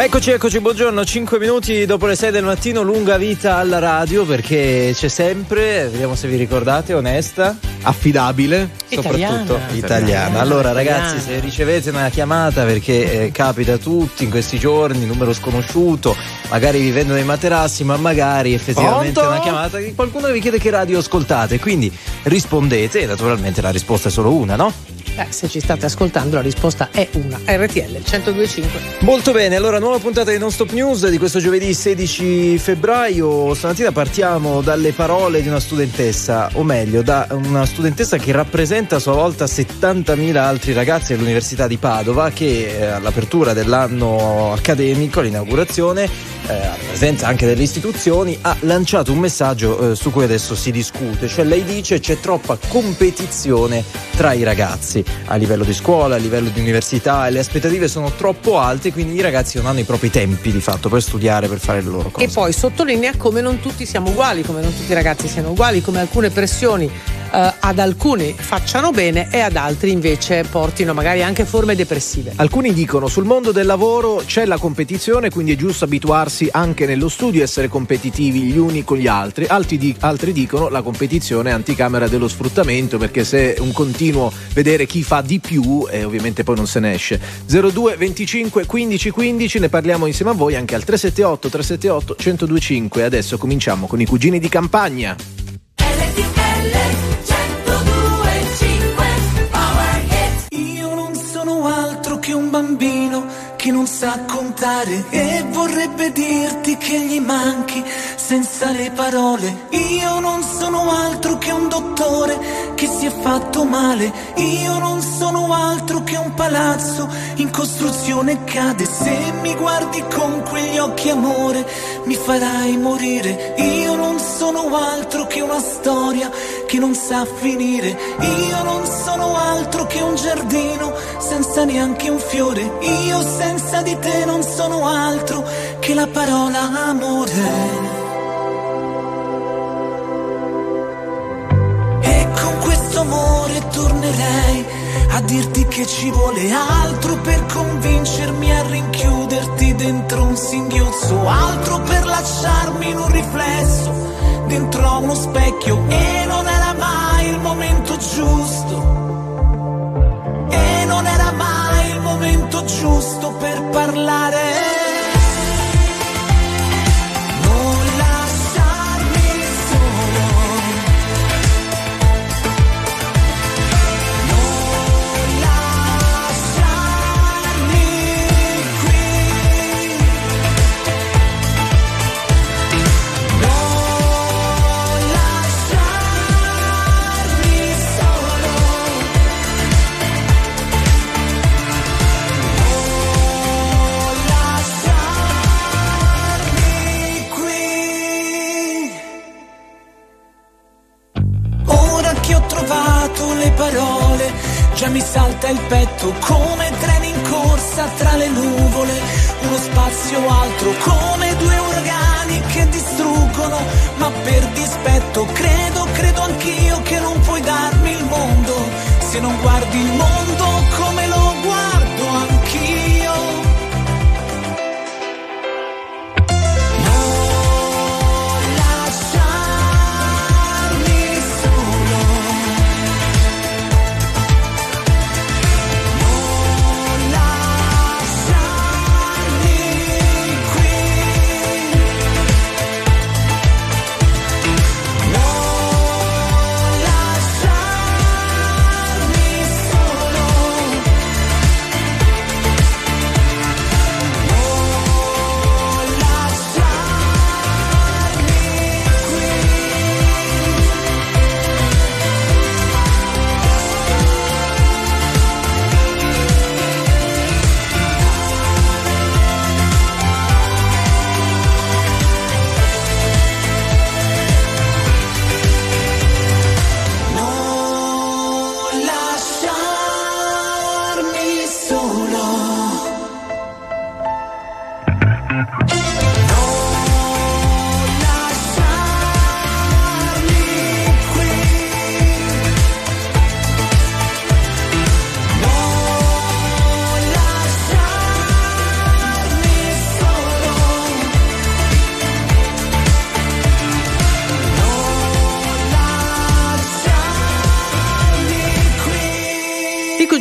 Eccoci, buongiorno, 5 minuti dopo le 6 del mattino, lunga vita alla radio perché c'è sempre, vediamo se vi ricordate, onesta, affidabile, soprattutto italiana. Allora ragazzi, se ricevete una chiamata perché capita a tutti in questi giorni, numero sconosciuto, magari vi vendono i materassi, ma magari effettivamente è una chiamata di qualcuno che vi chiede che radio ascoltate, quindi rispondete e naturalmente la risposta è solo una, no? Se ci state ascoltando la risposta è una, RTL 102.5. Molto bene, allora nuova puntata di Non Stop News di questo giovedì 16 febbraio. Stamattina partiamo dalle parole di una studentessa, o meglio da una studentessa che rappresenta a sua volta 70.000 altri ragazzi dell'Università di Padova, che all'apertura dell'anno accademico, all'inaugurazione, alla presenza anche delle istituzioni, ha lanciato un messaggio su cui adesso si discute. Cioè lei dice c'è troppa competizione tra i ragazzi a livello di scuola, a livello di università, e le aspettative sono troppo alte, quindi i ragazzi non hanno i propri tempi di fatto per studiare, per fare le loro cose. E poi sottolinea come non tutti siamo uguali, come non tutti i ragazzi siano uguali, come alcune pressioni ad alcuni facciano bene e ad altri invece portino magari anche forme depressive. Alcuni dicono sul mondo del lavoro c'è la competizione, quindi è giusto abituarsi anche nello studio, essere competitivi gli uni con gli altri. Altri dicono la competizione è anticamera dello sfruttamento, perché se è un continuo vedere chi fa di più ovviamente poi non se ne esce. 02 25 15 15, ne parliamo insieme a voi anche al 378 378 1025. Adesso cominciamo con i cugini di campagna. Io non sono altro che un bambino che non sa contare e vorrebbe dirti che gli manchi senza le parole. Io non sono altro che un dottore che si è fatto male. Io non sono altro che un palazzo in costruzione cade. Se mi guardi con quegli occhi amore mi farai morire. Io non sono altro che una storia che non sa finire. Io non sono altro che un giardino senza neanche un fiore. Io senza di te non sono altro che la parola amore. E con questo amore tornerei a dirti che ci vuole altro per convincermi a rinchiuderti dentro un singhiozzo, altro per lasciarmi in un riflesso dentro a uno specchio. E non era mai il momento giusto, e non era mai il momento giusto per parlare. Parole, già mi salta il petto come treni in corsa tra le nuvole, uno spazio altro come due uragani che distruggono, ma per dispetto credo anch'io che non puoi darmi il mondo, se non guardi il mondo come lo guardo anch'io.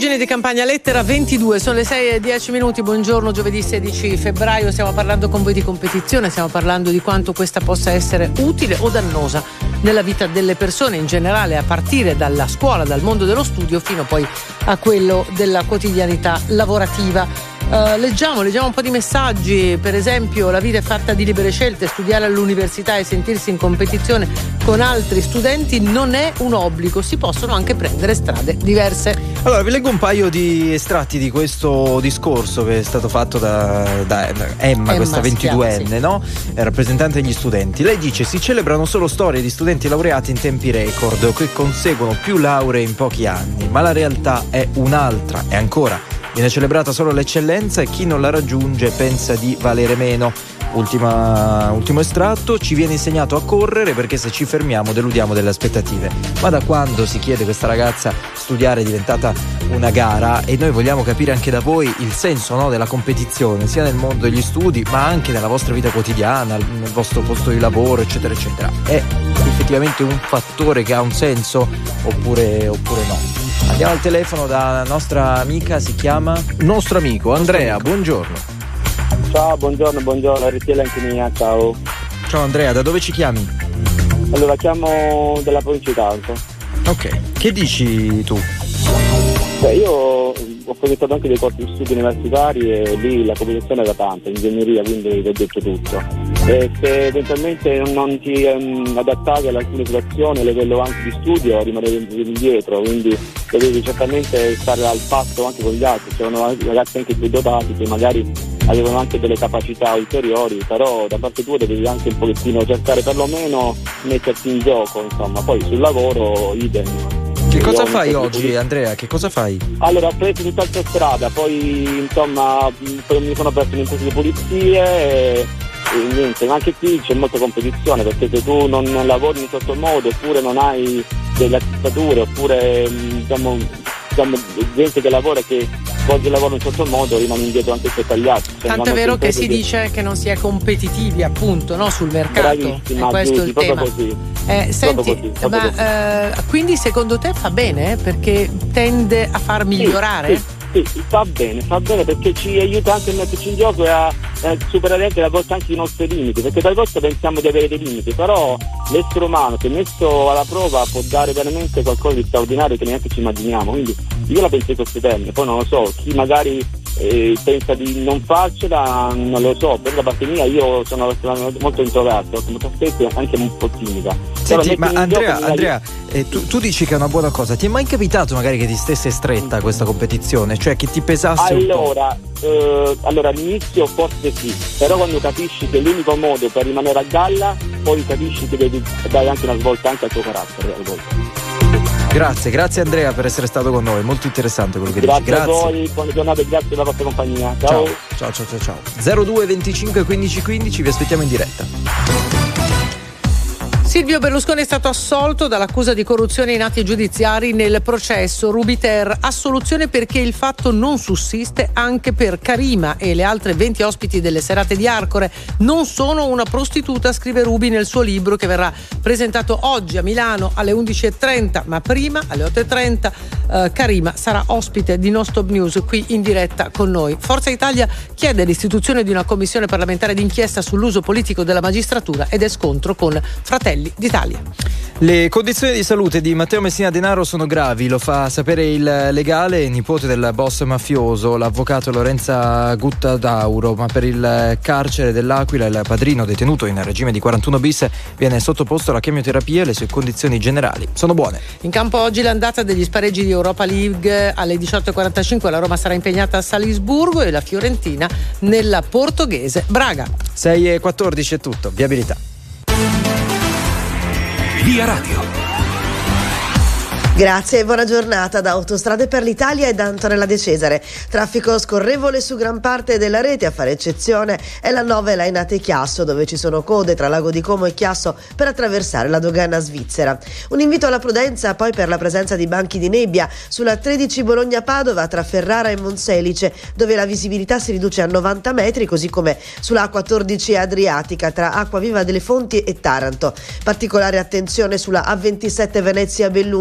Cugini di Campagna, lettera 22, sono le 6:10. Buongiorno, giovedì 16 febbraio. Stiamo parlando con voi di competizione, stiamo parlando di quanto questa possa essere utile o dannosa nella vita delle persone in generale, a partire dalla scuola, dal mondo dello studio, fino poi a quello della quotidianità lavorativa. Leggiamo un po' di messaggi. Per esempio, la vita è fatta di libere scelte, studiare all'università e sentirsi in competizione con altri studenti non è un obbligo, si possono anche prendere strade diverse. Allora, vi leggo un paio di estratti di questo discorso che è stato fatto da Emma, questa 22enne, sì, no? È rappresentante degli studenti. Lei dice: si celebrano solo storie di studenti laureati in tempi record che conseguono più lauree in pochi anni, ma la realtà è un'altra. E ancora, viene celebrata solo l'eccellenza e chi non la raggiunge pensa di valere meno. Ultimo estratto: ci viene insegnato a correre perché se ci fermiamo deludiamo delle aspettative. Ma da quando, si chiede questa ragazza, studiare è diventata una gara? E noi vogliamo capire anche da voi il senso, no, della competizione, sia nel mondo degli studi ma anche nella vostra vita quotidiana, nel vostro posto di lavoro, eccetera eccetera. È effettivamente un fattore che ha un senso oppure no? Andiamo al telefono da nostra amica, si chiama? Nostro amico Andrea, buongiorno. Ciao, buongiorno, RTL anche mia, ciao. Ciao Andrea, da dove ci chiami? Allora, chiamo dalla provincia di Taranto. Ok, che dici tu? Beh, io ho progettato anche dei corsi di studi universitari e lì la competizione era tanta, ingegneria, quindi vi ho detto tutto. E se eventualmente non ti adattavi ad alcune situazioni a livello anche di studio, rimanevi indietro, quindi dovevi certamente stare al passo anche con gli altri. C'erano ragazzi anche più dotati che magari avevano anche delle capacità ulteriori, però da parte tua devi anche un pochettino cercare perlomeno metterti in gioco, insomma. Poi sul lavoro idem. Che cosa fai oggi, Andrea? Che cosa fai? Allora, ho preso tutt'altra strada, poi insomma mi sono aperto un'impresa di pulizie e niente, ma anche qui c'è molta competizione, perché se tu non lavori in un certo modo, oppure non hai delle attrezzature, oppure diciamo gente che lavora, che svolge il lavoro in un certo modo, rimane indietro anche se tagliato. Tanto è vero che si dice che non si è competitivi, appunto, no, sul mercato. Bravissima, è questo il tema. Così. Senti, quindi secondo te fa bene? Perché tende a far migliorare? Sì, fa bene perché ci aiuta anche a metterci in gioco e a superare anche a volte anche i nostri limiti, perché talvolta pensiamo di avere dei limiti, però l'essere umano, se messo alla prova, può dare veramente qualcosa di straordinario che neanche ci immaginiamo. Quindi io la penso in questi termini, poi non lo so, chi magari pensa di non farcela, non lo so. Per la parte mia, io sono molto introverso, molto spesso anche un po' timida. Senti, ma Andrea, tu dici che è una buona cosa. Ti è mai capitato magari che ti stesse stretta questa competizione? Cioè che ti pesasse un po'? Allora all'inizio forse sì, però quando capisci che l'unico modo per rimanere a galla, poi capisci che devi dare anche una svolta anche al tuo carattere a volte. Grazie Andrea per essere stato con noi, molto interessante quello che dici. Grazie a voi, buone giornate, grazie della vostra compagnia. Ciao. 02 25 15 15, vi aspettiamo in diretta. Silvio Berlusconi è stato assolto dall'accusa di corruzione in atti giudiziari nel processo Ruby-Ter. Assoluzione perché il fatto non sussiste anche per Karima e le altre 20 ospiti delle serate di Arcore. Non sono una prostituta, scrive Ruby nel suo libro che verrà presentato oggi a Milano alle 11:30, ma prima alle 8:30 Karima sarà ospite di No Stop News qui in diretta con noi. Forza Italia chiede l'istituzione di una commissione parlamentare d'inchiesta sull'uso politico della magistratura ed è scontro con Fratelli d'Italia. Le condizioni di salute di Matteo Messina Denaro sono gravi, lo fa sapere il legale, nipote del boss mafioso, l'avvocato Lorenza Guttadauro, ma per il carcere dell'Aquila il padrino detenuto in regime di 41 bis viene sottoposto alla chemioterapia e le sue condizioni generali sono buone. In campo oggi l'andata degli spareggi di Europa League alle 18:45, la Roma sarà impegnata a Salisburgo e la Fiorentina nella portoghese Braga. 6:14 è tutto, viabilità. Via Radio. Grazie e buona giornata da Autostrade per l'Italia e da Antonella De Cesare. Traffico scorrevole su gran parte della rete, a fare eccezione è la 9 Lainate-Chiasso, dove ci sono code tra Lago di Como e Chiasso per attraversare la dogana svizzera. Un invito alla prudenza poi per la presenza di banchi di nebbia sulla 13 Bologna-Padova tra Ferrara e Monselice, dove la visibilità si riduce a 90 metri, così come sulla A14 Adriatica tra Acquaviva delle Fonti e Taranto. Particolare attenzione sulla A27 Venezia-Belluno,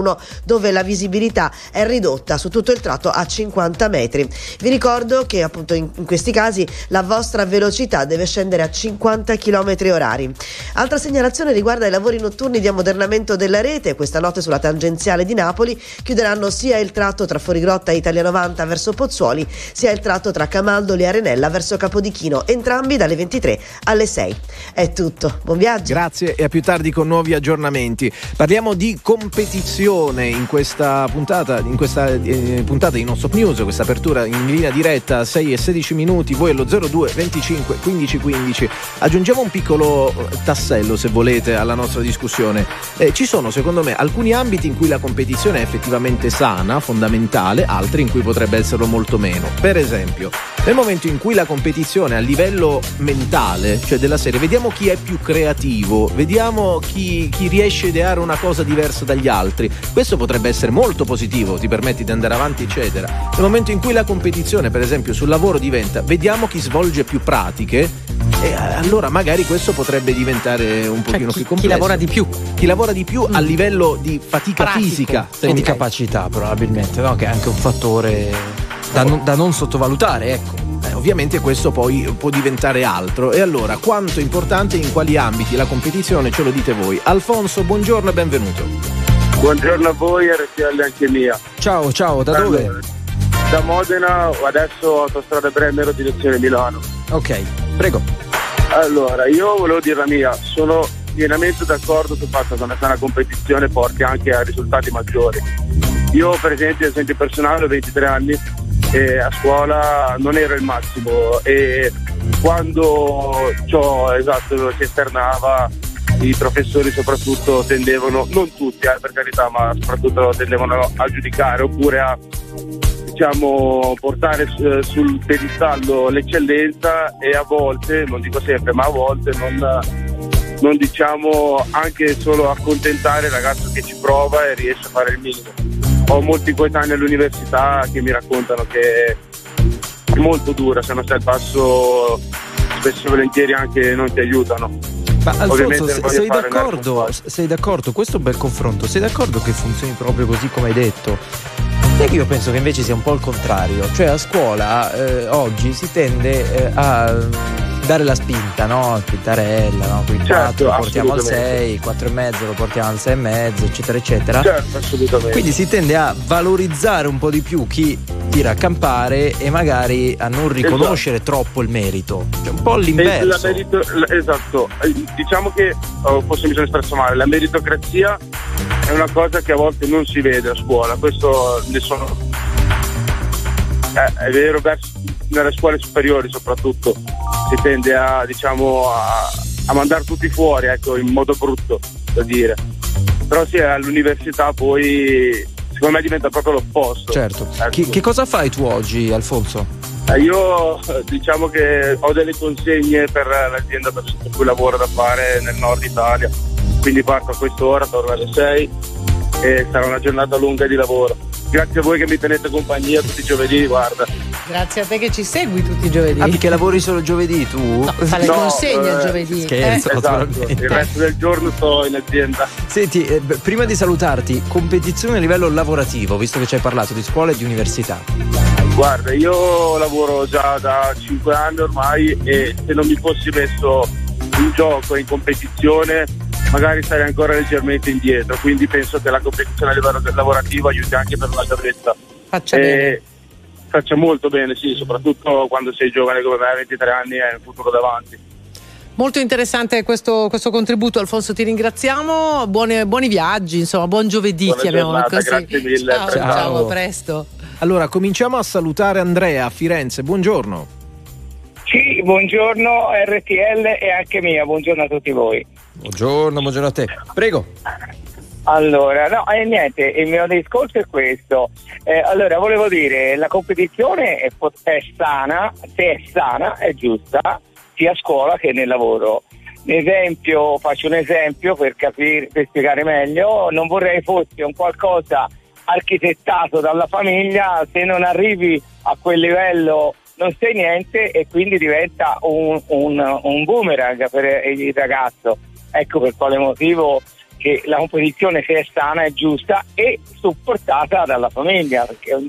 dove la visibilità è ridotta su tutto il tratto a 50 metri. Vi ricordo che appunto in questi casi la vostra velocità deve scendere a 50 km/h. Altra segnalazione riguarda i lavori notturni di ammodernamento della rete. Questa notte sulla tangenziale di Napoli chiuderanno sia il tratto tra Fuorigrotta e Italia 90 verso Pozzuoli, sia il tratto tra Camaldoli e Arenella verso Capodichino, entrambi dalle 23 alle 6. È tutto, buon viaggio. Grazie e a più tardi con nuovi aggiornamenti. Parliamo di competizione in questa puntata di Non Stop News, questa apertura in linea diretta 6 e 16 minuti, voi allo 02 25 15 15. Aggiungiamo un piccolo tassello, se volete, alla nostra discussione. Ci sono secondo me alcuni ambiti in cui la competizione è effettivamente sana, fondamentale, altri in cui potrebbe esserlo molto meno. Per esempio, nel momento in cui la competizione a livello mentale, cioè della serie, vediamo chi è più creativo, vediamo chi riesce a ideare una cosa diversa dagli altri, questo potrebbe essere molto positivo, ti permetti di andare avanti eccetera. Nel momento in cui la competizione, per esempio sul lavoro, diventa vediamo chi svolge più pratiche, e allora magari questo potrebbe diventare un pochino più complesso. Chi lavora di più a livello di fatica fisica e di capacità, probabilmente, no? Che è anche un fattore da non sottovalutare, ecco. Ovviamente questo poi può diventare altro. E allora, quanto è importante, in quali ambiti la competizione, ce lo dite voi. Alfonso, buongiorno e benvenuto. Buongiorno a voi, RTL anche mia. Ciao, da dove? Da Modena, adesso autostrada Brennero, direzione Milano. Ok, prego. Allora, io volevo dire la mia, sono pienamente d'accordo sul fatto che una sana competizione porti anche a risultati maggiori. Io per esempio personale ho 23 anni e a scuola non ero il massimo, e quando si esternava, i professori soprattutto tendevano, non tutti per carità, ma soprattutto tendevano a giudicare oppure a portare sul piedistallo l'eccellenza, e a volte, non dico sempre, ma a volte non diciamo anche solo accontentare il ragazzo che ci prova e riesce a fare il minimo. Ho molti coetanei all'università che mi raccontano che è molto dura, se non stai al passo spesso e volentieri anche non ti aiutano. Ma Alfonso, sei d'accordo? Questo è un bel confronto. Sei d'accordo che funzioni proprio così come hai detto? È che io penso che invece sia un po' il contrario. Cioè a scuola oggi si tende a dare la spinta, no? Spintarella, no? Qui 4 lo portiamo al 6, 4,5 lo portiamo al 6,5, eccetera eccetera. Certo, assolutamente. Quindi si tende a valorizzare un po' di più chi tira a campare e magari a non riconoscere troppo il merito. Cioè un po' l'inverso. Esatto. Diciamo che, forse mi sono espresso male, la meritocrazia è una cosa che a volte non si vede a scuola. Questo è vero nelle scuole superiori soprattutto. Si tende a mandare tutti fuori, ecco, in modo brutto da dire. Però sì, all'università poi secondo me diventa proprio l'opposto. Certo. Ecco. Che cosa fai tu oggi, Alfonso? Io diciamo che ho delle consegne per l'azienda per cui lavoro da fare nel nord Italia, quindi parto a quest'ora, torno alle 6 e sarà una giornata lunga di lavoro. Grazie a voi che mi tenete compagnia tutti i giovedì, guarda. Grazie a te che ci segui tutti i giovedì. Perché lavori solo giovedì tu? No, fa le consegne il giovedì. Scherzo, esatto. Il resto del giorno sto in azienda. Senti, prima di salutarti, competizione a livello lavorativo, visto che ci hai parlato di scuola e di università. Guarda, io lavoro già da 5 anni ormai e se non mi fossi messo in gioco e in competizione magari sarei ancora leggermente indietro, quindi penso che la competizione a livello lavorativo aiuti anche per una carriera. Faccia molto bene, sì, soprattutto quando sei giovane come me, 23 anni, hai un futuro davanti. Molto interessante questo contributo, Alfonso, ti ringraziamo, buoni viaggi, insomma, buon giovedì. Buona chiamiamolo giornata, così. Grazie mille. Ciao, a presto. Allora, cominciamo a salutare Andrea a Firenze, buongiorno. Sì, buongiorno RTL e anche mia, buongiorno a tutti voi. Buongiorno a te, prego. Allora, niente, il mio discorso è questo. Allora, volevo dire, la competizione è sana, se è sana, è giusta, sia a scuola che nel lavoro. Faccio un esempio per spiegare meglio. Non vorrei fosse un qualcosa architettato dalla famiglia, se non arrivi a quel livello non sai niente e quindi diventa un boomerang per il ragazzo. Ecco per quale motivo che la competizione, se è sana, è giusta e supportata dalla famiglia, perché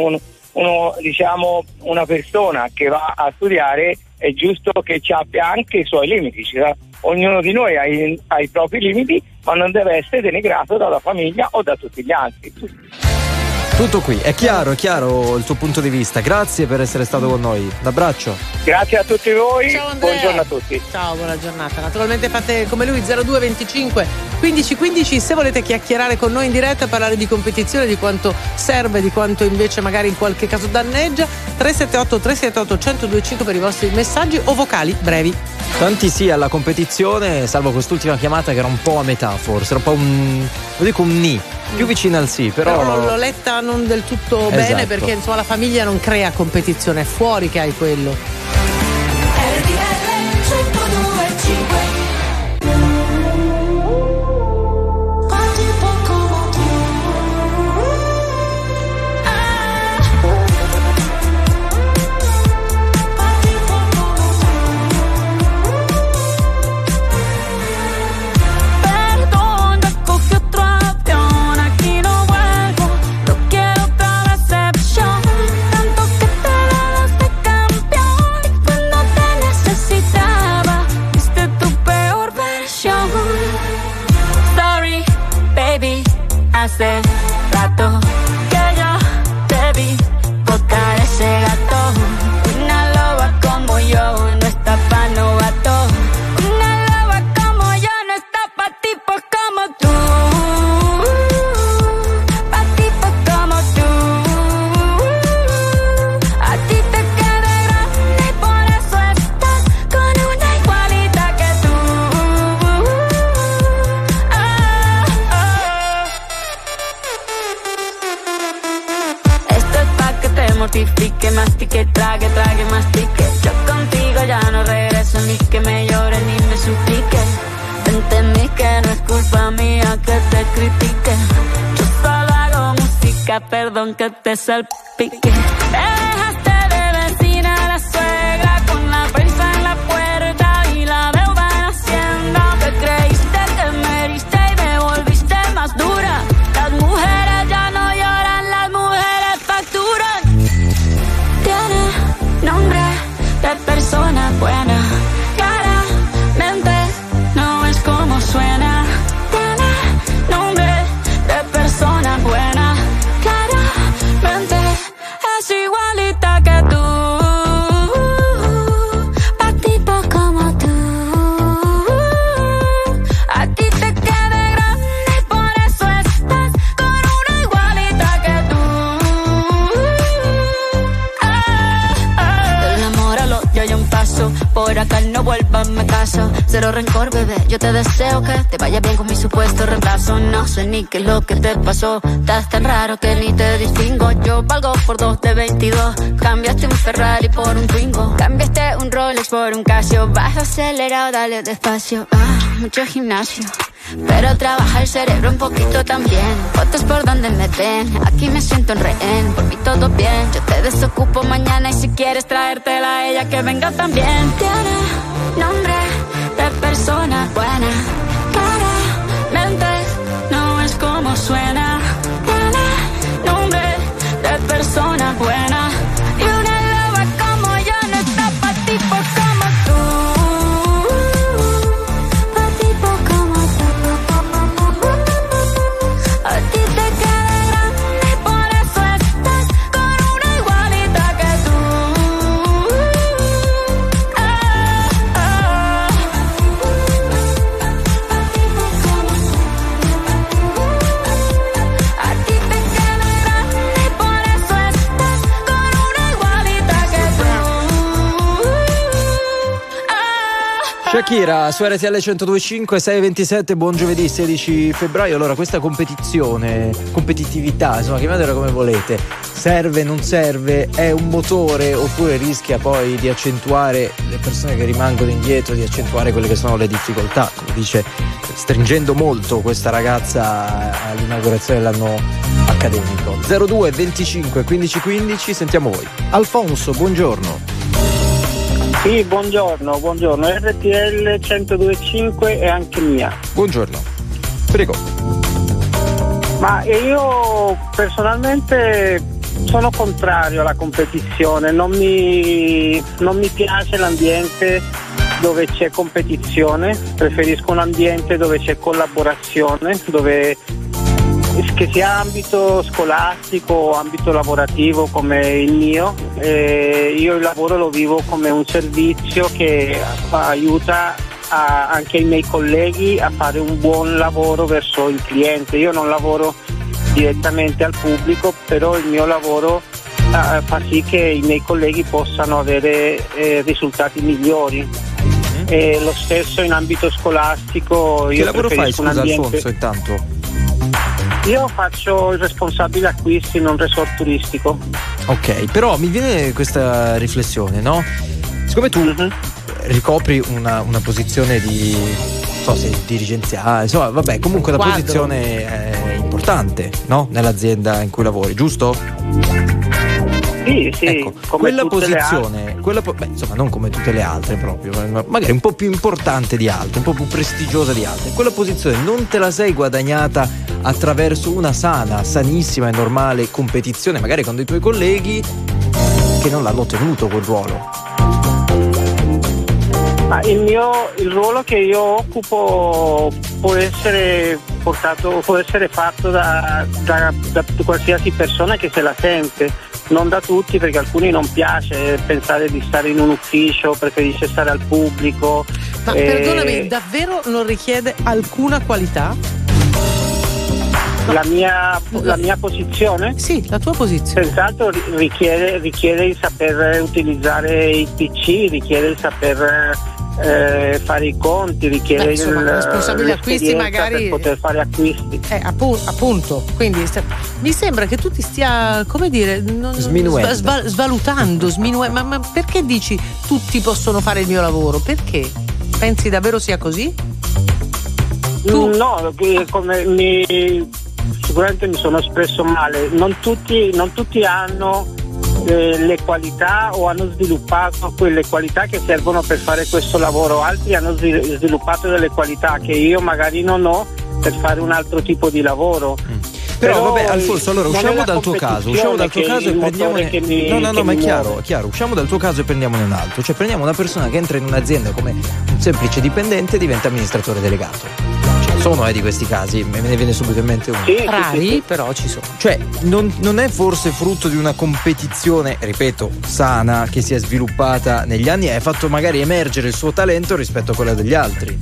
una persona che va a studiare è giusto che ci abbia anche i suoi limiti. Ognuno di noi ha i propri limiti, ma non deve essere denigrato dalla famiglia o da tutti gli altri. Tutto qui, è chiaro il tuo punto di vista. Grazie per essere stato con noi. Un abbraccio. Grazie a tutti voi. Ciao Andrea. Buongiorno a tutti. Ciao, buona giornata. Naturalmente fate come lui, 02 25 15 15. Se volete chiacchierare con noi in diretta, parlare di competizione, di quanto serve, di quanto invece magari in qualche caso danneggia, 378 378 1025 per i vostri messaggi o vocali brevi. Tanti sì alla competizione, salvo quest'ultima chiamata che era un po' a metà, forse era un po' un ni, più vicino al sì, però l'ho letta non del tutto bene, perché insomma la famiglia non crea competizione, è fuori che hai quello. Hace rato que yo te vi tocar ese gato. Una loba como yo no está pa' novato. Una loba como yo no está pa' tipos como tú. Pa' tipos como tú. A ti te queda grande y por eso estás con una igualita que tú. Mortifique, mastique, trague, mastique. Yo contigo ya no regreso, ni que me llore ni me suplique. Entendí que no es culpa mía que te critique. Yo solo hago música, perdón que te salpique. Te dejaste de vecina a la suegra con la prensa en la puerta y la deuda en Hacienda. Te creíste que me heriste y me volviste más dura. Las mujeres ya no lloran, las mujeres facturan. Nombre de persona buena, claramente no es como suena. Tiene nombre de persona buena, claramente es igualita que tú. Pa' tipo como tú, a ti te queda grande y por eso estás con una igualita que tú. Yo hay un paso, por acá no vuelvas, me caso. Cero rencor, bebé, yo te deseo que te vaya bien con mi supuesto reemplazo. No sé ni qué es lo que te pasó, estás tan raro que ni te distingo. Yo valgo por 2 de 22, cambiaste un Ferrari por un Twingo. Cambiaste un Rolex por un Casio, vas acelerado, dale despacio. Mucho gimnasio, pero trabaja el cerebro un poquito también. Fotos por donde me ven, aquí me siento en rehén. Por mí todo bien, yo te desocupo mañana. Y si quieres traértela a ella, que venga también. Tiene nombre de persona buena, claramente no es como suena. Tiene nombre de persona buena, y una loba como yo no está pa' tipos como tú. Shakira su RTL 102.5, 6:27, buon giovedì 16 febbraio. Allora, questa competitività, insomma, chiamatela come volete, serve, non serve, è un motore oppure rischia poi di accentuare le persone che rimangono indietro, di accentuare quelle che sono le difficoltà, come dice, stringendo molto questa ragazza all'inaugurazione dell'anno accademico. 02 25 15 15, sentiamo voi. Alfonso, buongiorno. Sì, buongiorno, RTL 102.5 è anche mia. Buongiorno. Prego. Ma io personalmente sono contrario alla competizione, non mi piace l'ambiente dove c'è competizione, preferisco un ambiente dove c'è collaborazione, che sia ambito scolastico o ambito lavorativo come il mio. Io il lavoro lo vivo come un servizio che aiuta anche i miei colleghi a fare un buon lavoro verso il cliente. Io non lavoro direttamente al pubblico, però il mio lavoro fa sì che i miei colleghi possano avere risultati migliori. E lo stesso in ambito scolastico. Che io lavoro fai, preferisco scusa, un ambiente... Alfonso, intanto? Io faccio il responsabile acquisti in un resort turistico. Ok, però mi viene questa riflessione, no? Siccome tu ricopri una posizione di, non so se dirigenziale, insomma, vabbè, comunque una posizione importante, no? Nell'azienda in cui lavori, giusto? Sì, ecco, come quella tutte posizione, insomma, non come tutte le altre proprio, magari un po' più importante di altre, un po' più prestigiosa di altre. Quella posizione non te la sei guadagnata attraverso una sanissima e normale competizione, magari con dei tuoi colleghi che non l'hanno ottenuto quel ruolo. Ma il ruolo che io occupo può essere fatto da qualsiasi persona che se la sente, non da tutti, perché a alcuni non piace pensare di stare in un ufficio, preferisce stare al pubblico. Ma perdonami, davvero non richiede alcuna qualità? La mia posizione? Sì, la tua posizione. Senz'altro richiede il saper utilizzare il PC, richiede il saper fare i conti, richiede il responsabile acquisti magari per poter fare acquisti. Appunto, quindi mi sembra che tu ti stia, come dire, svalutando, ma perché dici tutti possono fare il mio lavoro? Perché? Pensi davvero sia così? No, sicuramente mi sono espresso male. Non tutti hanno le qualità o hanno sviluppato quelle qualità che servono per fare questo lavoro. Altri hanno sviluppato delle qualità che io magari non ho per fare un altro tipo di lavoro. Però vabbè, Alfonso, allora usciamo dal tuo caso e prendiamone. No, ma è chiaro, usciamo dal tuo caso e prendiamone un altro. Cioè prendiamo una persona che entra in un'azienda come un semplice dipendente e diventa amministratore delegato. Sono di questi casi, me ne viene subito in mente uno. Rari, però ci sono. Cioè, non è forse frutto di una competizione, ripeto, sana, che si è sviluppata negli anni e ha fatto magari emergere il suo talento rispetto a quello degli altri?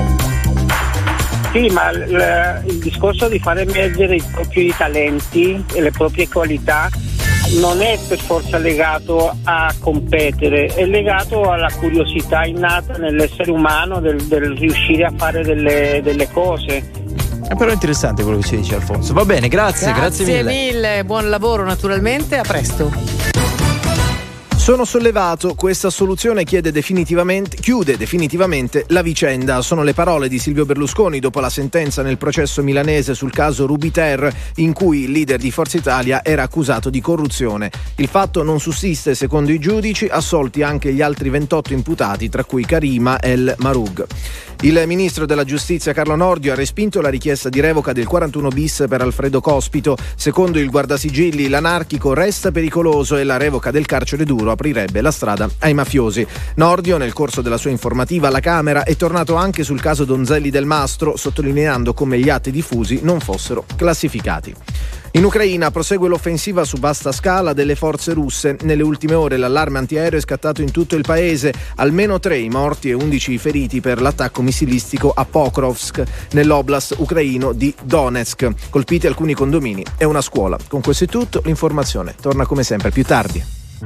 Sì, ma il discorso di far emergere i propri talenti e le proprie qualità non è per forza legato a competere, è legato alla curiosità innata nell'essere umano del riuscire a fare delle cose. È però interessante quello che ci dice Alfonso. Va bene, grazie mille, buon lavoro naturalmente, a presto. Sono sollevato, questa soluzione chiude definitivamente la vicenda. Sono le parole di Silvio Berlusconi dopo la sentenza nel processo milanese sul caso Rubiter, in cui il leader di Forza Italia era accusato di corruzione. Il fatto non sussiste secondo i giudici, assolti anche gli altri 28 imputati, tra cui Karima El Mahroug. Il ministro della giustizia Carlo Nordio ha respinto la richiesta di revoca del 41 bis per Alfredo Cospito. Secondo il guardasigilli, l'anarchico resta pericoloso e la revoca del carcere duro aprirebbe la strada ai mafiosi. Nordio, nel corso della sua informativa alla Camera, è tornato anche sul caso Donzelli del Mastro, sottolineando come gli atti diffusi non fossero classificati. In Ucraina prosegue l'offensiva su vasta scala delle forze russe. Nelle ultime ore l'allarme antiaereo è scattato in tutto il paese. Almeno 3 i morti e 11 i feriti per l'attacco missilistico a Pokrovsk, nell'oblast ucraino di Donetsk. Colpiti alcuni condomini e una scuola. Con questo è tutto, l'informazione torna come sempre più tardi.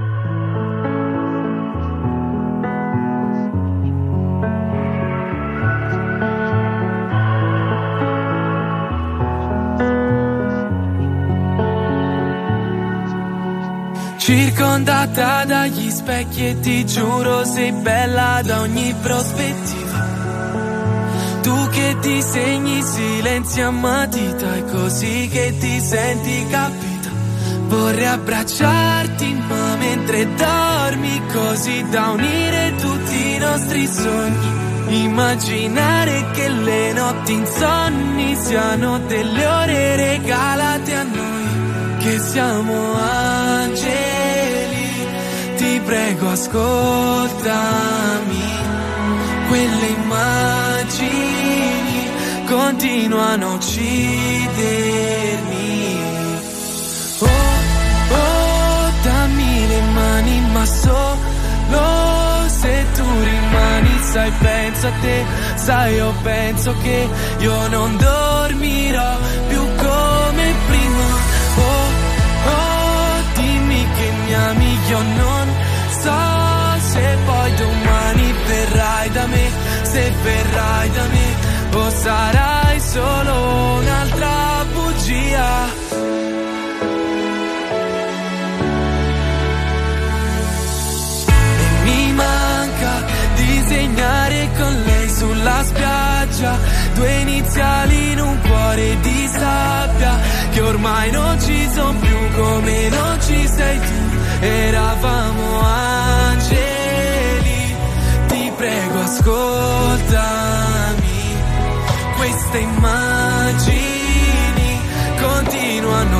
Circondata dagli specchi e ti giuro sei bella da ogni prospettiva. Tu che disegni silenzi a matita, è così che ti senti capita. Vorrei abbracciarti ma mentre dormi, così da unire tutti i nostri sogni. Immaginare che le notti insonni siano delle ore regalate a noi, che siamo angeli. Ti prego ascoltami, quelle immagini continuano a uccidermi. Oh, oh, dammi le mani, ma solo se tu rimani. Sai, penso a te, sai, io penso che io non dormirò più come prima. Oh, oh, dimmi che mi ami, io non so se poi domani verrai da me, se verrai da me, o sarai solo un'altra bugia. E mi manca disegnare con lei sulla spiaggia due iniziali in un cuore di sabbia, che ormai non ci son più come non ci sei tu. Eravamo angeli, ti prego ascoltami, queste immagini continuano a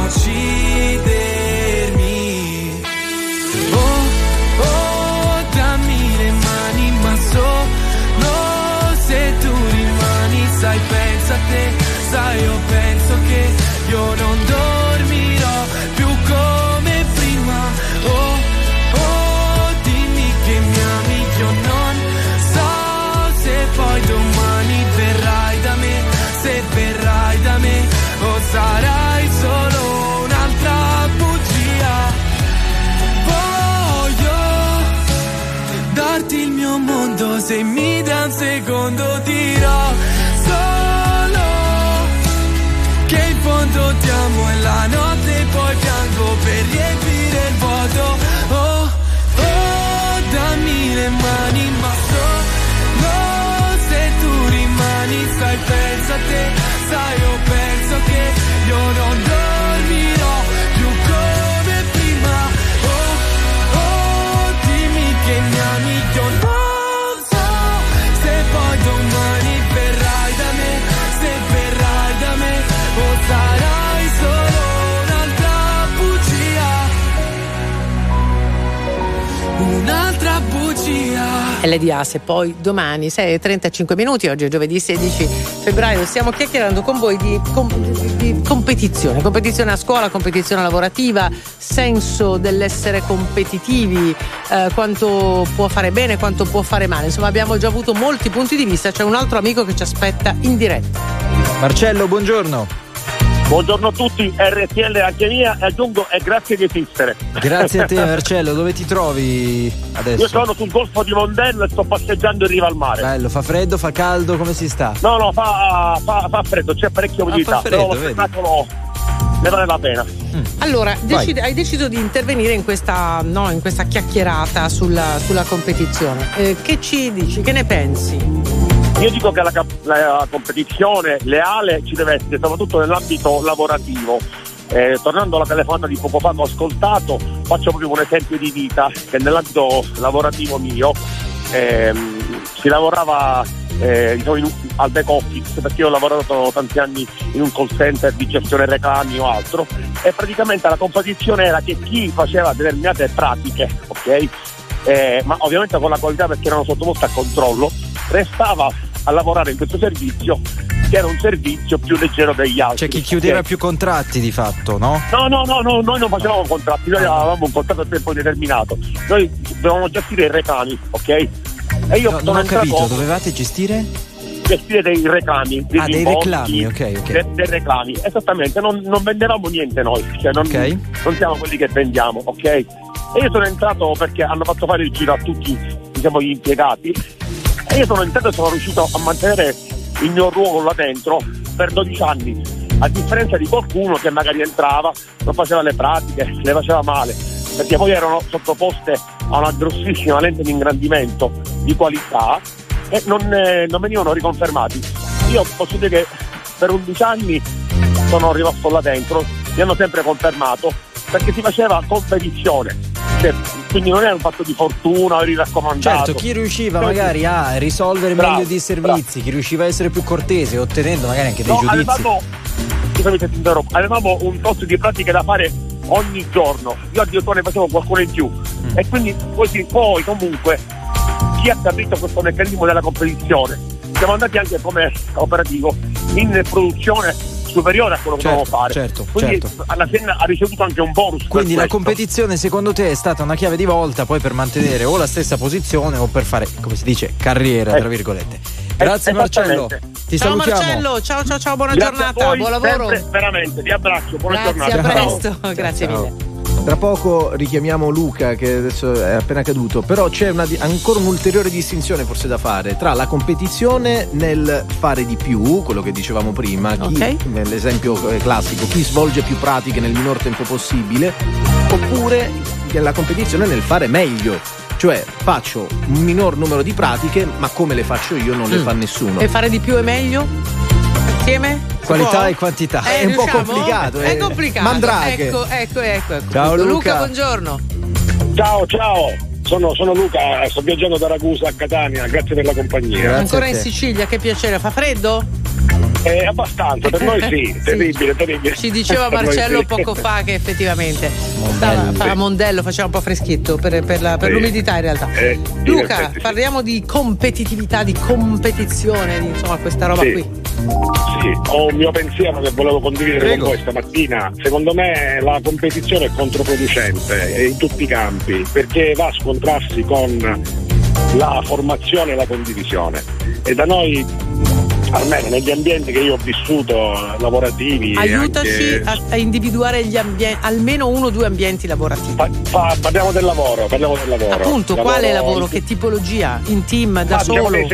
uccidermi. Oh, oh, dammi le mani, ma solo se tu rimani. Sai, pensa a te, sai, io penso che io non dormirò più come prima. Oh, oh, dimmi che mi ami, io non so se poi domani verrai da me, se verrai da me, o sarai solo un'altra bugia. Voglio darti il mio mondo, se mi dai un secondo dirò solo che in fondo ti amo e la notte poi piango per riempire il vuoto. Oh, oh, dammi le mani, ma solo se tu rimani. Sai, pensa a te, sai, io penso che io non dormirò più come prima. Oh, oh, dimmi che mi ami, io non so se poi domani verrai da me, se verrai da me, o sarai solo un'altra bugia. Un'altra bugia. LDA, se poi domani, 6:35, oggi è giovedì 16 febbraio, stiamo chiacchierando con voi di competizione a scuola, competizione lavorativa, senso dell'essere competitivi, quanto può fare bene, quanto può fare male. Insomma, abbiamo già avuto molti punti di vista. C'è un altro amico che ci aspetta in diretta. Marcello, buongiorno. Buongiorno a tutti, RTL anche mia, e aggiungo e grazie di esistere. Grazie a te Marcello, dove ti trovi adesso? Io sono sul golfo di Mondello e sto passeggiando in riva al mare. Bello, fa freddo, fa caldo, come si sta? No, fa freddo, c'è parecchia umidità, però lo spettacolo ne vale la pena. Allora, hai deciso di intervenire in questa chiacchierata sulla competizione. Che ci dici? Che ne pensi? Io dico che la competizione leale ci deve essere, soprattutto nell'ambito lavorativo. Tornando alla telefonata di poco fa che ho ascoltato, faccio proprio un esempio di vita, che nell'ambito lavorativo mio si lavorava al back office, perché io ho lavorato tanti anni in un call center di gestione reclami o altro, e praticamente la competizione era che chi faceva determinate pratiche, ok? Ma ovviamente con la qualità, perché erano sottoposti a controllo, restava a lavorare in questo servizio, che era un servizio più leggero degli altri. Cioè chi chiudeva più contratti di fatto, no? No, noi non facevamo contratti, noi avevamo un contratto a tempo determinato, noi dovevamo gestire i reclami, ok? E io non ho capito, dovevate gestire dei reclami, dei reclami, ok. Dei reclami, esattamente, non vendevamo niente noi, cioè non siamo quelli che vendiamo, ok? E io sono entrato perché hanno fatto fare il giro a tutti, diciamo, gli impiegati, e io sono entrato e sono riuscito a mantenere il mio ruolo là dentro per 12 anni, a differenza di qualcuno che magari entrava, non faceva le pratiche, le faceva male, perché poi erano sottoposte a una grossissima lente di ingrandimento di qualità e non venivano riconfermati. Io posso dire che per 11 anni sono rimasto là dentro, mi hanno sempre confermato, perché si faceva competizione, quindi non è un fatto di fortuna o di raccomandato. Certo, chi riusciva magari a risolvere meglio dei servizi, chi riusciva a essere più cortese, ottenendo magari anche dei giudizi. Avevamo un tot di pratiche da fare ogni giorno, io addirittura ne facevo qualcuno in più, e quindi poi comunque chi ha capito questo meccanismo della competizione, siamo andati anche come operativo in produzione superiore a quello che dovevamo fare. Certo. L'azienda ha ricevuto anche un bonus. Quindi per la questo. competizione secondo te è stata una chiave di volta poi per mantenere o la stessa posizione o per fare, come si dice, carriera tra virgolette. Grazie Marcello, ti ciao salutiamo. Marcello, ciao, buona Grazie giornata, voi, buon lavoro. Veramente, vi abbraccio, buona Grazie, giornata. a presto, grazie mille. Tra poco richiamiamo Luca che adesso è appena caduto, però c'è ancora un'ulteriore distinzione forse da fare tra la competizione nel fare di più, quello che dicevamo prima, nell'esempio classico, chi svolge più pratiche nel minor tempo possibile, oppure la competizione nel fare meglio, cioè faccio un minor numero di pratiche ma come le faccio io non le fa nessuno. E fare di più e meglio? Insieme? Qualità e quantità. È un po' complicato. È complicato. Mandraghe. Ecco. Ciao Luca, buongiorno. Ciao. Sono Luca, sto viaggiando da Ragusa a Catania, grazie per la compagnia. Grazie ancora in Sicilia, che piacere, fa freddo? Abbastanza, per noi sì, terribile. Ci diceva Per noi Marcello sì. poco fa che effettivamente Mondello. a Mondello faceva un po' freschetto per l'umidità in realtà. Luca, effetti, sì. parliamo di competitività, di competizione, di insomma questa roba qui. Sì, ho un mio pensiero che volevo condividere con voi stamattina. Secondo me la competizione è controproducente in tutti i campi, perché va a scontrarsi con la formazione e la condivisione. E da noi, almeno negli ambienti che io ho vissuto lavorativi, aiutaci a individuare almeno 1 o 2 ambienti lavorativi. Parliamo del lavoro. Appunto, quale lavoro? Che tipologia? In team, da solo? Nei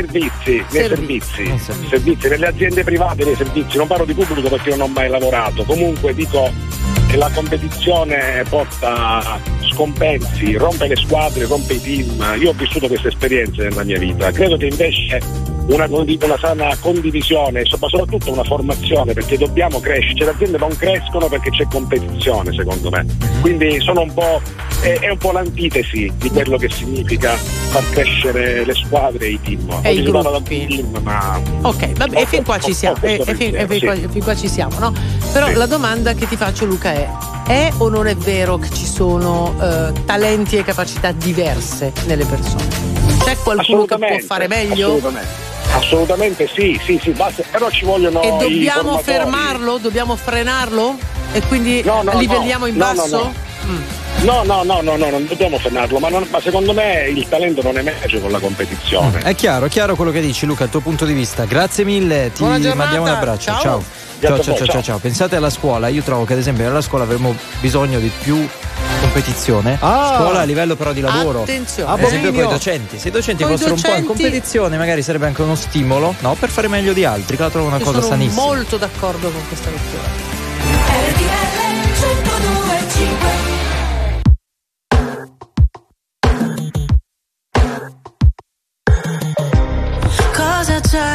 servizi, nelle aziende private, nei servizi. Non parlo di pubblico perché io non ho mai lavorato. Comunque dico che la competizione porta scompensi, rompe le squadre, rompe i team. Io ho vissuto queste esperienze nella mia vita. Credo che invece una sana condivisione, ma soprattutto una formazione, perché dobbiamo crescere. Le aziende non crescono perché c'è competizione, secondo me. Quindi sono è un po' l'antitesi di quello che significa far crescere le squadre e i team. E i gruppi. Team, ma ok, vabbè, e fin qua ci siamo. Fin qua ci siamo, no? Però la domanda che ti faccio, Luca, è o non è vero che ci sono talenti e capacità diverse nelle persone? C'è qualcuno che può fare meglio? Assolutamente sì, basta, però ci vogliono. E dobbiamo fermarlo? Dobbiamo frenarlo? E quindi livelliamo in basso? No, non dobbiamo fermarlo, ma secondo me il talento non emerge con la competizione. È chiaro quello che dici, Luca, il tuo punto di vista. Grazie mille, ti mandiamo un abbraccio. Ciao. Pensate alla scuola, io trovo che ad esempio nella scuola avremo bisogno di più competizione. Scuola a livello però di lavoro. Attenzione. Ad esempio con i docenti. Se i docenti fossero un po' in competizione, magari sarebbe anche uno stimolo, no? Per fare meglio di altri, che la trovo una cosa sanissima. Sono molto d'accordo con questa lettura. Cosa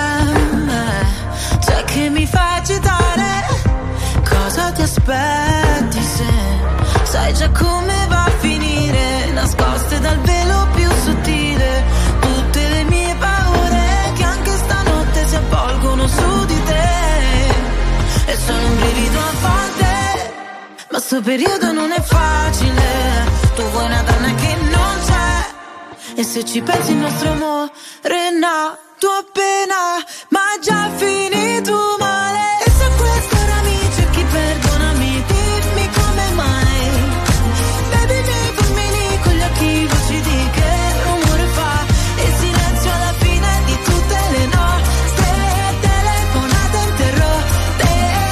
c'è che mi fa agitare? Cosa ti aspetti se sai già come va a finire? Nascoste dal velo più sottile tutte le mie paure che anche stanotte si avvolgono su di te. E sono un brivido a volte, ma sto periodo non è facile. Tu vuoi una donna che non c'è, e se ci pensi il nostro amore è nato appena, ma è già finito male. E se questo ora mi cerchi, perdonami, dimmi come mai. Baby, nei fulmini con gli occhi lucidi, che rumore fa il silenzio alla fine di tutte le nostre telefonate interrotte.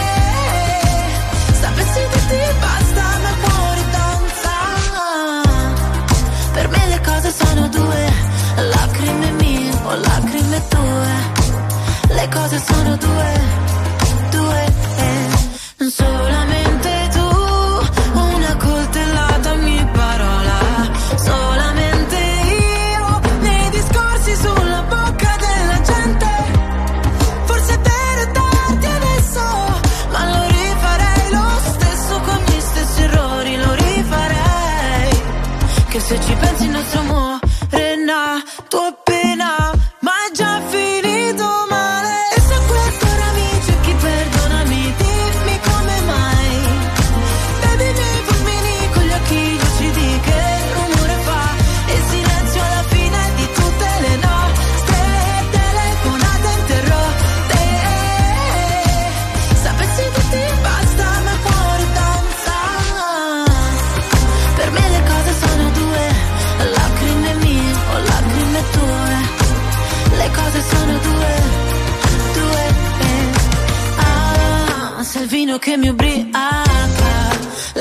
Sapessi che ti basta, ma il cuore danza. Per me le cose sono due, lacrime mie o lacrime tue. Le cose sono due,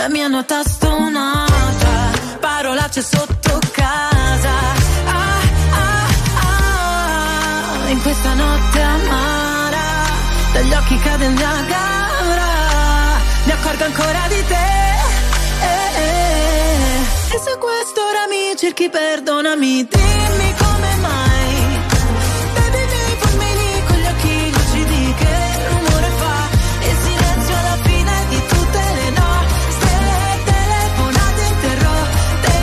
la mia nota stonata, parolacce sotto casa. In questa notte amara, dagli occhi cade il Niagara, mi accorgo ancora di te. E se quest'ora mi cerchi, perdonami, dimmi come mai. Baby, mi fulmini con gli occhi lucidi, che rumore fa il silenzio alla fine di tutte le nostre telefonate interrotte.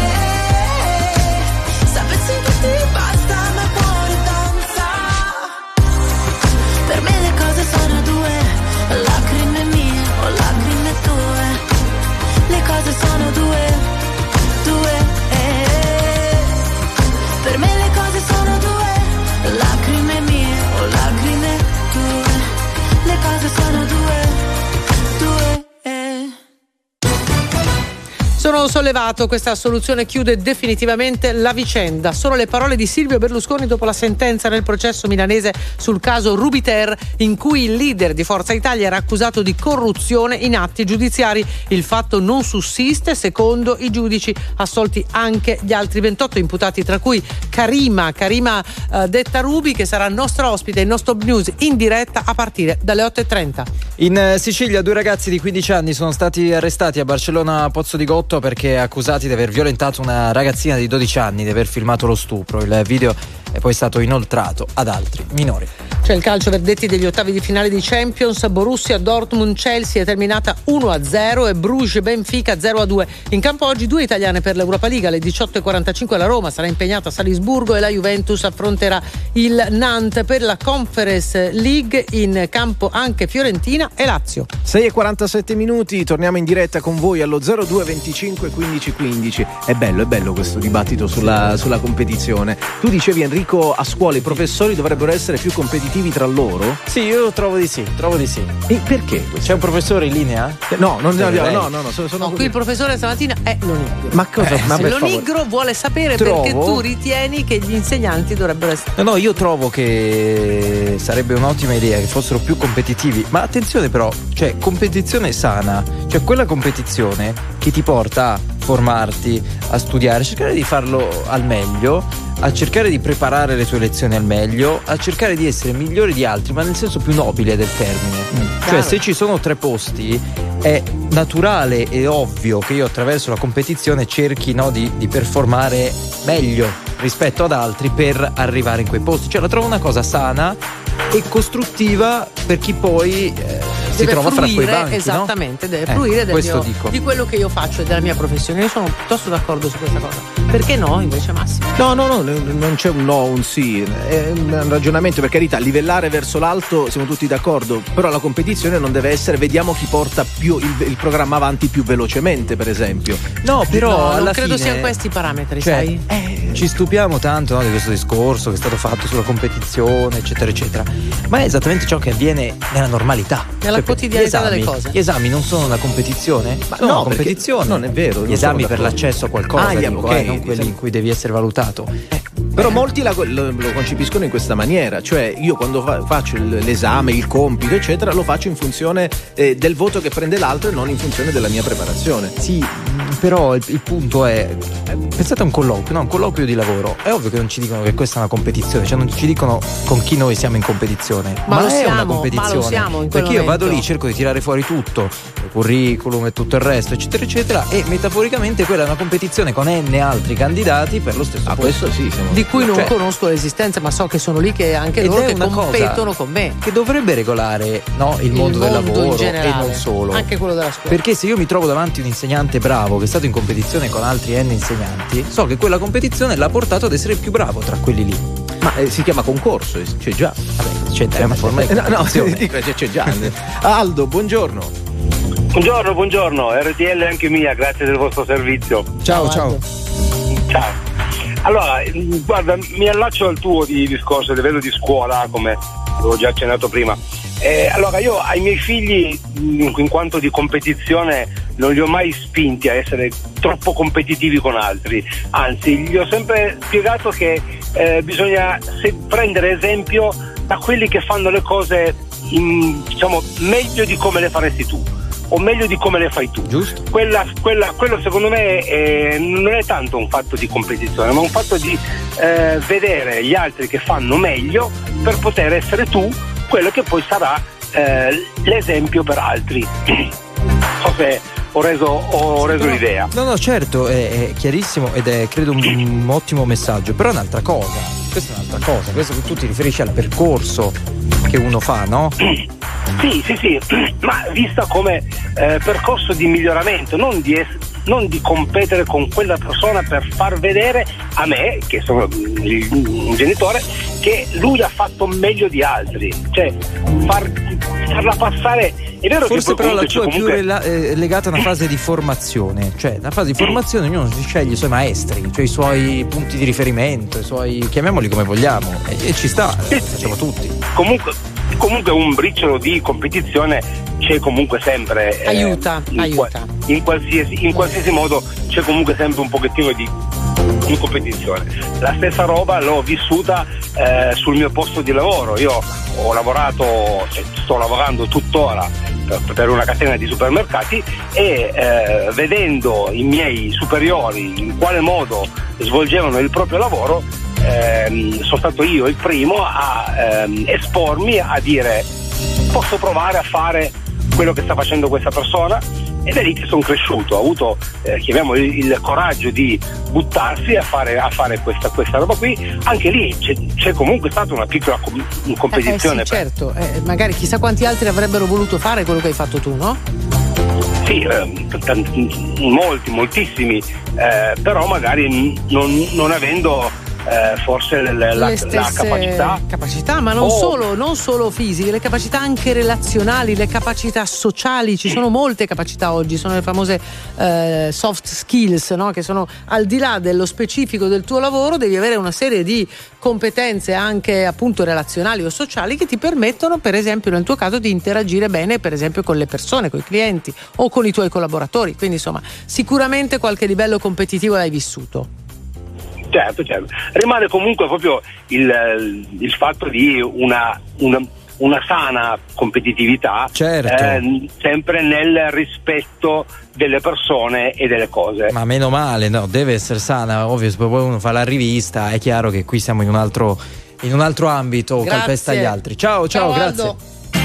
Sapessi che ti basta, ma fuori danza. Per me le cose sono due, lacrime mie o lacrime tue. Le cose sono due. Per me le cose sono due, lacrime mie o lacrime tue. Le cose sono due. Sono sollevato, questa soluzione chiude definitivamente la vicenda. Sono le parole di Silvio Berlusconi dopo la sentenza nel processo milanese sul caso Rubiter, in cui il leader di Forza Italia era accusato di corruzione in atti giudiziari. Il fatto non sussiste, secondo i giudici, assolti anche gli altri 28 imputati, tra cui Karima detta Ruby, che sarà nostra ospite in No Stop News in diretta a partire dalle 8:30. In Sicilia 2 ragazzi di 15 anni sono stati arrestati a Barcellona Pozzo di Gotto perché accusati di aver violentato una ragazzina di 12 anni, di aver filmato lo stupro. Il video è poi stato inoltrato ad altri minori. C'è il calcio, verdetti degli ottavi di finale di Champions. Borussia Dortmund Chelsea è terminata 1-0 e Bruges Benfica 0-2. In campo oggi 2 italiane per l'Europa League. Alle 18:45 la Roma sarà impegnata a Salisburgo e la Juventus affronterà il Nantes. Per la Conference League in campo anche Fiorentina e Lazio. 6:47 minuti, torniamo in diretta con voi allo 02 25 15 15. È bello questo dibattito sulla competizione. Tu dicevi, Enrico, a scuola i professori dovrebbero essere più competitivi tra loro? Sì, io trovo di sì. E perché? C'è un professore in linea? No, sono qui il professore stamattina è Lonigro. Ma cosa? Lonigro vuole sapere perché tu ritieni che gli insegnanti dovrebbero essere. No, io trovo che sarebbe un'ottima idea che fossero più competitivi, ma attenzione però, cioè competizione sana, cioè quella competizione che ti porta a formarti, a studiare, cercare di farlo al meglio, a cercare di preparare le tue lezioni al meglio, a cercare di essere migliore di altri, ma nel senso più nobile del termine. Cioè se ci sono 3 posti è naturale e ovvio che io attraverso la competizione cerchi di performare meglio rispetto ad altri per arrivare in quei posti. Cioè la trovo una cosa sana e costruttiva per chi poi si trova fra quei banchi. Esattamente, no? Deve fruire di quello che io faccio e della mia professione. Io sono piuttosto d'accordo su questa cosa. Perché no invece, Massimo? No, non c'è un no o un sì, è un ragionamento, per carità, livellare verso l'alto siamo tutti d'accordo, però la competizione non deve essere vediamo chi porta più il programma avanti più velocemente, per esempio. No, però non credo siano questi i parametri, sai? Ci stupiamo tanto di questo discorso che è stato fatto sulla competizione, eccetera eccetera, ma è esattamente ciò che avviene nella normalità, nella quotidianità delle cose. Gli esami non sono una competizione? Ma sono una competizione. Non è vero. Gli esami per l'accesso a qualcosa, non quelli in cui devi essere valutato. Però molti lo concepiscono in questa maniera, cioè io quando faccio l'esame, il compito eccetera, lo faccio in funzione del voto che prende l'altro e non in funzione della mia preparazione. Sì, però il punto è, pensate a un colloquio di lavoro, è ovvio che non ci dicono che questa è una competizione, cioè non ci dicono con chi noi siamo in competizione, ma è una competizione, ma lo siamo in quel perché io momento. vado lì, cerco di tirare fuori tutto, il curriculum e tutto il resto eccetera eccetera, e metaforicamente quella è una competizione con n altri candidati per lo stesso posto. Questo sì, di cui non conosco l'esistenza, ma so che sono lì, che anche loro che competono con me, che dovrebbe regolare il mondo del lavoro in generale, e non solo, anche quello della scuola. Perché se io mi trovo davanti un insegnante bravo che è stato in competizione con altri n insegnanti, so che quella competizione l'ha portato ad essere più bravo tra quelli lì. Ma si chiama concorso, c'è già. Vabbè, c'è una forma di competizione. C'è già. Aldo, buongiorno. Buongiorno, RTL anche mia, grazie del vostro servizio. Ciao. Allora, guarda, mi allaccio al tuo discorso a livello di scuola, come avevo già accennato prima. Allora, io ai miei figli, in quanto di competizione, non li ho mai spinti a essere troppo competitivi con altri, anzi gli ho sempre spiegato che bisogna prendere esempio da quelli che fanno le cose meglio di come le faresti tu. o meglio di come le fai tu. Giusto. Quello secondo me non è tanto un fatto di competizione, ma un fatto di vedere gli altri che fanno meglio per poter essere tu quello che poi sarà l'esempio per altri. So se ho reso l'idea. No, certo, è chiarissimo ed è credo un ottimo messaggio, però è un'altra cosa, questa è un'altra cosa, questo che tu ti riferisci al percorso che uno fa, no? Sì, ma vista come percorso di miglioramento, non di competere con quella persona per far vedere a me, che sono un genitore, che lui ha fatto meglio di altri, cioè farla passare. È vero. Forse che però la tua comunque... è più legata a una fase di formazione, cioè la fase di formazione ognuno si sceglie i suoi maestri, cioè i suoi punti di riferimento, i suoi, chiamiamoli come vogliamo, e ci sta, facciamo tutti. Comunque un briciolo di competizione c'è comunque sempre. Aiuta. In qualsiasi modo c'è comunque sempre un pochettino di competizione. La stessa roba l'ho vissuta sul mio posto di lavoro. Io ho lavorato, sto lavorando tuttora per una catena di supermercati e vedendo i miei superiori in quale modo svolgevano il proprio lavoro, sono stato io il primo a espormi, a dire posso provare a fare quello che sta facendo questa persona, ed è lì che sono cresciuto, ho avuto il coraggio di buttarsi a fare questa roba qui. Anche lì c'è comunque stata una piccola competizione. Sì, certo, magari chissà quanti altri avrebbero voluto fare quello che hai fatto tu, no? Sì, moltissimi, però magari non avendo forse la capacità, ma non solo fisiche, le capacità anche relazionali, le capacità sociali. Ci sono molte capacità oggi, sono le famose soft skills, no? Che sono al di là dello specifico del tuo lavoro, devi avere una serie di competenze anche appunto relazionali o sociali che ti permettono, per esempio nel tuo caso, di interagire bene per esempio con le persone, con i clienti o con i tuoi collaboratori. Quindi insomma sicuramente qualche livello competitivo l'hai vissuto. Certo. Rimane comunque proprio il fatto di una sana competitività, certo. Sempre nel rispetto delle persone e delle cose. Ma meno male, no, deve essere sana, ovvio, se poi uno fa la rivista, è chiaro che qui siamo in un altro ambito, Grazie. calpesta gli altri. Ciao, grazie. Aldo.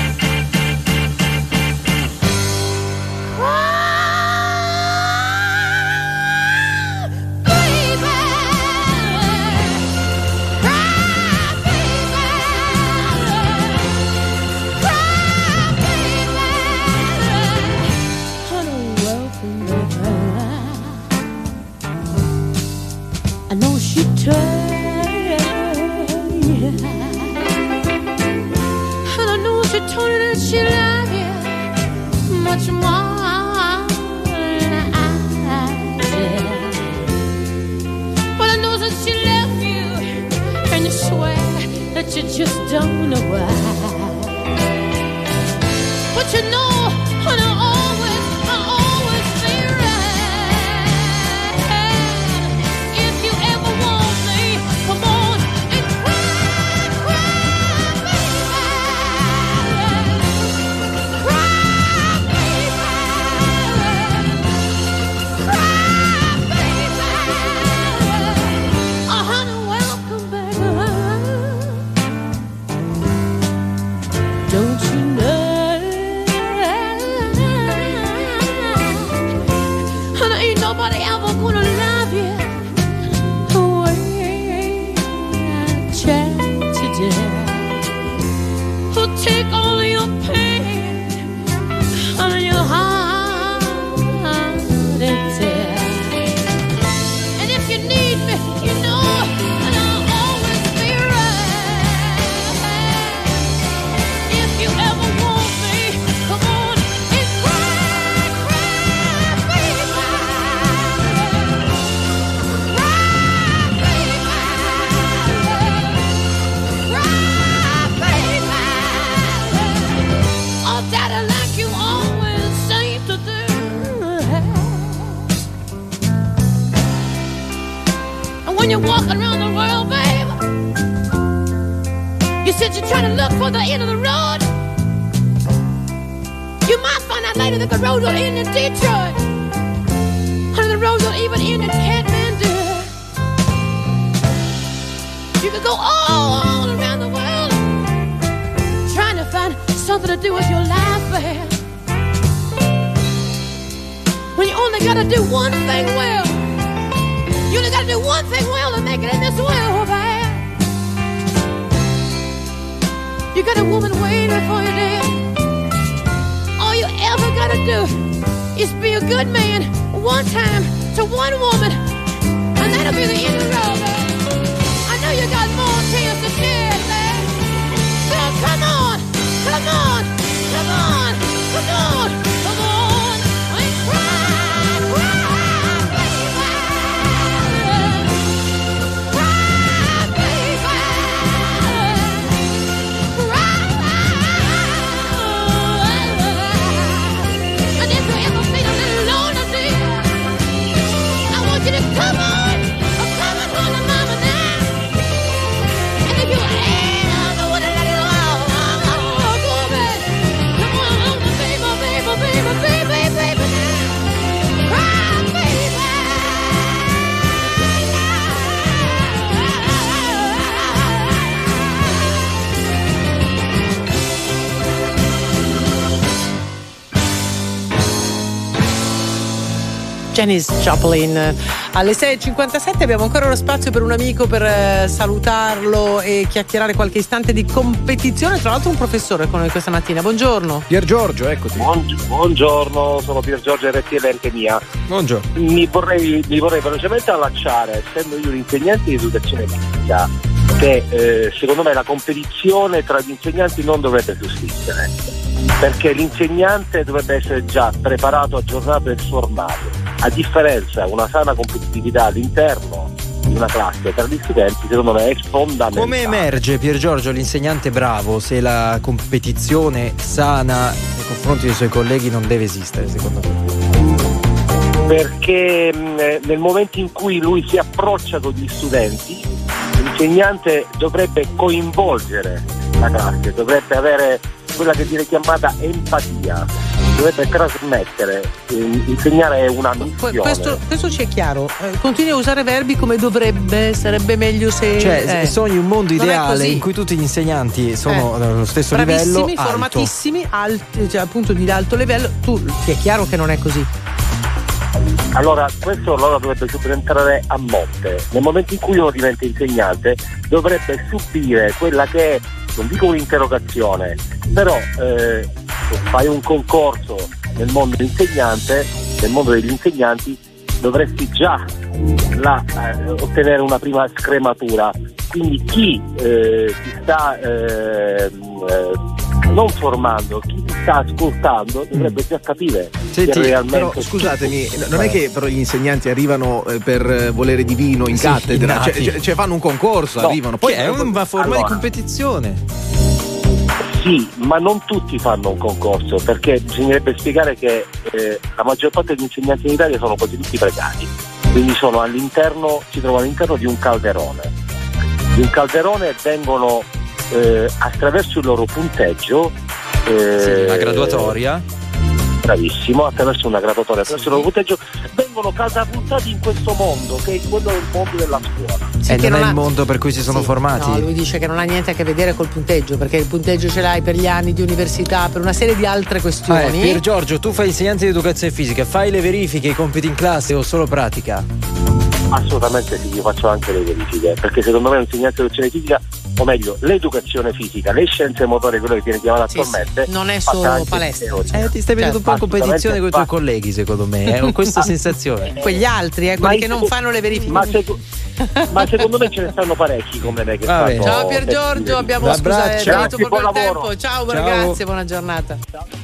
She love you much more than I did. But I know that she left you, and you swear that you just don't know why. But you know, and I always be right. If you ever want me, come on and cry, don't you know? And ain't nobody ever gonna love you the way I tried to do. Who'll take all of your pain and your heart and tear. And if you need me, you know. When you're walking around the world, babe, you said you're trying to look for the end of the road. You might find that later that the road will end in Detroit. Honey, the road will even end in Kathmandu. You could go all around the world trying to find something to do with your life, babe. When you only gotta do one thing well. You only gotta do one thing well to make it in this world, babe. You got a woman waiting for you there. All you ever gotta do is be a good man one time to one woman, and that'll be the end of the road, babe. I know you got more tears to shed, babe. So come on, come on, come on, come on, come on, and cry, cry, baby. Cry, baby. And if you ever feel a little lonely, dear, I want you to come on home to mama now. And if you ever wanna let it all go, baby, come on home to baby, baby, baby, baby, baby now. Cry, baby. Janis Joplin. Alle 6.57 abbiamo ancora uno spazio per un amico per salutarlo e chiacchierare qualche istante di competizione. Tra l'altro un professore con noi questa mattina. Buongiorno. Pier Giorgio, eccoti. Buongiorno, sono Pier Giorgio RTL anche mia. Buongiorno. Mi vorrei velocemente allacciare, essendo io un insegnante di educazione fisica, che secondo me la competizione tra gli insegnanti non dovrebbe più esistere, perché l'insegnante dovrebbe essere già preparato, aggiornato e formato. A differenza, una sana competitività all'interno di una classe tra gli studenti, secondo me è fondamentale. Come emerge, Pier Giorgio, l'insegnante bravo se la competizione sana nei confronti dei suoi colleghi non deve esistere, secondo me? Perché nel momento in cui lui si approccia con gli studenti, l'insegnante dovrebbe coinvolgere la classe, dovrebbe avere quella che viene chiamata empatia, dovrebbe trasmettere, insegnare una missione. Questo ci è chiaro. Continui a usare verbi come dovrebbe, sarebbe meglio se. Cioè, sogni un mondo ideale in cui tutti gli insegnanti sono allo stesso livello, bravissimi, formatissimi, alti, cioè appunto di alto livello. Ti è chiaro che non è così. Allora, questo dovrebbe subentrare a monte. Nel momento in cui uno diventa insegnante, dovrebbe subire quella che è, non dico un'interrogazione, però se fai un concorso nel mondo dell'insegnante, nel mondo degli insegnanti, dovresti già ottenere una prima scrematura. Quindi chi ti sta non formando, chi ti sta ascoltando dovrebbe già capire. Senti, realmente però scusatemi, non è che però gli insegnanti arrivano per volere divino in cattedra, cioè fanno un concorso, no, arrivano, poi è una forma di competizione. Sì, ma non tutti fanno un concorso, perché bisognerebbe spiegare che la maggior parte degli insegnanti in Italia sono quasi tutti precari, quindi si trovano all'interno di un calderone. Di un calderone vengono attraverso il loro punteggio, la graduatoria. Bravissimo, attraverso una graduatoria, attraverso il loro punteggio vengono catapultati in questo mondo che è quello del mondo della scuola. E non è il mondo per cui si sono formati. No, lui dice che non ha niente a che vedere col punteggio, perché il punteggio ce l'hai per gli anni di università, per una serie di altre questioni. Pier Giorgio, tu fai insegnante di educazione fisica, fai le verifiche, i compiti in classe o solo pratica? Assolutamente sì, io faccio anche le verifiche, perché secondo me un insegnante di educazione fisica, o meglio l'educazione fisica, le scienze motorie, quello che viene chiamato attualmente, non è solo palestra. Ti stai vedendo un po' in competizione con i tuoi colleghi, secondo me, ho questa sensazione. Quegli altri, quelli che non fanno le verifiche. Ma secondo me ce ne stanno parecchi come me che fanno. Ciao Pier Giorgio, abbiamo finito proprio il tempo. Ciao, ragazzi, buona giornata.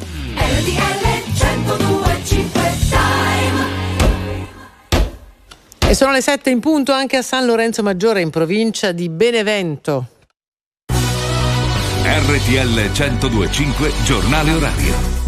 E sono le 7 in punto anche a San Lorenzo Maggiore, in provincia di Benevento. RTL 102.5 Giornale Orario.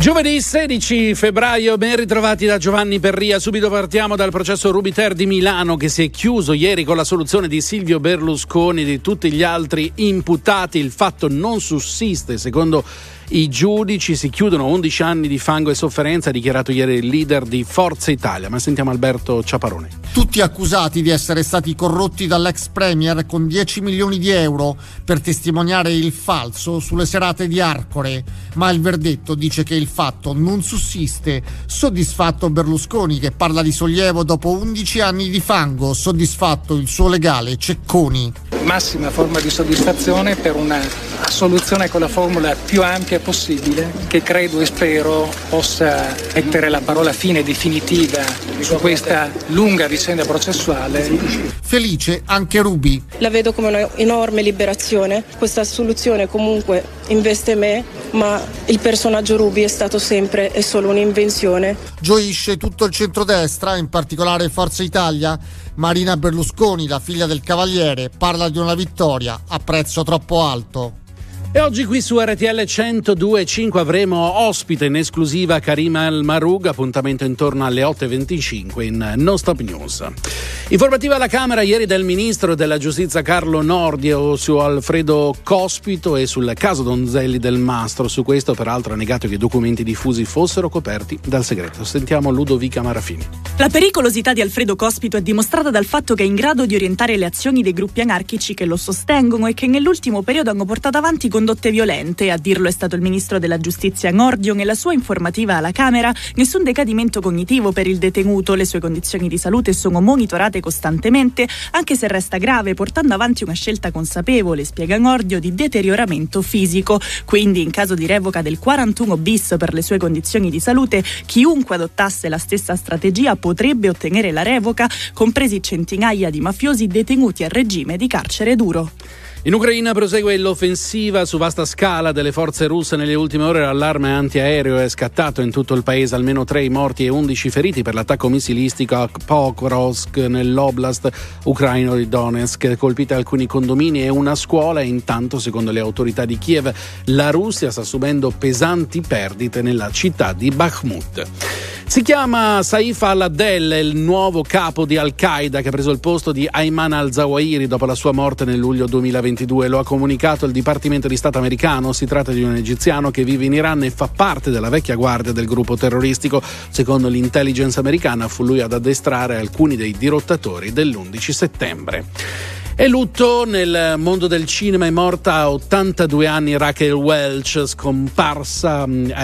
Giovedì 16 febbraio, ben ritrovati da Giovanni Perria. Subito partiamo dal processo Rubiter di Milano, che si è chiuso ieri con l'assoluzione di Silvio Berlusconi e di tutti gli altri imputati. Il fatto non sussiste, secondo i giudici. Si chiudono 11 anni di fango e sofferenza, ha dichiarato ieri il leader di Forza Italia. Ma sentiamo Alberto Ciaparone. Tutti accusati di essere stati corrotti dall'ex premier con 10 milioni di euro per testimoniare il falso sulle serate di Arcore, ma il verdetto dice che il fatto non sussiste. Soddisfatto Berlusconi, che parla di sollievo dopo 11 anni di fango, soddisfatto il suo legale Cecconi. Massima forma di soddisfazione per una soluzione con la formula più ampia possibile, che credo e spero possa mettere la parola fine definitiva su questa lunga vicenda processuale. Felice anche Ruby. La vedo come un'enorme liberazione. Questa soluzione comunque investe me, ma il personaggio Ruby è stato sempre e solo un'invenzione. Gioisce tutto il centrodestra, in particolare Forza Italia. Marina Berlusconi, la figlia del Cavaliere, parla di una vittoria a prezzo troppo alto. E oggi qui su RTL 102.5 avremo ospite in esclusiva Karima El Marug, appuntamento intorno alle 8.25 in Non Stop News. Informativa alla Camera ieri del Ministro della Giustizia Carlo Nordio su Alfredo Cospito e sul caso Donzelli del Mastro. Su questo peraltro ha negato che i documenti diffusi fossero coperti dal segreto. Sentiamo Ludovica Marafini. La pericolosità di Alfredo Cospito è dimostrata dal fatto che è in grado di orientare le azioni dei gruppi anarchici che lo sostengono e che nell'ultimo periodo hanno portato avanti condotte violente. A dirlo è stato il ministro della Giustizia Nordio nella sua informativa alla Camera. Nessun decadimento cognitivo per il detenuto, le sue condizioni di salute sono monitorate costantemente, anche se resta grave, portando avanti una scelta consapevole, spiega Nordio, di deterioramento fisico. Quindi in caso di revoca del 41 bis per le sue condizioni di salute, chiunque adottasse la stessa strategia potrebbe ottenere la revoca, compresi centinaia di mafiosi detenuti a regime di carcere duro. In Ucraina prosegue l'offensiva su vasta scala delle forze russe. Nelle ultime ore l'allarme antiaereo è scattato in tutto il paese, almeno 3 morti e 11 feriti per l'attacco missilistico a Pokrovsk nell'oblast ucraino di Donetsk, colpite alcuni condomini e una scuola. E intanto, secondo le autorità di Kiev, la Russia sta subendo pesanti perdite nella città di Bakhmut. Si chiama Saif al-Adel, il nuovo capo di Al-Qaeda che ha preso il posto di Ayman al-Zawahiri dopo la sua morte nel luglio 2022. Lo ha comunicato il Dipartimento di Stato americano. Si tratta di un egiziano che vive in Iran e fa parte della vecchia guardia del gruppo terroristico. Secondo l'intelligence americana fu lui ad addestrare alcuni dei dirottatori dell'11 settembre. E lutto nel mondo del cinema. È morta a 82 anni Raquel Welch, la scomparsa è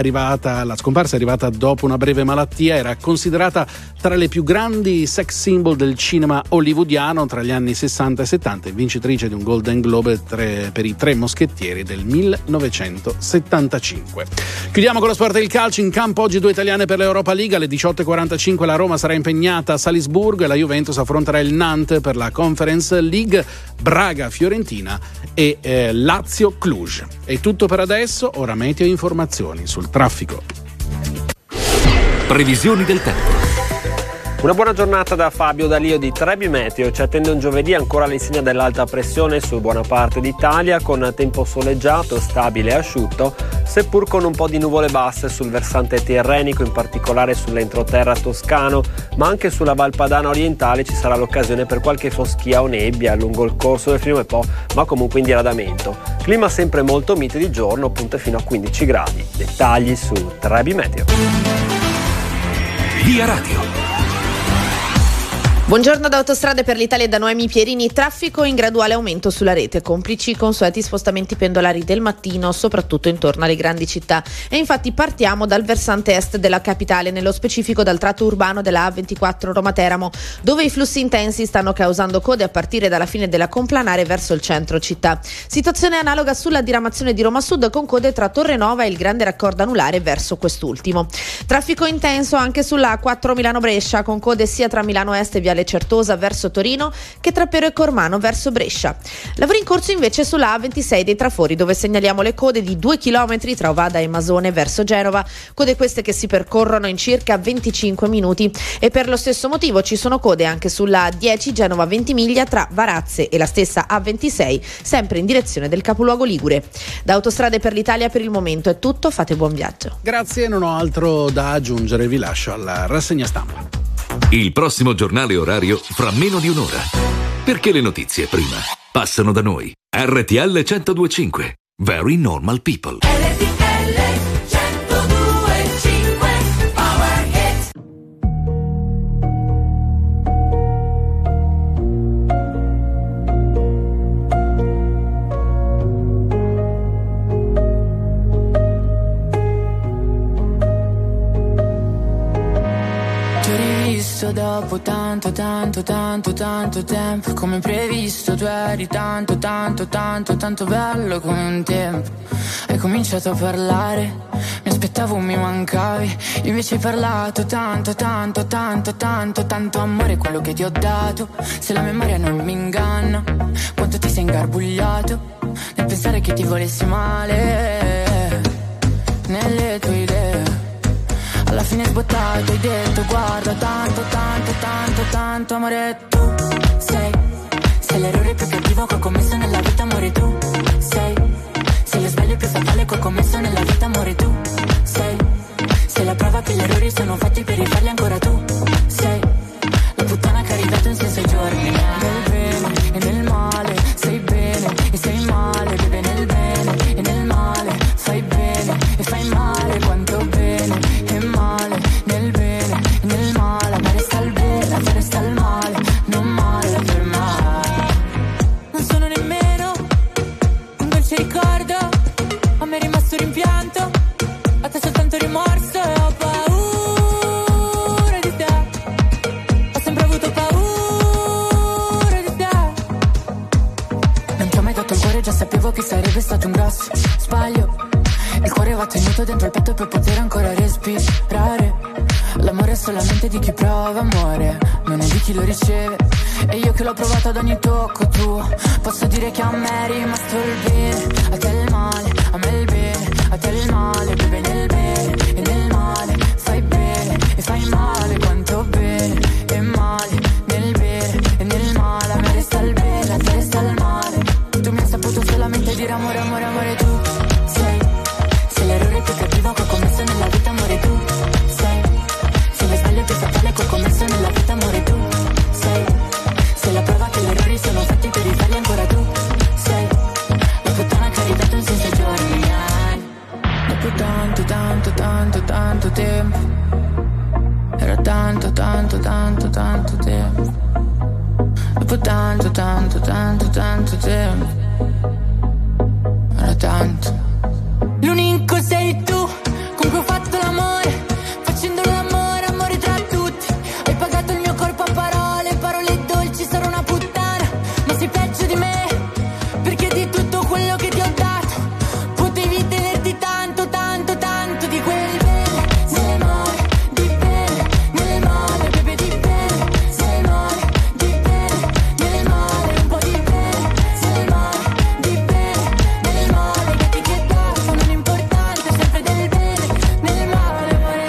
arrivata dopo una breve malattia. Era considerata tra le più grandi sex symbol del cinema hollywoodiano tra gli anni 60 e 70, vincitrice di un Golden Globe per i Tre Moschettieri del 1975. Chiudiamo con lo sport e il calcio. In campo oggi 2 italiane per l'Europa League. Alle 18.45 la Roma sarà impegnata a Salisburgo e la Juventus affronterà il Nantes per la Conference League. Braga, Fiorentina e Lazio, Cluj. È tutto per adesso. Ora meteo e informazioni sul traffico. Previsioni del tempo. Una buona giornata da Fabio Dalio di Trebi Meteo. Ci attende un giovedì ancora all'insegna dell'alta pressione su buona parte d'Italia, con tempo soleggiato, stabile e asciutto, seppur con un po' di nuvole basse sul versante tirrenico, in particolare sull'entroterra toscano, ma anche sulla Val Padana orientale ci sarà l'occasione per qualche foschia o nebbia lungo il corso del fiume Po, ma comunque in diradamento. Clima sempre molto mite di giorno, punte fino a 15 gradi. Dettagli su Trebi Meteo. Via Radio. Buongiorno da Autostrade per l'Italia e da Noemi Pierini. Traffico in graduale aumento sulla rete, complici i consueti spostamenti pendolari del mattino, soprattutto intorno alle grandi città. E infatti partiamo dal versante est della capitale, nello specifico dal tratto urbano della A24 Roma-Teramo, dove i flussi intensi stanno causando code a partire dalla fine della Complanare verso il centro città. Situazione analoga sulla diramazione di Roma Sud, con code tra Torrenova e il grande raccordo anulare verso quest'ultimo. Traffico intenso anche sulla A4 Milano-Brescia, con code sia tra Milano Est e Viale Viale Certosa verso Torino che tra Pero e Cormano verso Brescia. Lavori in corso invece sulla A26 dei Trafori, dove segnaliamo le code di 2 km tra Ovada e Masone verso Genova, code queste che si percorrono in circa 25 minuti, e per lo stesso motivo ci sono code anche sulla A10 Genova Ventimiglia tra Varazze e la stessa A26, sempre in direzione del capoluogo ligure. Da Autostrade per l'Italia per il momento è tutto, fate buon viaggio. Grazie, non ho altro da aggiungere, vi lascio alla rassegna stampa. Il prossimo giornale orario fra meno di un'ora. Perché le notizie prima passano da noi. RTL 102.5. Very Normal People. Dopo tanto tempo, come previsto tu eri tanto bello come un tempo. Hai cominciato a parlare, mi aspettavo mi mancavi, invece hai parlato tanto amore, quello che ti ho dato. Se la memoria non mi inganna, quanto ti sei ingarbugliato nel pensare che ti volessi male nelle tue idee. Alla fine sbottato hai detto guarda tanto amore, tu sei l'errore più cattivo che ho commesso nella vita, amore, tu sei lo sbaglio più fatale che ho commesso nella vita, amore, tu sei la prova che gli errori sono fatti per rifarli ancora, tu sei la puttana che ha ridato un senso ai giorni. Nel bene e nel male sei bene e sei male, beve nel bene e nel male fai bene e fai male, quanto bene e male, nel bene e nel male, a me resta il bene, a te resta il male, non male per mai. Non sono nemmeno un dolce ricordo, a me è rimasto rimpianto, a te soltanto rimorso e ho paura di te, ho sempre avuto paura di te. Non ti ho mai dato il cuore, già sapevo che sarebbe stato un grosso sbaglio. Il cuore va tenuto dentro il petto per poter ancora respirare. L'amore è solamente di chi prova amore, non è di chi lo riceve. E io che l'ho provato ad ogni tocco tuo, posso dire che a me è rimasto il bene, a te il male, a me il bene, a te il male, beve nel bene e nel male, fai bene e fai male, quanto bene e male, nel bene e nel male, a me resta il bene, a te resta il male. Tu mi hai saputo solamente dire amore, amore, amore, tu sei l'errore più cattivo che ho commesso nella vita, amore, tu sei lo sbaglio più fatale che ho commesso nella vita, amore, tu sei la prova che gli errori sono fatti per rifarli ancora, tu sei la puttana che ha ridato un senso ai giorni. Dopo tanto tempo, era tanto tempo. Dopo tanto tempo, era tanto. L'unico sei tu con cui ho fatto l'amore, facendo l'amore, amore tra tutti. Hai pagato il mio corpo a parole dolci, sarò una puttana, ma sei peggio di me, perché di tutto quello che ti ho dato potevi tenerti tanto di quel bene, nel male, di bene, nel male, bebe di bene, nel male, di bene, nel male, un po' di bene, nel male, di bene, nel male, gatti che dato, non importante, sempre del bene, nel male, amore.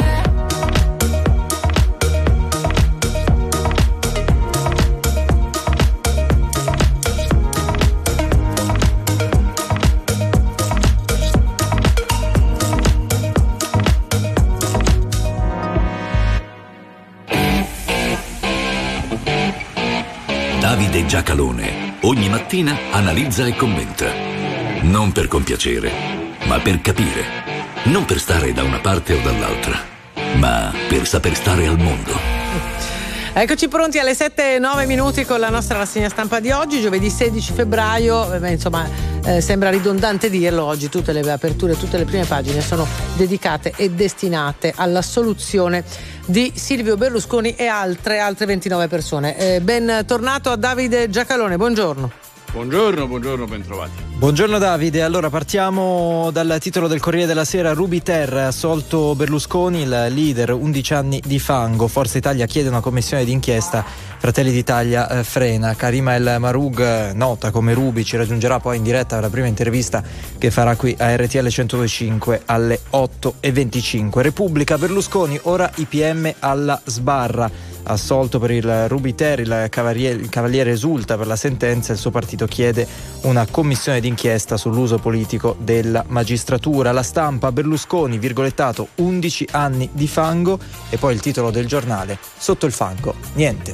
Davide Giacalone ogni mattina analizza e commenta. Non per compiacere, ma per capire. Non per stare da una parte o dall'altra, ma per saper stare al mondo. Eccoci pronti alle 7:09 con la nostra rassegna stampa di oggi, giovedì 16 febbraio. Sembra ridondante dirlo, oggi tutte le aperture, tutte le prime pagine sono dedicate e destinate alla soluzione di Silvio Berlusconi e altre 29 persone. Ben tornato a Davide Giacalone, buongiorno. Buongiorno, bentrovati. Buongiorno Davide, allora partiamo dal titolo del Corriere della Sera. Rubiter, assolto Berlusconi, il leader, 11 anni di fango. Forza Italia chiede una commissione d'inchiesta, Fratelli d'Italia frena. Karima El Marug, nota come Rubi, ci raggiungerà poi in diretta alla prima intervista che farà qui a RTL 102.5 alle 8.25. Repubblica, Berlusconi, ora i PM alla sbarra. Assolto per il Rubiter, il Cavaliere esulta per la sentenza, il suo partito chiede una commissione d'inchiesta sull'uso politico della magistratura. La Stampa, Berlusconi, virgolettato, 11 anni di fango, e poi il titolo del giornale, sotto il fango, niente.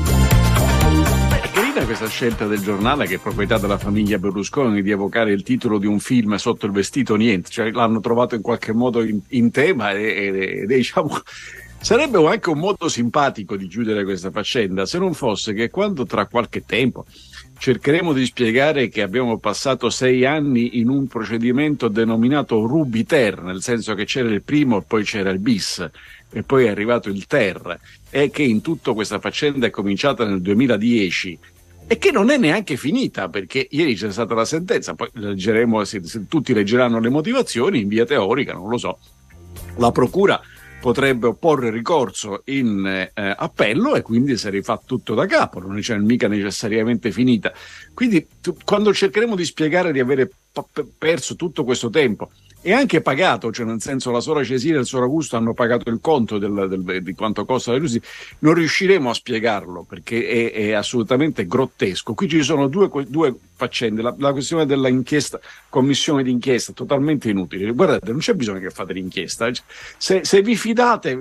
È carina questa scelta del giornale, che è proprietà della famiglia Berlusconi, di evocare il titolo di un film, Sotto il vestito niente, cioè l'hanno trovato in qualche modo in tema e diciamo... Sarebbe anche un modo simpatico di chiudere questa faccenda, se non fosse che quando tra qualche tempo cercheremo di spiegare che abbiamo passato 6 anni in un procedimento denominato Rubiter, nel senso che c'era il primo e poi c'era il bis e poi è arrivato il ter, e che in tutta questa faccenda è cominciata nel 2010 e che non è neanche finita, perché ieri c'è stata la sentenza, poi leggeremo, se tutti leggeranno le motivazioni in via teorica, non lo so, la procura potrebbe opporre ricorso in appello e quindi si rifà tutto da capo, non c'è mica necessariamente finita. Quindi quando cercheremo di spiegare di avere perso tutto questo tempo e anche pagato, cioè nel senso la Sora Cesina e il Sor Augusto hanno pagato il conto di quanto costa la giustizia, non riusciremo a spiegarlo perché è assolutamente grottesco. Qui ci sono due faccende, la questione della inchiesta, commissione d'inchiesta, totalmente inutile. Guardate, non c'è bisogno che fate l'inchiesta, se vi fidate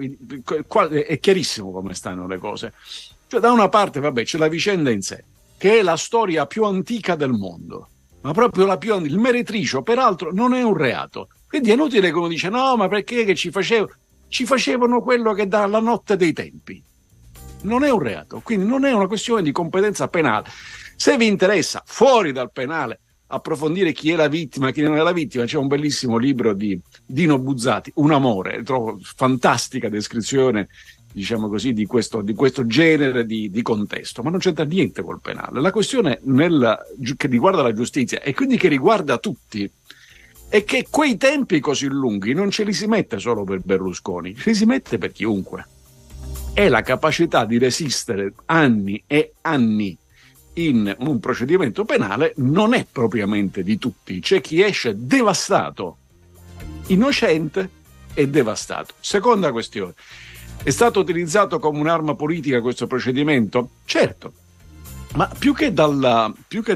è chiarissimo come stanno le cose. Cioè, da una parte vabbè c'è la vicenda in sé, che è la storia più antica del mondo, ma proprio il meretricio, peraltro, non è un reato. Quindi è inutile che uno dice no, ma perché che ci facevano quello che dà la notte dei tempi. Non è un reato, quindi non è una questione di competenza penale. Se vi interessa, fuori dal penale, approfondire chi è la vittima, chi non è la vittima, c'è un bellissimo libro di Dino Buzzati, Un amore, trovo fantastica descrizione, diciamo così, di questo genere di contesto, ma non c'entra niente col penale. La questione che riguarda la giustizia e quindi che riguarda tutti è che quei tempi così lunghi non ce li si mette solo per Berlusconi, ci si mette per chiunque. È la capacità di resistere anni e anni in un procedimento penale non è propriamente di tutti, c'è chi esce devastato, innocente e devastato. Seconda questione. È stato utilizzato come un'arma politica questo procedimento? Certo, ma più che dalla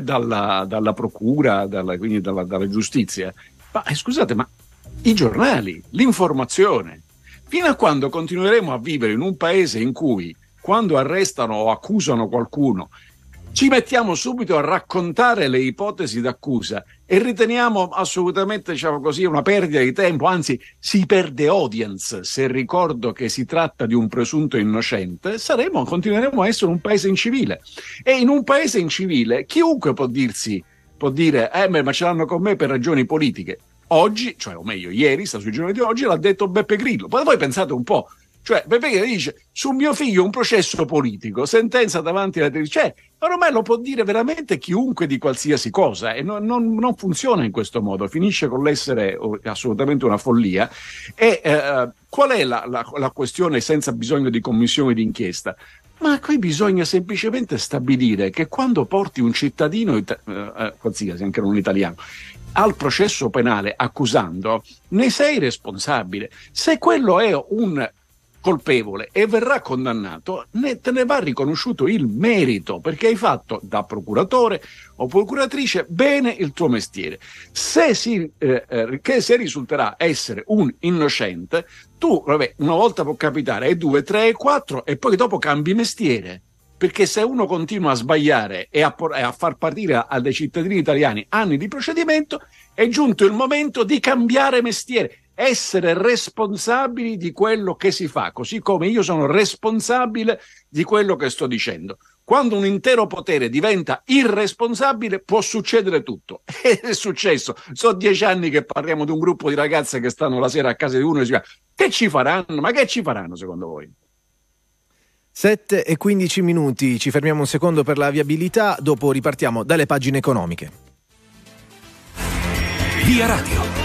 procura, quindi dalla giustizia, ma scusate, ma i giornali, l'informazione, fino a quando continueremo a vivere in un paese in cui quando arrestano o accusano qualcuno ci mettiamo subito a raccontare le ipotesi d'accusa e riteniamo assolutamente, diciamo così, una perdita di tempo, anzi si perde audience se ricordo che si tratta di un presunto innocente, continueremo a essere un paese incivile. E in un paese incivile chiunque può dire ma ce l'hanno con me per ragioni politiche. Oggi, cioè o meglio ieri, sta sui giorni di oggi, l'ha detto Beppe Grillo. Poi voi pensate un po', cioè Beppe Grillo dice su mio figlio un processo politico, sentenza davanti alla televisione, ormai lo può dire veramente chiunque di qualsiasi cosa e non funziona in questo modo, finisce con l'essere assolutamente una follia. E qual è la questione senza bisogno di commissione d'inchiesta? Ma qui bisogna semplicemente stabilire che quando porti un cittadino qualsiasi, anche non italiano, al processo penale accusando, ne sei responsabile. Se quello è un colpevole e verrà condannato, te ne va riconosciuto il merito, perché hai fatto da procuratore o procuratrice bene il tuo mestiere. Se risulterà essere un innocente, tu, una volta può capitare, e 2, 3 e 4, e poi dopo cambi mestiere. Perché se uno continua a sbagliare e a far partire dai cittadini italiani anni di procedimento, è giunto il momento di cambiare mestiere. Essere responsabili di quello che si fa, così come io sono responsabile di quello che sto dicendo. Quando un intero potere diventa irresponsabile può succedere tutto. È successo. Sono 10 anni che parliamo di un gruppo di ragazze che stanno la sera a casa di uno e si dice: che ci faranno? Ma che ci faranno secondo voi? 7:15, ci fermiamo un secondo per la viabilità, dopo ripartiamo dalle pagine economiche. Via Radio.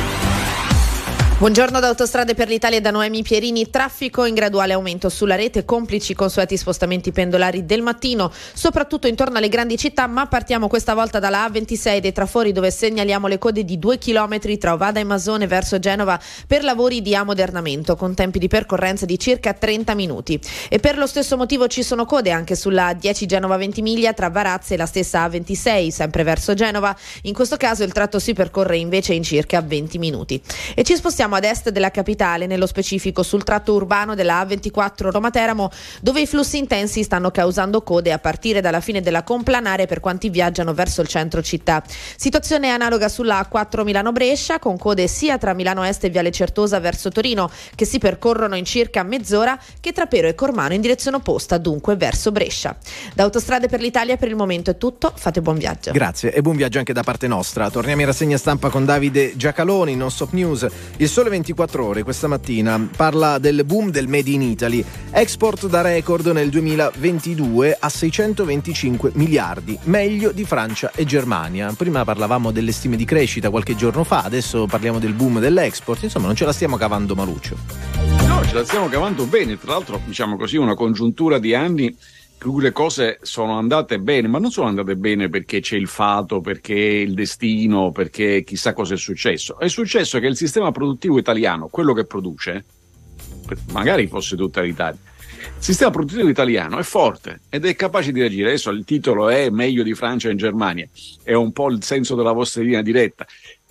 Buongiorno da Autostrade per l'Italia e da Noemi Pierini. Traffico in graduale aumento sulla rete, complici consueti spostamenti pendolari del mattino, soprattutto intorno alle grandi città, ma partiamo questa volta dalla A26 dei Trafori, dove segnaliamo le code di 2 km tra Ovada e Masone verso Genova per lavori di ammodernamento, con tempi di percorrenza di circa 30 minuti. E per lo stesso motivo ci sono code anche sulla A10 Genova-Ventimiglia tra Varazze e la stessa A26, sempre verso Genova. In questo caso il tratto si percorre invece in circa 20 minuti. E ci spostiamo ad est della capitale, nello specifico sul tratto urbano della A24 Roma-Teramo, dove i flussi intensi stanno causando code a partire dalla fine della Complanare per quanti viaggiano verso il centro città. Situazione analoga sulla A4 Milano-Brescia, con code sia tra Milano Est e Viale Certosa verso Torino, che si percorrono in circa mezz'ora, che tra Pero e Cormano in direzione opposta, dunque verso Brescia. Da Autostrade per l'Italia per il momento è tutto, fate buon viaggio. Grazie e buon viaggio anche da parte nostra. Torniamo in rassegna stampa con Davide Giacaloni, Non Stop News. Il Sole 24 Ore questa mattina parla del boom del Made in Italy, export da record nel 2022 a 625 miliardi, meglio di Francia e Germania. Prima parlavamo delle stime di crescita qualche giorno fa, adesso parliamo del boom dell'export, insomma non ce la stiamo cavando maluccio. No, ce la stiamo cavando bene, tra l'altro diciamo così una congiuntura di anni in cui le cose sono andate bene, ma non sono andate bene perché c'è il fato, perché il destino, perché chissà cosa è successo. È successo che il sistema produttivo italiano, quello che produce, magari fosse tutta l'Italia, il sistema produttivo italiano è forte ed è capace di reagire. Adesso il titolo è meglio di Francia e Germania, è un po' il senso della vostra linea diretta.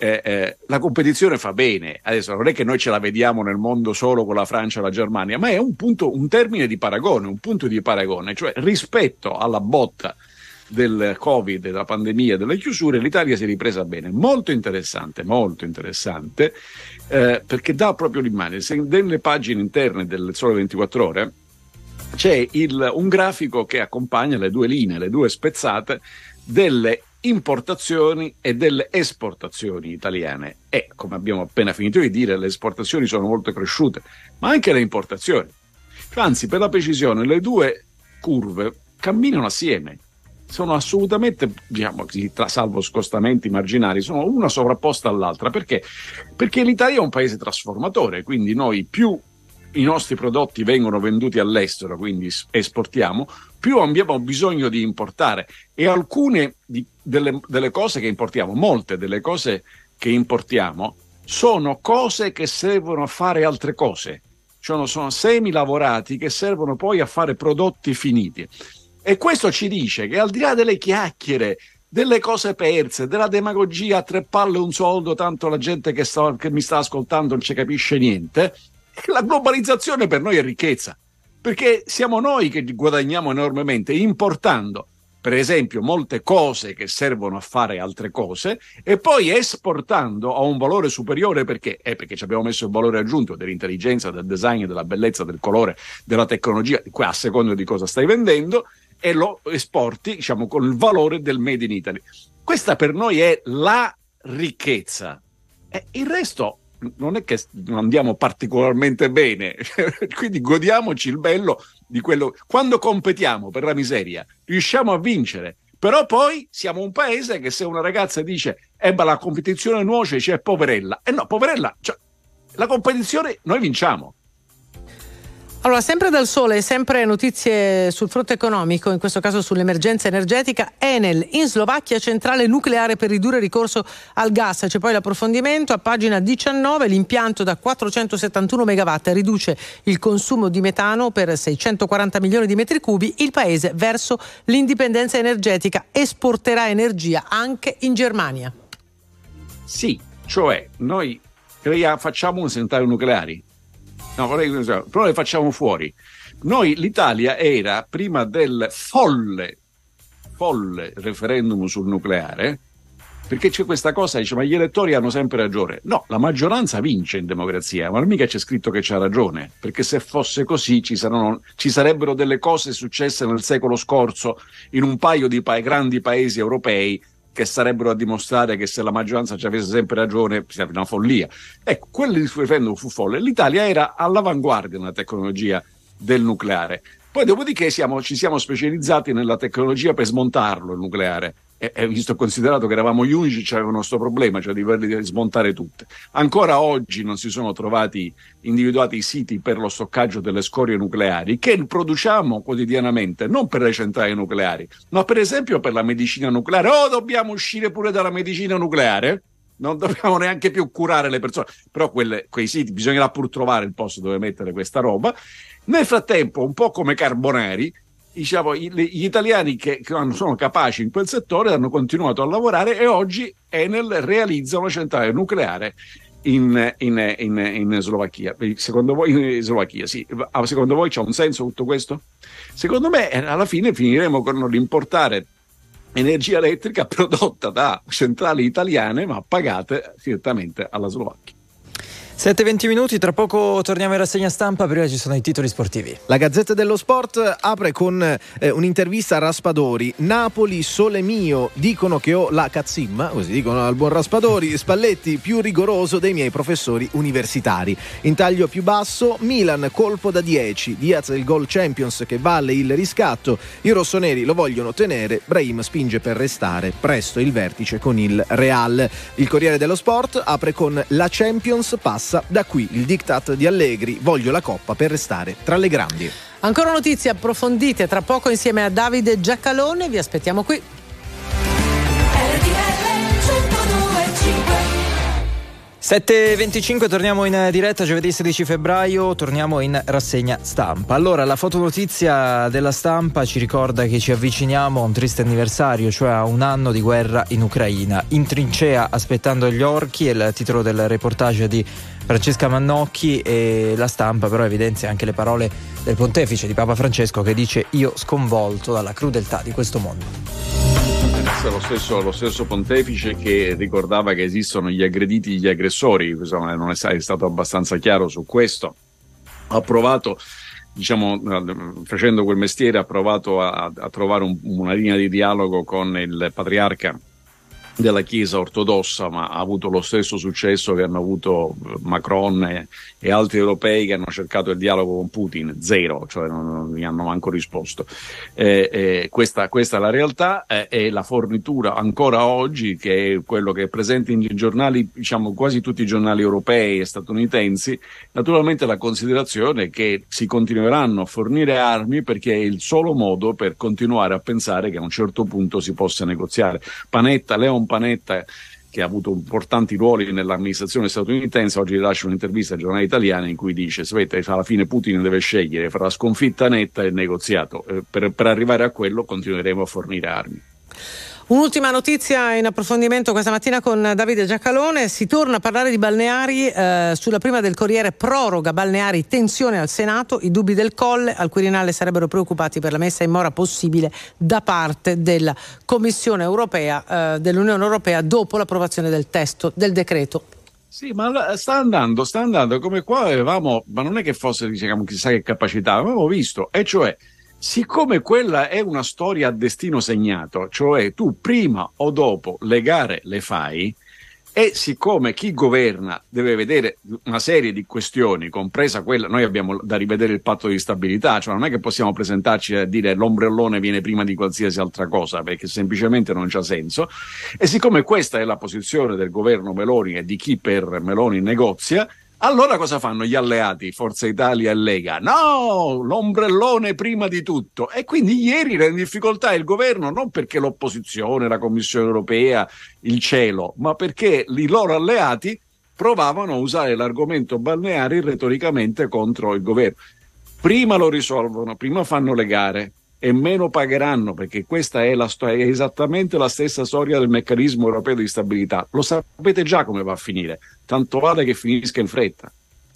La competizione fa bene. Adesso non è che noi ce la vediamo nel mondo solo con la Francia e la Germania, ma è un termine di paragone, un punto di paragone, cioè rispetto alla botta del Covid, della pandemia, delle chiusure, l'Italia si è ripresa bene. Molto interessante, perché dà proprio l'immagine. Se nelle pagine interne del Sole 24 Ore c'è un grafico che accompagna le due linee, le due spezzate delle importazioni e delle esportazioni italiane, e come abbiamo appena finito di dire le esportazioni sono molto cresciute, ma anche le importazioni, anzi per la precisione le due curve camminano assieme, sono assolutamente, diciamo così, salvo scostamenti marginali, sono una sovrapposta all'altra. Perché l'Italia è un paese trasformatore, quindi noi più i nostri prodotti vengono venduti all'estero, quindi esportiamo, più abbiamo bisogno di importare, e alcune delle cose che importiamo, molte delle cose che importiamo sono cose che servono a fare altre cose, cioè sono semi lavorati che servono poi a fare prodotti finiti. E questo ci dice che al di là delle chiacchiere, delle cose perse, della demagogia a 3 palle un soldo, tanto la gente che mi sta ascoltando non ci capisce niente, la globalizzazione per noi è ricchezza, perché siamo noi che guadagniamo enormemente importando, per esempio, molte cose che servono a fare altre cose e poi esportando a un valore superiore. Perché ci abbiamo messo il valore aggiunto dell'intelligenza, del design, della bellezza, del colore, della tecnologia, a seconda di cosa stai vendendo, e lo esporti, diciamo, con il valore del Made in Italy. Questa per noi è la ricchezza. Il resto non è che andiamo particolarmente bene, quindi godiamoci il bello di quello. Quando competiamo per la miseria riusciamo a vincere, però poi siamo un paese che se una ragazza dice la competizione nuoce, c'è poverella, no, poverella, cioè, la competizione noi vinciamo. Allora, sempre dal Sole, sempre notizie sul fronte economico, in questo caso sull'emergenza energetica. Enel, in Slovacchia centrale nucleare per ridurre il ricorso al gas. C'è poi l'approfondimento a pagina 19, l'impianto da 471 megawatt riduce il consumo di metano per 640 milioni di metri cubi, il paese verso l'indipendenza energetica, esporterà energia anche in Germania. Sì, cioè noi facciamo un centrale nucleari. No, però le facciamo fuori. L'Italia era, prima del folle referendum sul nucleare, perché c'è questa cosa, dice, ma gli elettori hanno sempre ragione. No, la maggioranza vince in democrazia, ma mica c'è scritto che c'ha ragione, perché se fosse così ci sarebbero delle cose successe nel secolo scorso in un paio di grandi paesi europei che sarebbero a dimostrare che se la maggioranza ci avesse sempre ragione sarebbe una follia. Ecco, quel referendum fu folle. L'Italia era all'avanguardia nella tecnologia del nucleare. Poi dopodiché ci siamo specializzati nella tecnologia per smontarlo il nucleare. E visto considerato che eravamo gli unici, c'avevano questo problema, cioè di smontare tutte. Ancora oggi non si sono trovati individuati i siti per lo stoccaggio delle scorie nucleari che produciamo quotidianamente, non per le centrali nucleari, ma per esempio per la medicina nucleare. Dobbiamo uscire pure dalla medicina nucleare? Non dobbiamo neanche più curare le persone, però quei siti bisognerà pur trovare il posto dove mettere questa roba. Nel frattempo, un po' come Carboneri, diciamo, gli italiani che sono capaci in quel settore hanno continuato a lavorare e oggi Enel realizza una centrale nucleare in Slovacchia. Secondo voi in Slovacchia, sì. Secondo voi c'ha un senso tutto questo? Secondo me alla fine finiremo con l'importare energia elettrica prodotta da centrali italiane ma pagate direttamente alla Slovacchia. 7:20 minuti, tra poco torniamo in rassegna stampa, prima ci sono i titoli sportivi. La Gazzetta dello Sport apre con un'intervista a Raspadori. Napoli, sole mio, dicono che ho la cazzimma, così dicono al buon Raspadori. Spalletti più rigoroso dei miei professori universitari. In taglio più basso, Milan colpo da 10, Diaz il gol Champions che vale il riscatto, i rossoneri lo vogliono tenere, Brahim spinge per restare, presto il vertice con il Real. Il Corriere dello Sport apre con la Champions passa da qui, il diktat di Allegri, voglio la Coppa per restare tra le grandi. Ancora notizie approfondite tra poco insieme a Davide Giacalone, vi aspettiamo qui. 7:25, torniamo in diretta giovedì 16 febbraio, torniamo in rassegna stampa. Allora, la fotonotizia della Stampa ci ricorda che ci avviciniamo a un triste anniversario, cioè a un anno di guerra in Ucraina. In trincea aspettando gli orchi è il titolo del reportage di Francesca Mannocchi, e la Stampa però evidenzia anche le parole del pontefice di Papa Francesco che dice: io sconvolto dalla crudeltà di questo mondo. Lo stesso pontefice che ricordava che esistono gli aggrediti e gli aggressori, insomma, non è stato abbastanza chiaro su questo. Ha provato, diciamo, facendo quel mestiere, ha provato a trovare una linea di dialogo con il patriarca della Chiesa ortodossa, ma ha avuto lo stesso successo che hanno avuto Macron e altri europei che hanno cercato il dialogo con Putin, zero, cioè non gli hanno manco risposto. Questa è la realtà, e la fornitura ancora oggi, che è quello che è presente in giornali, diciamo quasi tutti i giornali europei e statunitensi, naturalmente la considerazione che si continueranno a fornire armi perché è il solo modo per continuare a pensare che a un certo punto si possa negoziare. Leon Panetta, che ha avuto importanti ruoli nell'amministrazione statunitense, oggi rilascia un'intervista ai giornali italiani in cui dice: sapete, alla fine Putin deve scegliere fra la sconfitta netta e il negoziato. Per arrivare a quello continueremo a fornire armi. Un'ultima notizia in approfondimento questa mattina con Davide Giacalone. Si torna a parlare di balneari, sulla prima del Corriere: proroga balneari, tensione al Senato, i dubbi del Colle, al Quirinale sarebbero preoccupati per la messa in mora possibile da parte della Commissione europea, dell'Unione Europea, dopo l'approvazione del testo del decreto. Sì, ma sta andando come qua avevamo, ma non è che fosse, diciamo, chissà che capacità, avevamo visto, e cioè, siccome quella è una storia a destino segnato, cioè tu prima o dopo le gare le fai, e siccome chi governa deve vedere una serie di questioni, compresa quella, noi abbiamo da rivedere il patto di stabilità, cioè non è che possiamo presentarci a dire l'ombrellone viene prima di qualsiasi altra cosa, perché semplicemente non c'ha senso, e siccome questa è la posizione del governo Meloni e di chi per Meloni negozia, allora cosa fanno gli alleati, Forza Italia e Lega? No, l'ombrellone prima di tutto. E quindi ieri era in difficoltà il governo, non perché l'opposizione, la Commissione europea, il cielo, ma perché i loro alleati provavano a usare l'argomento balneari retoricamente contro il governo. Prima lo risolvono, prima fanno le gare e meno pagheranno, perché questa è esattamente la stessa storia del meccanismo europeo di stabilità. Lo sapete già come va a finire, tanto vale che finisca in fretta.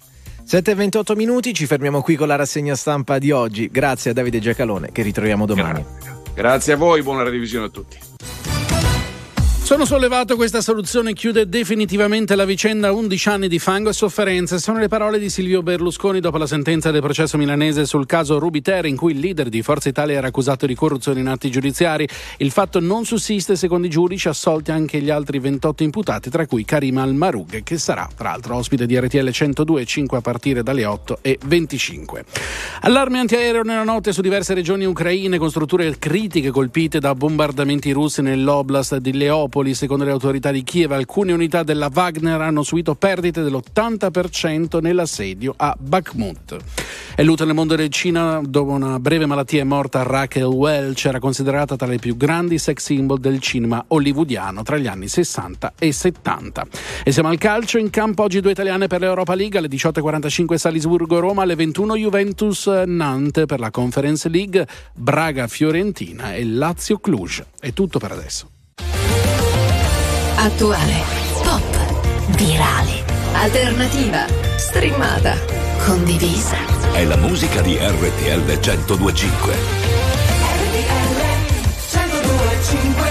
7:28 minuti, ci fermiamo qui con la rassegna stampa di oggi. Grazie a Davide Giacalone, che ritroviamo domani. Grazie a voi, buona revisione a tutti. Sono sollevato, questa soluzione chiude definitivamente la vicenda, 11 anni di fango e sofferenze. Sono le parole di Silvio Berlusconi dopo la sentenza del processo milanese sul caso Ruby-Ter, in cui il leader di Forza Italia era accusato di corruzione in atti giudiziari. Il fatto non sussiste, secondo i giudici, assolti anche gli altri 28 imputati, tra cui Karim Al-Marugh, che sarà tra l'altro ospite di RTL 102.5 a partire dalle 8:25. Allarme antiaereo nella notte su diverse regioni ucraine, con strutture critiche colpite da bombardamenti russi nell'oblast di Leopoli. Secondo le autorità di Kiev, alcune unità della Wagner hanno subito perdite dell'80% nell'assedio a Bakhmut. È lutto nel mondo del cinema. Dopo una breve malattia è morta Raquel Welch, era considerata tra le più grandi sex symbol del cinema hollywoodiano tra gli anni 60 e 70. E siamo al calcio. In campo oggi 2 italiane per l'Europa League, alle 18:45 Salisburgo-Roma, alle 21 Juventus-Nantes per la Conference League, Braga-Fiorentina e Lazio-Cluj. È tutto per adesso. Attuale, pop, virale, alternativa, streamata, condivisa. È la musica di RTL 102.5. RTL 102.5.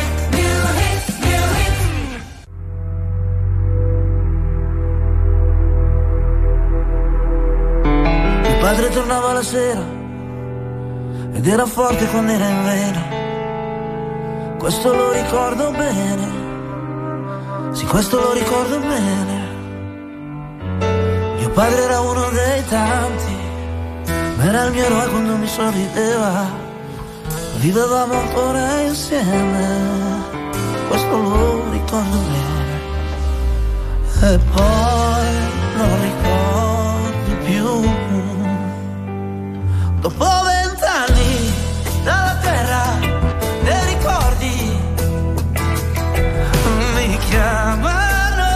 Mio padre tornava la sera ed era forte quando era in vena. Questo lo ricordo bene. Sì, questo lo ricordo bene. Mio padre era uno dei tanti, ma era il mio eroe quando mi sorrideva. Vivevamo ancora insieme, questo lo ricordo bene. E poi non ricordo più. Dopo 20 anni dalla terra dei ricordi mi chiamano,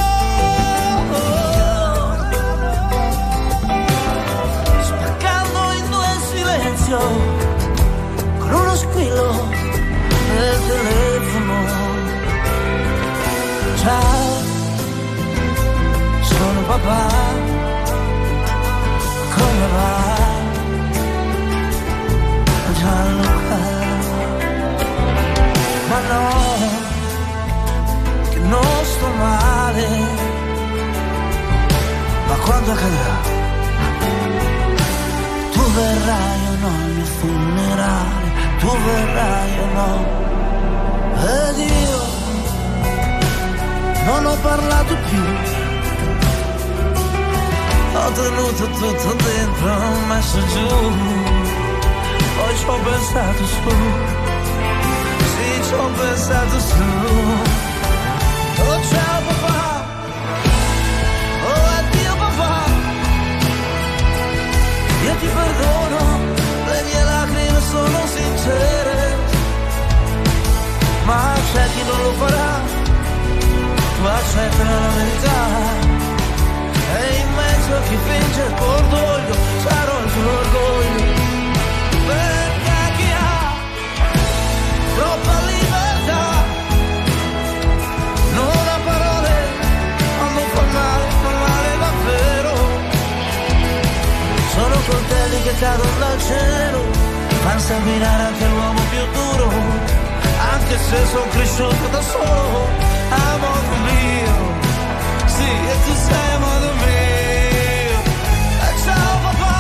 spaccando in due il silenzio con uno squillo nel telefono. Ciao, sono papà, come va? Gianluca, ma no, non sto male, ma quando accadrà? Tu verrai o no al mio funerale, tu verrai o no? Ed io non ho parlato più, ho tenuto tutto dentro, ho messo giù, poi ci ho pensato su, sì, ci ho pensato su. Oh ciao papà, oh addio papà, io ti perdono, le mie lacrime sono sincere, ma c'è chi non lo farà, tu accetta la verità, e in mezzo a chi finge il tuo orgoglio, sarò il tuo orgoglio, perché chi ha troppa libertà non ha parole quando fa male davvero. Sono coltelli che cadono dal cielo, fanno sanguinare anche l'uomo più duro, anche se sono cresciuto da solo, a modo mio, sì, e tu sei a modo mio. E ciao papà,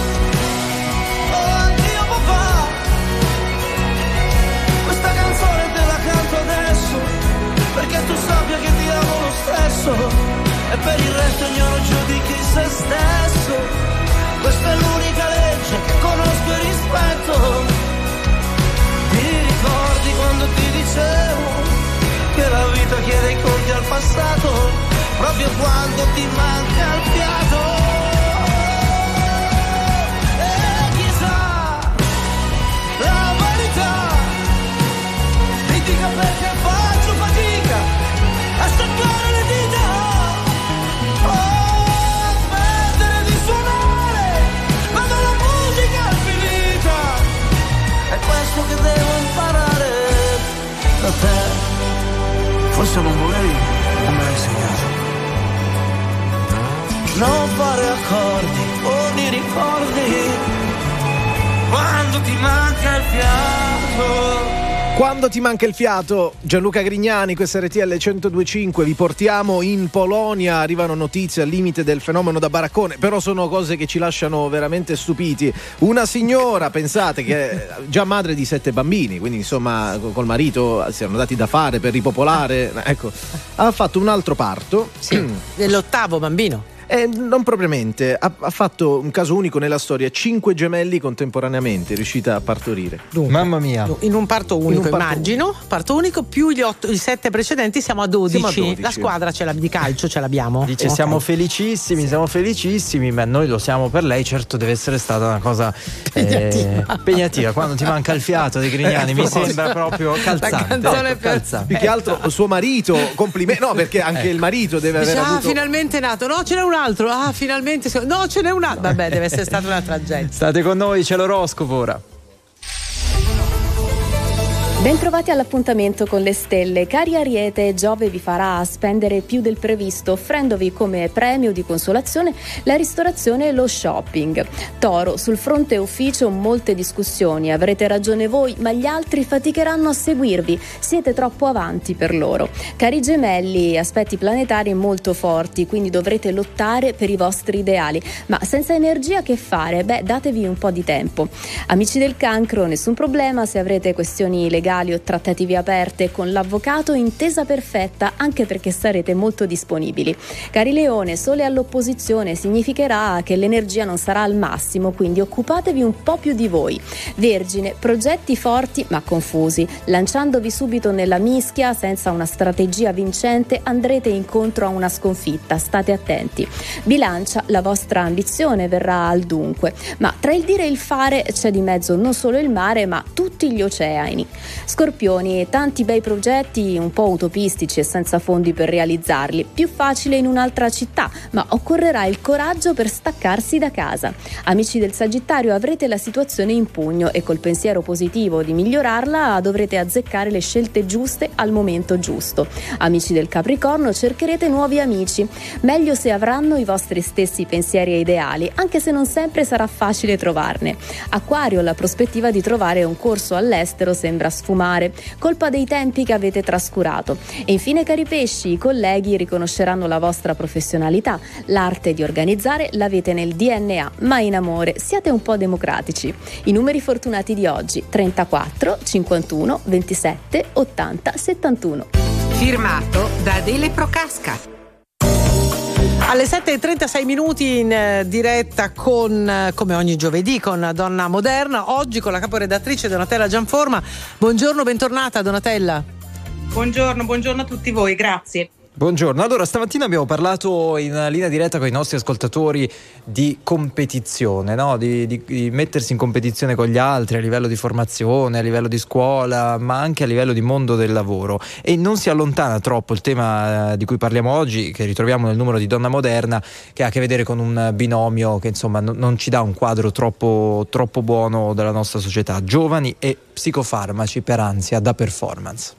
oh addio papà, questa canzone te la canto adesso, perché tu sappia che ti amo lo stesso, e per il resto ognuno giudichi se stesso. Questa è l'unica legge che conosco e rispetto. Ti ricordi quando ti dicevo che la vita chiede i conti al passato, proprio quando ti manca il fiato? E chissà la verità, mi dica perché faccio fatica a staccare le dita, a smettere di suonare quando la musica è finita. È questo che devo imparare da te. Forse non volevi, non me l'hai insegnato. Non fare accordi o mi ricordi quando ti manca il fiato. Quando ti manca il fiato, Gianluca Grignani, questa RTL 102.5, vi portiamo in Polonia, arrivano notizie al limite del fenomeno da baraccone, però sono cose che ci lasciano veramente stupiti. Una signora, pensate, che è già madre di 7 bambini, quindi insomma col marito si erano dati da fare per ripopolare, ecco, ha fatto un altro parto. Sì, dell'8º bambino. Non propriamente, ha fatto un caso unico nella storia, 5 gemelli contemporaneamente, è riuscita a partorire. Dunque, mamma mia. In un parto unico, immagino, parto unico più i 7 precedenti, siamo a 12. Siamo a 12. La squadra di calcio ce l'abbiamo. Dice Okay. siamo felicissimi, ma noi lo siamo per lei, certo deve essere stata una cosa impegnativa. Quando ti manca il fiato dei Grignani mi sembra proprio calzante. Più che altro suo marito, complimenti, no, perché anche il marito deve aver avuto... finalmente è nato, no ce n'è un altro, finalmente, no ce n'è un altro, vabbè deve essere stata una tragedia. State con noi, c'è l'oroscopo ora. Bentrovati all'appuntamento con le stelle. Cari Ariete, Giove vi farà spendere più del previsto, offrendovi come premio di consolazione la ristorazione e lo shopping. Toro, sul fronte ufficio molte discussioni, avrete ragione voi, ma gli altri faticheranno a seguirvi, siete troppo avanti per loro. Cari Gemelli, aspetti planetari molto forti, quindi dovrete lottare per i vostri ideali, ma senza energia che fare? Datevi un po' di tempo. Amici del Cancro, nessun problema se avrete questioni legali o trattative aperte con l'avvocato, intesa perfetta, anche perché sarete molto disponibili. Cari Leone, Sole all'opposizione significherà che l'energia non sarà al massimo, quindi occupatevi un po' più di voi. Vergine, progetti forti ma confusi, lanciandovi subito nella mischia senza una strategia vincente andrete incontro a una sconfitta, state attenti. Bilancia, la vostra ambizione verrà al dunque, ma tra il dire e il fare c'è di mezzo non solo il mare ma tutti gli oceani. Scorpioni, tanti bei progetti un po' utopistici e senza fondi per realizzarli, più facile in un'altra città, ma occorrerà il coraggio per staccarsi da casa. Amici del Sagittario, avrete la situazione in pugno e col pensiero positivo di migliorarla dovrete azzeccare le scelte giuste al momento giusto. Amici del Capricorno, cercherete nuovi amici, meglio se avranno i vostri stessi pensieri e ideali, anche se non sempre sarà facile trovarne. Acquario, la prospettiva di trovare un corso all'estero sembra sfumare, colpa dei tempi che avete trascurato. E infine, cari pesci, i colleghi riconosceranno la vostra professionalità, l'arte di organizzare l'avete nel DNA, ma in amore siate un po' democratici. I numeri fortunati di oggi: 34, 51, 27, 80, 71. Firmato da Adele Procasca. Alle 7:36 in diretta con, come ogni giovedì, con Donna Moderna, oggi con la caporedattrice Donatella Gianforma. Buongiorno, bentornata Donatella. Buongiorno a tutti voi, grazie. Buongiorno, allora stamattina abbiamo parlato in linea diretta con i nostri ascoltatori di competizione, no? di mettersi in competizione con gli altri a livello di formazione, a livello di scuola, ma anche a livello di mondo del lavoro, e non si allontana troppo il tema di cui parliamo oggi, che ritroviamo nel numero di Donna Moderna, che ha a che vedere con un binomio che insomma non ci dà un quadro troppo buono della nostra società: giovani e psicofarmaci per ansia da performance.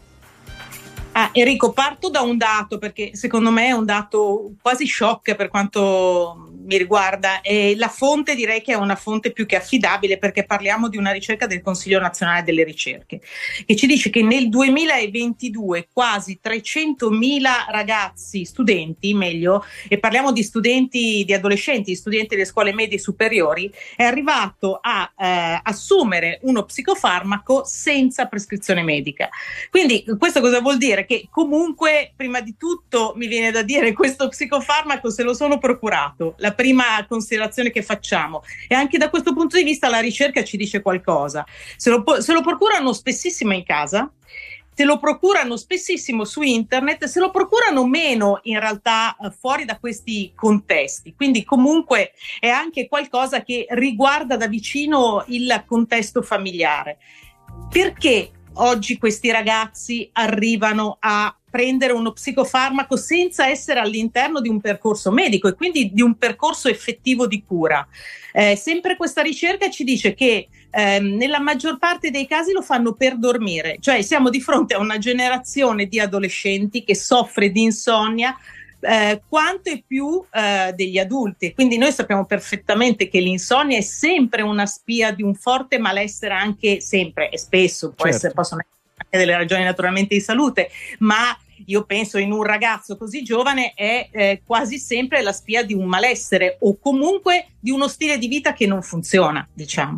Enrico, parto da un dato, perché secondo me è un dato quasi shock per quanto mi riguarda, e la fonte direi che è una fonte più che affidabile, perché parliamo di una ricerca del Consiglio Nazionale delle Ricerche che ci dice che nel 2022 quasi 300.000 ragazzi, studenti meglio, e parliamo di studenti, di adolescenti, di studenti delle scuole medie superiori, è arrivato a assumere uno psicofarmaco senza prescrizione medica. Quindi questo cosa vuol dire? Che comunque prima di tutto mi viene da dire, questo psicofarmaco se lo sono procurato, la prima considerazione che facciamo, e anche da questo punto di vista la ricerca ci dice qualcosa. Se lo procurano spessissimo in casa, se lo procurano spessissimo su internet, se lo procurano meno in realtà fuori da questi contesti, quindi comunque è anche qualcosa che riguarda da vicino il contesto familiare. Perché oggi questi ragazzi arrivano a prendere uno psicofarmaco senza essere all'interno di un percorso medico e quindi di un percorso effettivo di cura? Sempre questa ricerca ci dice che nella maggior parte dei casi lo fanno per dormire, cioè siamo di fronte a una generazione di adolescenti che soffre di insonnia quanto e più degli adulti. Quindi noi sappiamo perfettamente che l'insonnia è sempre una spia di un forte malessere, anche sempre e spesso possono essere delle ragioni naturalmente di salute, ma io penso in un ragazzo così giovane è quasi sempre la spia di un malessere o comunque di uno stile di vita che non funziona, diciamo.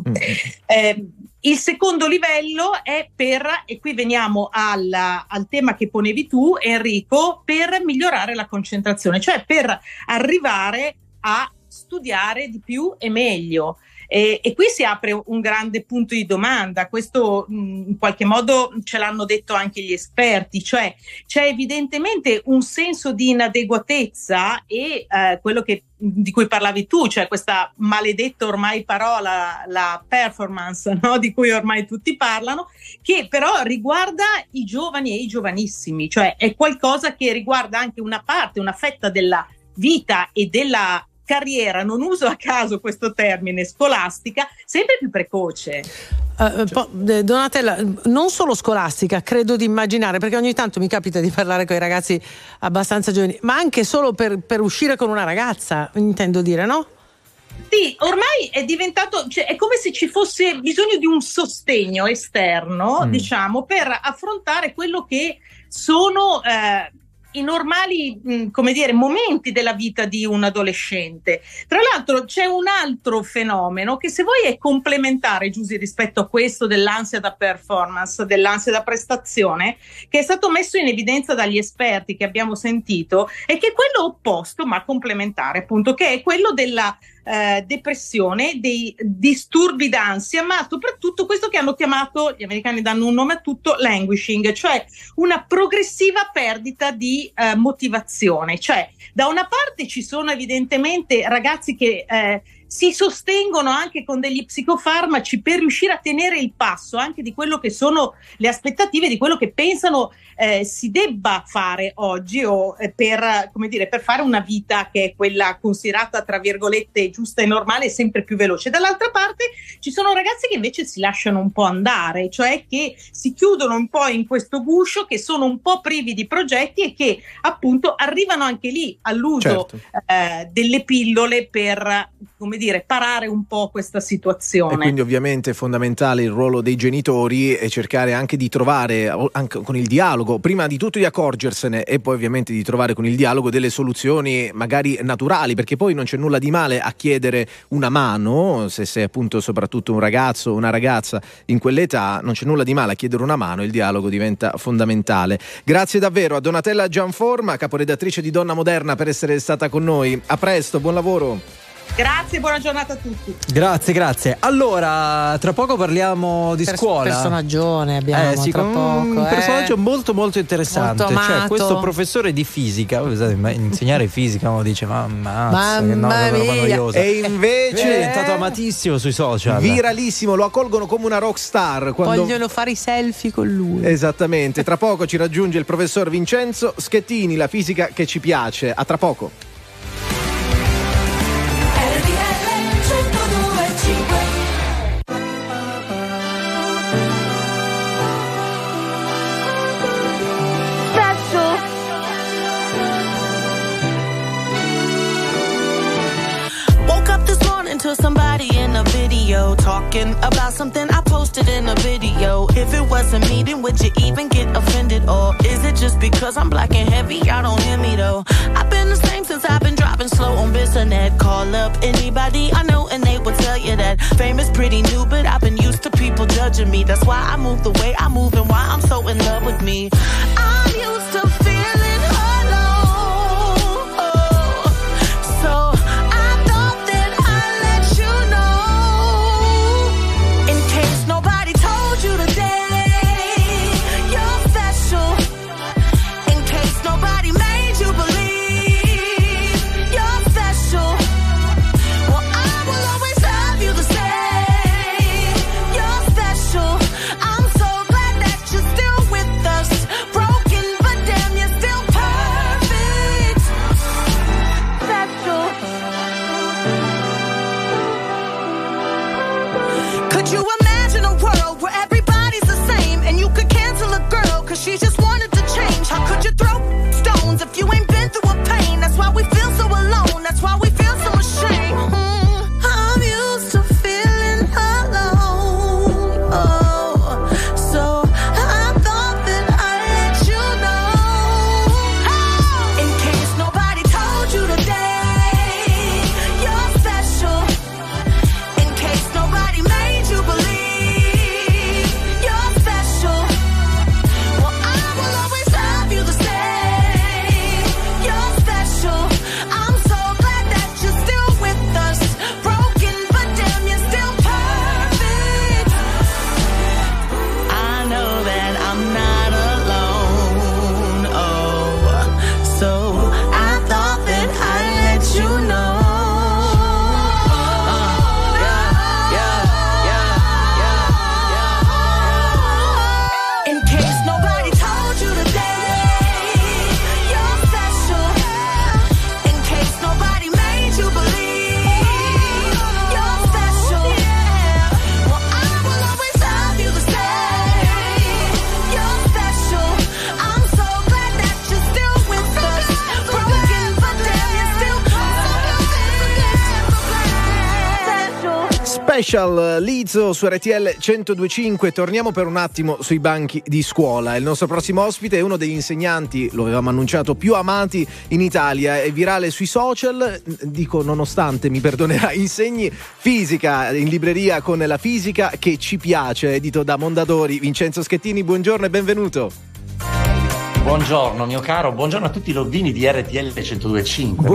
Il secondo livello è e qui veniamo al tema che ponevi tu, Enrico, per migliorare la concentrazione, cioè per arrivare a studiare di più e meglio. E qui si apre un grande punto di domanda, questo in qualche modo ce l'hanno detto anche gli esperti, cioè c'è evidentemente un senso di inadeguatezza e quello di cui parlavi tu, cioè questa maledetta ormai parola, la performance, no? Di cui ormai tutti parlano, che però riguarda i giovani e i giovanissimi, cioè è qualcosa che riguarda anche una parte, una fetta della vita e della carriera, non uso a caso questo termine, scolastica, sempre più precoce. Donatella, non solo scolastica, credo di immaginare, perché ogni tanto mi capita di parlare con i ragazzi abbastanza giovani, ma anche solo per uscire con una ragazza, intendo dire, no? Sì, ormai è diventato, cioè, è come se ci fosse bisogno di un sostegno esterno, diciamo, per affrontare quello che sono i normali, come dire, momenti della vita di un adolescente. Tra l'altro c'è un altro fenomeno che, se vuoi, è complementare, Giusy, rispetto a questo dell'ansia da performance, dell'ansia da prestazione, che è stato messo in evidenza dagli esperti che abbiamo sentito, e che è quello opposto ma complementare, appunto, che è quello della depressione, dei disturbi d'ansia, ma soprattutto questo che hanno chiamato, gli americani danno un nome a tutto, languishing, cioè una progressiva perdita di motivazione. Cioè, da una parte ci sono evidentemente ragazzi che si sostengono anche con degli psicofarmaci per riuscire a tenere il passo anche di quello che sono le aspettative, di quello che pensano si debba fare oggi, o per, come dire, per fare una vita che è quella considerata tra virgolette giusta e normale e sempre più veloce. Dall'altra parte ci sono ragazzi che invece si lasciano un po' andare, cioè che si chiudono un po' in questo guscio, che sono un po' privi di progetti e che appunto arrivano anche lì all'uso delle pillole per, come dire, parare un po' questa situazione. E quindi ovviamente è fondamentale il ruolo dei genitori e cercare anche di trovare, anche con il dialogo, prima di tutto di accorgersene e poi ovviamente di trovare con il dialogo delle soluzioni magari naturali, perché poi non c'è nulla di male a chiedere una mano, se sei appunto soprattutto un ragazzo o una ragazza in quell'età, non c'è nulla di male a chiedere una mano, il dialogo diventa fondamentale. Grazie davvero a Donatella Gianforma, caporedattrice di Donna Moderna, per essere stata con noi. A presto, buon lavoro. Grazie, buona giornata a tutti. Grazie. Allora, tra poco parliamo di scuola. Personaggione abbiamo sì, tra poco. Un personaggio molto molto interessante. Molto cioè, amato. questo professore di fisica, insegnare fisica, uno dice mamma mia. noiosa. E invece è diventato amatissimo sui social. Viralissimo, lo accolgono come una rockstar. Vogliono fare i selfie con lui. Esattamente. Tra poco ci raggiunge il professor Vincenzo Schettini, la fisica che ci piace. A tra poco. To somebody in a video talking about something I posted in a video. If it wasn't me, then would you even get offended? Or is it just because I'm black and heavy? Y'all don't hear me though. I've been the same since I've been driving slow on Bissonnet. Call up anybody I know and they will tell you that fame is pretty new, but I've been used to people judging me. That's why I move the way I move and why I'm so in love with me. I'm used to feeling alone. So I'm so glad that you're still with us. Broken, but damn, you're still Official, Lizzo su RTL 102.5. Torniamo per un attimo sui banchi di scuola. Il nostro prossimo ospite è uno degli insegnanti, lo avevamo annunciato, più amati in Italia, è virale sui social, dico nonostante, mi perdonerà, insegni fisica in libreria con La fisica che ci piace, edito da Mondadori. Vincenzo Schettini, buongiorno e benvenuto. Buongiorno mio caro, buongiorno a tutti i lobbini di RTL 102.5.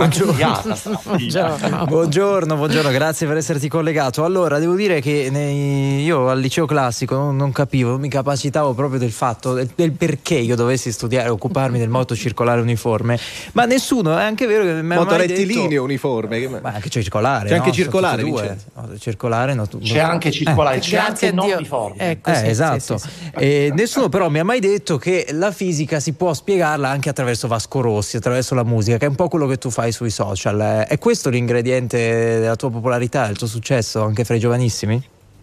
Buongiorno, grazie per esserti collegato. Allora, devo dire che io al liceo classico non capivo, non mi capacitavo proprio del fatto del perché io dovessi studiare, occuparmi del moto circolare uniforme, ma nessuno, è anche vero che mi ha moto mai rettilineo detto... uniforme, ma anche circolare, c'è anche no? circolare, circolare no, c'è anche circolare, c'è anche non uniforme. Esatto. E nessuno però mi ha mai detto che la fisica si può spiegarla anche attraverso Vasco Rossi, attraverso la musica, che è un po' quello che tu fai sui social. È questo l'ingrediente della tua popolarità, del tuo successo anche fra i giovanissimi?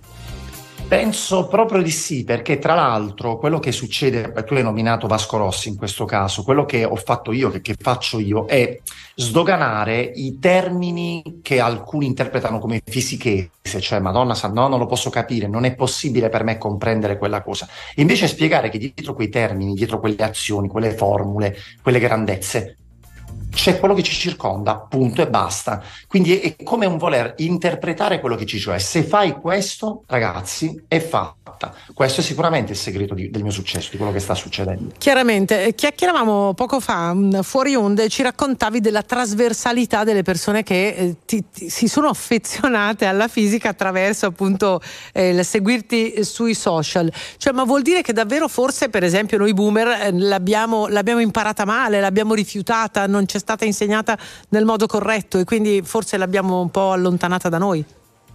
Penso proprio di sì, perché tra l'altro quello che succede, tu l'hai nominato Vasco Rossi in questo caso, quello che ho fatto io, che faccio io, è sdoganare i termini che alcuni interpretano come fisichese, cioè Madonna no, non lo posso capire, non è possibile per me comprendere quella cosa. Invece spiegare che dietro quei termini, dietro quelle azioni, quelle formule, quelle grandezze, c'è quello che ci circonda, punto e basta. Quindi è come un voler interpretare quello che ci c'è. Se fai questo, ragazzi, è fatta. Questo è sicuramente il segreto del mio successo, di quello che sta succedendo. Chiaramente, chiacchieravamo poco fa fuori onde, ci raccontavi della trasversalità delle persone che si sono affezionate alla fisica attraverso appunto il seguirti sui social. Cioè, ma vuol dire che davvero forse, per esempio, noi boomer l'abbiamo imparata male, l'abbiamo rifiutata, non c'è stata insegnata nel modo corretto e quindi forse l'abbiamo un po' allontanata da noi?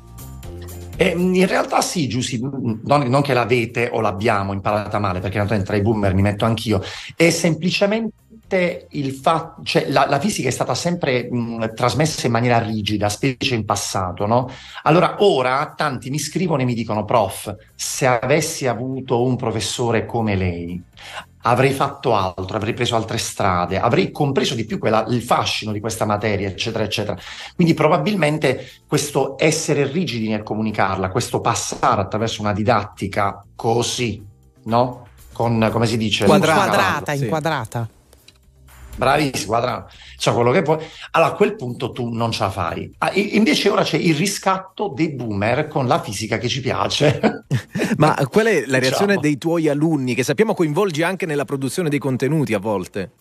In realtà sì, Giussi, non che l'avete o l'abbiamo imparata male, perché naturalmente tra i boomer mi metto anch'io, è semplicemente il fatto, cioè la fisica è stata sempre trasmessa in maniera rigida, specie in passato, no? Allora ora tanti mi scrivono e mi dicono: prof, se avessi avuto un professore come lei avrei fatto altro, avrei preso altre strade, avrei compreso di più il fascino di questa materia, eccetera, eccetera. Quindi probabilmente questo essere rigidi nel comunicarla, questo passare attraverso una didattica così, no? Con, come si dice? Inquadrata. Bravissimo, quadrato. Cioè quello che puoi. Allora a quel punto tu non ce la fai. Invece ora c'è il riscatto dei boomer con la fisica che ci piace. Ma qual è la reazione dei tuoi alunni, che sappiamo coinvolgi anche nella produzione dei contenuti a volte?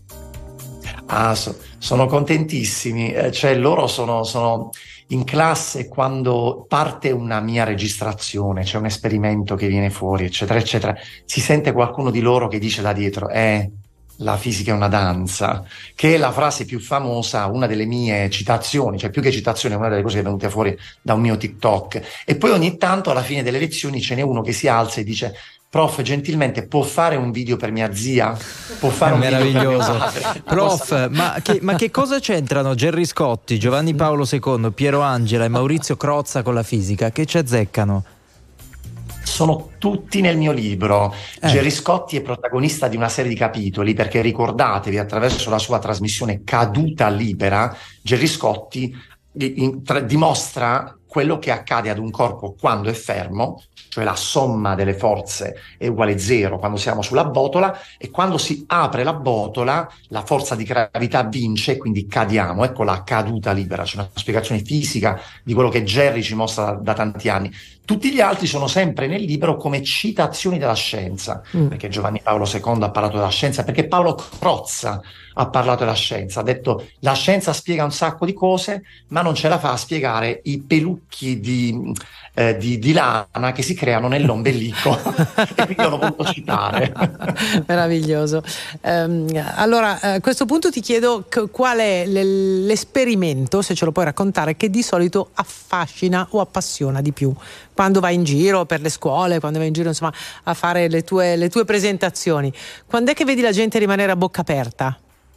Sono contentissimi, cioè loro sono in classe quando parte una mia registrazione, c'è un esperimento che viene fuori, eccetera, eccetera, si sente qualcuno di loro che dice da dietro: la fisica è una danza, che è la frase più famosa, una delle mie citazioni, cioè più che citazione è una delle cose che è venuta fuori da un mio TikTok. E poi ogni tanto alla fine delle lezioni ce n'è uno che si alza e dice: prof, gentilmente può fare un video per mia zia? Può fare un video per mio padre? Prof, ma che cosa c'entrano Gerry Scotti, Giovanni Paolo II, Piero Angela e Maurizio Crozza con la fisica? Che ci azzeccano? Sono tutti nel mio libro. Gerry Scotti è protagonista di una serie di capitoli, perché ricordatevi, attraverso la sua trasmissione Caduta Libera, Gerry Scotti dimostra quello che accade ad un corpo quando è fermo, cioè la somma delle forze è uguale a 0 quando siamo sulla botola, e quando si apre la botola la forza di gravità vince e quindi cadiamo. Ecco la caduta libera, c'è una spiegazione fisica di quello che Gerry ci mostra da tanti anni. Tutti gli altri sono sempre nel libro come citazioni della scienza, perché Giovanni Paolo II ha parlato della scienza, perché Paolo Crozza ha parlato della scienza, ha detto: la scienza spiega un sacco di cose ma non ce la fa a spiegare i pelucchi di lana che si creano nell'ombelico. E quindi l'ho voluto citare. Meraviglioso. Allora a questo punto ti chiedo qual è l'esperimento, se ce lo puoi raccontare, che di solito affascina o appassiona di più quando vai in giro per le scuole, quando vai in giro insomma a fare le tue presentazioni. Quando è che vedi la gente rimanere a bocca aperta?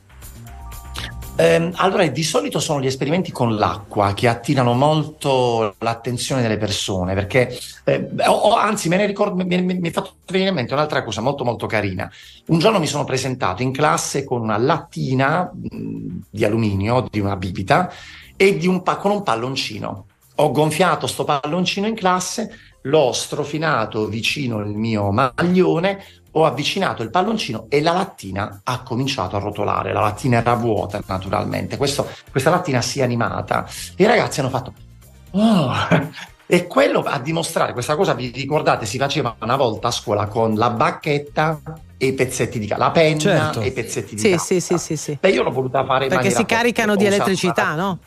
Allora, di solito sono gli esperimenti con l'acqua che attirano molto l'attenzione delle persone, perché anzi me ne ricordo, mi è fatto venire in mente un'altra cosa molto molto carina. Un giorno mi sono presentato in classe con una lattina di alluminio, di una bibita, e con un palloncino. Ho gonfiato sto palloncino in classe, l'ho strofinato vicino il mio maglione, ho avvicinato il palloncino e la lattina ha cominciato a rotolare. La lattina era vuota, naturalmente. Questa lattina si è animata. E i ragazzi hanno fatto oh! E quello a dimostrare, questa cosa vi ricordate, si faceva una volta a scuola con la bacchetta e i pezzetti di carta, la penna, certo, e i pezzetti di carta. Sì. Beh, io l'ho voluta fare in perché maniera si caricano di elettricità, no?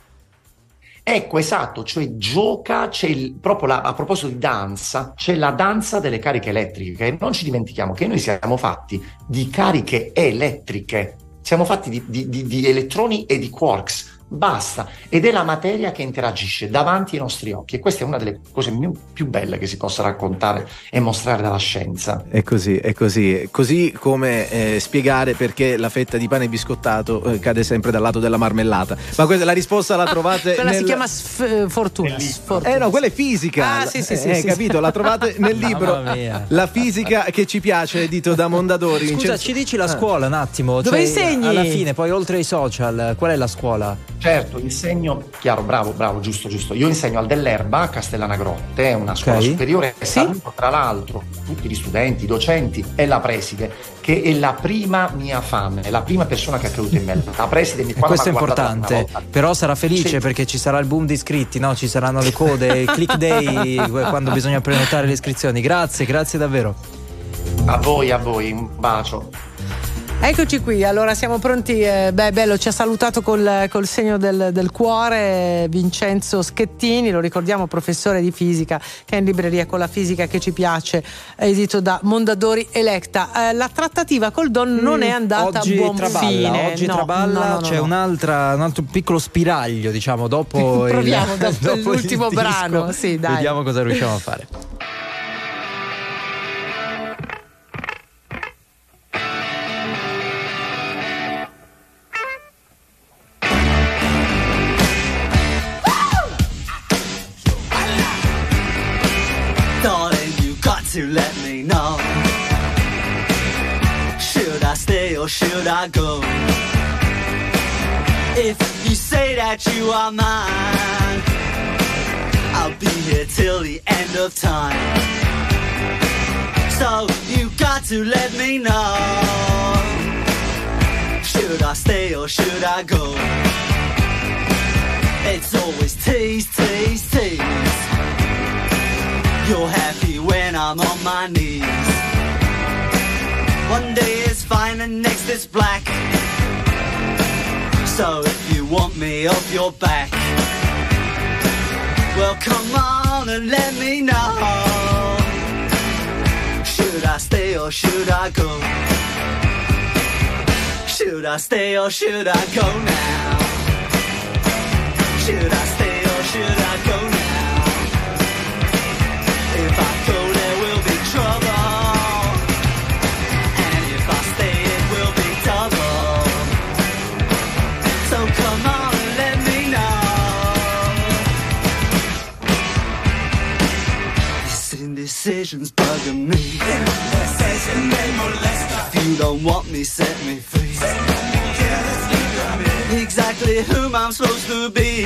Ecco, esatto, cioè gioca, a proposito di danza, c'è la danza delle cariche elettriche. Non ci dimentichiamo che noi siamo fatti di cariche elettriche, siamo fatti di elettroni e di quarks. Basta, ed è la materia che interagisce davanti ai nostri occhi, e questa è una delle cose più belle che si possa raccontare e mostrare dalla scienza. È così come spiegare perché la fetta di pane biscottato cade sempre dal lato della marmellata. Ma questa la risposta la trovate si chiama fortuna. No, quella è fisica. Sì. Capito, la trovate nel libro La fisica che ci piace, edito da Mondadori. Scusa, ci dici la scuola un attimo, dove insegni? Alla fine, poi oltre ai social, qual è la scuola? Certo, insegno, chiaro, bravo, giusto. Io insegno al Dell'Erba a Castellana Grotte, è una scuola superiore. Saluto tra l'altro tutti gli studenti, i docenti e la preside, che è la prima mia fan, è la prima persona che ha creduto in me. La preside questo è importante, però sarà felice perché ci sarà il boom di iscritti, no? Ci saranno le code, il click day quando bisogna prenotare le iscrizioni. Grazie davvero. A voi, un bacio. Eccoci qui, allora siamo pronti. Bello, ci ha salutato col segno del cuore Vincenzo Schettini, lo ricordiamo, professore di fisica che è in libreria con La fisica che ci piace, edito da Mondadori Electa. La trattativa col Don non è andata a buon fine. Oggi traballa, c'è un altro piccolo spiraglio, diciamo, dopo proviamo dopo l'ultimo brano. Sì, dai. Vediamo cosa riusciamo a fare. To let me know, should I stay or should I go? If you say that you are mine, I'll be here till the end of time. So you got to let me know, should I stay or should I go? It's always tease. You're happy when I'm on my knees. One day is fine and next is black. So if you want me off your back, well come on and let me know, should I stay or should I go? Should I stay or should I go now? Should I stay or should I go now? If I go, there will be trouble, and if I stay, it will be double. So come on and let me know. This indecision's bugging me. If you don't want me, set me free. Exactly whom I'm supposed to be.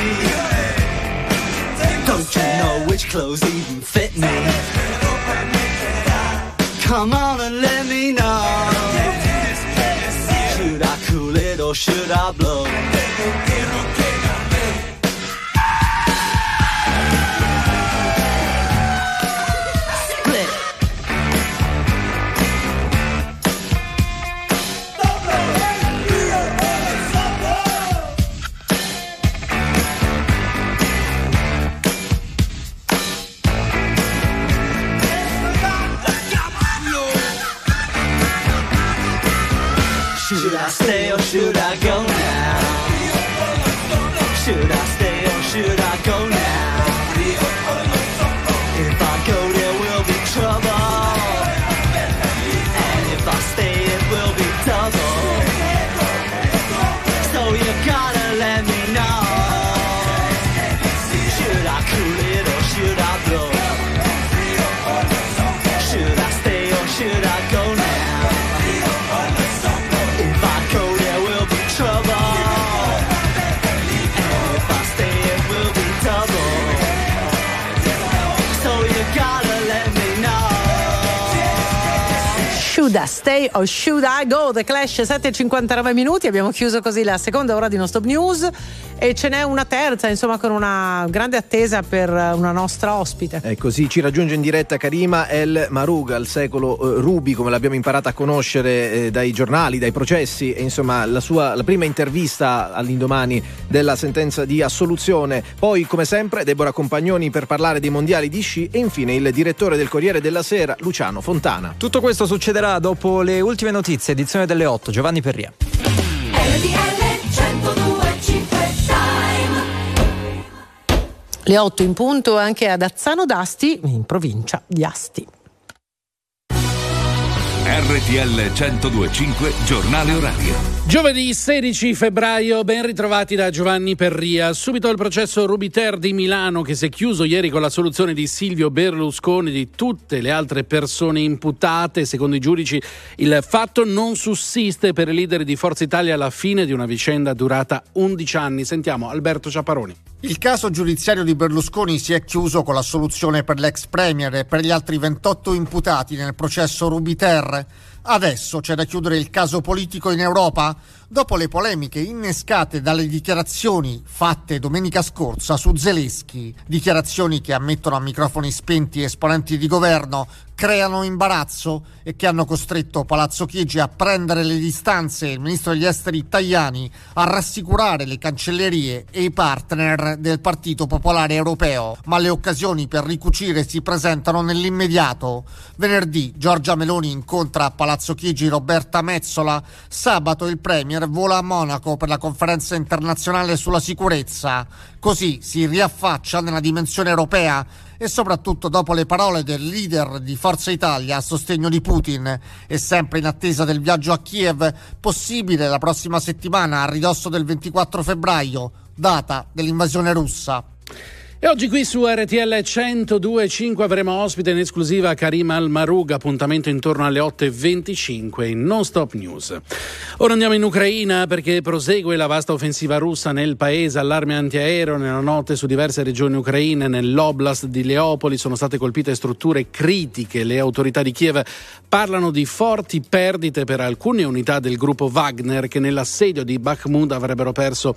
Don't you know which clothes even fit me? Come on and let me know, should I cool it or should I blow? Should I stay or should I go now? Should I stay or should I go now? If I go there will be trouble, and if I stay it will be double. So you gotta let me know, should I cool it or should I blow? Should I stay or should I go now? Trouble, and if I stay it will be double. Should I Stay or Should I Go? The Clash, 7:59 minuti. Abbiamo chiuso così la seconda ora di Non Stop News e ce n'è una terza, insomma, con una grande attesa per una nostra ospite. Così ci raggiunge in diretta Karima El Mahroug, al secolo Ruby, come l'abbiamo imparata a conoscere dai giornali, dai processi, e insomma la prima intervista all'indomani della sentenza di assoluzione. Poi, come sempre, Deborah Compagnoni per parlare dei mondiali di sci e infine il direttore del Corriere della Sera, Luciano Fontana. Tutto questo succederà dopo le ultime notizie, edizione delle 8. Giovanni Perria. Le 8 in punto anche ad Azzano d'Asti, in provincia di Asti. RTL 102.5 Giornale Orario. Giovedì 16 febbraio, ben ritrovati da Giovanni Perria. Subito il processo Rubiter di Milano, che si è chiuso ieri con l'assoluzione di Silvio Berlusconi e di tutte le altre persone imputate. Secondo i giudici il fatto non sussiste per i leader di Forza Italia alla fine di una vicenda durata 11 anni. Sentiamo Alberto Ciaparoni. Il caso giudiziario di Berlusconi si è chiuso con l'assoluzione per l'ex premier e per gli altri 28 imputati nel processo Rubiter. Adesso c'è da chiudere il caso politico in Europa. Dopo le polemiche innescate dalle dichiarazioni fatte domenica scorsa su Zelensky, dichiarazioni che ammettono a microfoni spenti esponenti di governo, creano imbarazzo e che hanno costretto Palazzo Chigi a prendere le distanze e il ministro degli esteri Tajani a rassicurare le cancellerie e i partner del Partito Popolare Europeo. Ma le occasioni per ricucire si presentano nell'immediato. Venerdì Giorgia Meloni incontra a Palazzo Chigi Roberta Metsola. Sabato il premier vola a Monaco per la conferenza internazionale sulla sicurezza. Così si riaffaccia nella dimensione europea e soprattutto dopo le parole del leader di Forza Italia a sostegno di Putin e sempre in attesa del viaggio a Kiev, possibile la prossima settimana a ridosso del 24 febbraio, data dell'invasione russa. E oggi qui su RTL 102.5 avremo ospite in esclusiva Karima El Mahroug, appuntamento intorno alle 8.25 in Non Stop News. Ora andiamo in Ucraina perché prosegue la vasta offensiva russa nel paese, allarme antiaereo nella notte su diverse regioni ucraine. Nell'oblast di Leopoli sono state colpite strutture critiche. Le autorità di Kiev parlano di forti perdite per alcune unità del gruppo Wagner che nell'assedio di Bakhmut avrebbero perso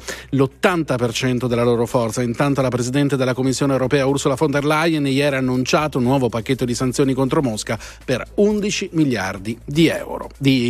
l'80% della loro forza. Intanto la presidente della Commissione europea Ursula von der Leyen ieri ha annunciato un nuovo pacchetto di sanzioni contro Mosca per 11 miliardi di euro.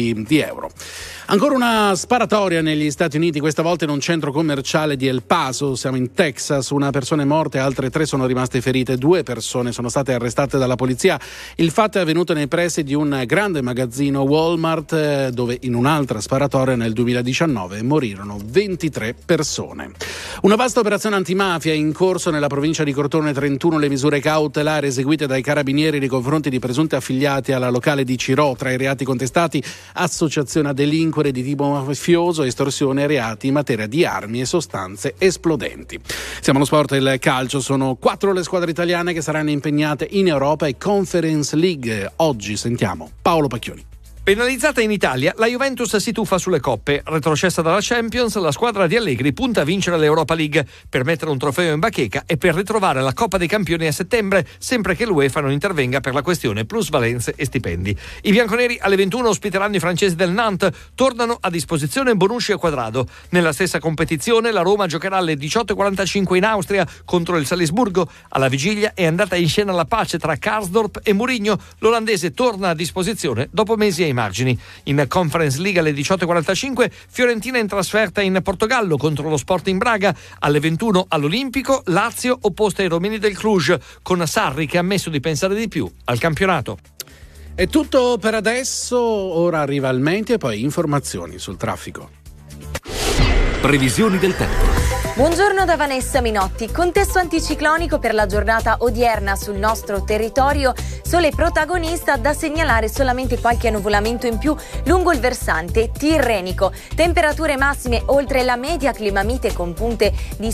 Ancora una sparatoria negli Stati Uniti, questa volta in un centro commerciale di El Paso, siamo in Texas. Una persona è morta e altre 3 sono rimaste ferite. 2 persone sono state arrestate dalla polizia. Il fatto è avvenuto nei pressi di un grande magazzino Walmart, dove in un'altra sparatoria nel 2019 morirono 23 persone. Una vasta operazione antimafia è in corso nella provincia di Crotone. 31 le misure cautelari eseguite dai carabinieri nei confronti di presunti affiliati alla locale di Cirò. Tra i reati contestati associazione a delinquere di tipo mafioso, estorsione e reati in materia di armi e sostanze esplodenti. Siamo allo sport e il calcio. Sono 4 le squadre italiane che saranno impegnate in Europa e Conference League. Oggi sentiamo Paolo Pacchioni. Penalizzata in Italia, la Juventus si tuffa sulle coppe. Retrocessa dalla Champions, la squadra di Allegri punta a vincere l'Europa League per mettere un trofeo in bacheca e per ritrovare la Coppa dei Campioni a settembre, sempre che l'UEFA non intervenga per la questione plusvalenze e stipendi. I bianconeri alle 21 ospiteranno i francesi del Nantes. Tornano a disposizione Bonucci e Quadrado. Nella stessa competizione la Roma giocherà alle 18.45 in Austria contro il Salisburgo. Alla vigilia è andata in scena la pace tra Karsdorp e Mourinho. L'olandese torna a disposizione dopo mesi ai margini. In Conference League alle 18.45 Fiorentina in trasferta in Portogallo contro lo Sporting Braga. Alle 21 all'Olimpico Lazio opposta ai Romini del Cluj, con Sarri che ha ammesso di pensare di più al campionato. È tutto per adesso, ora arriva il meteo e poi informazioni sul traffico. Previsioni del tempo. Buongiorno da Vanessa Minotti. Contesto anticiclonico per la giornata odierna sul nostro territorio. Sole protagonista, da segnalare solamente qualche annuvolamento in più lungo il versante tirrenico. Temperature massime oltre la media, clima mite con punte di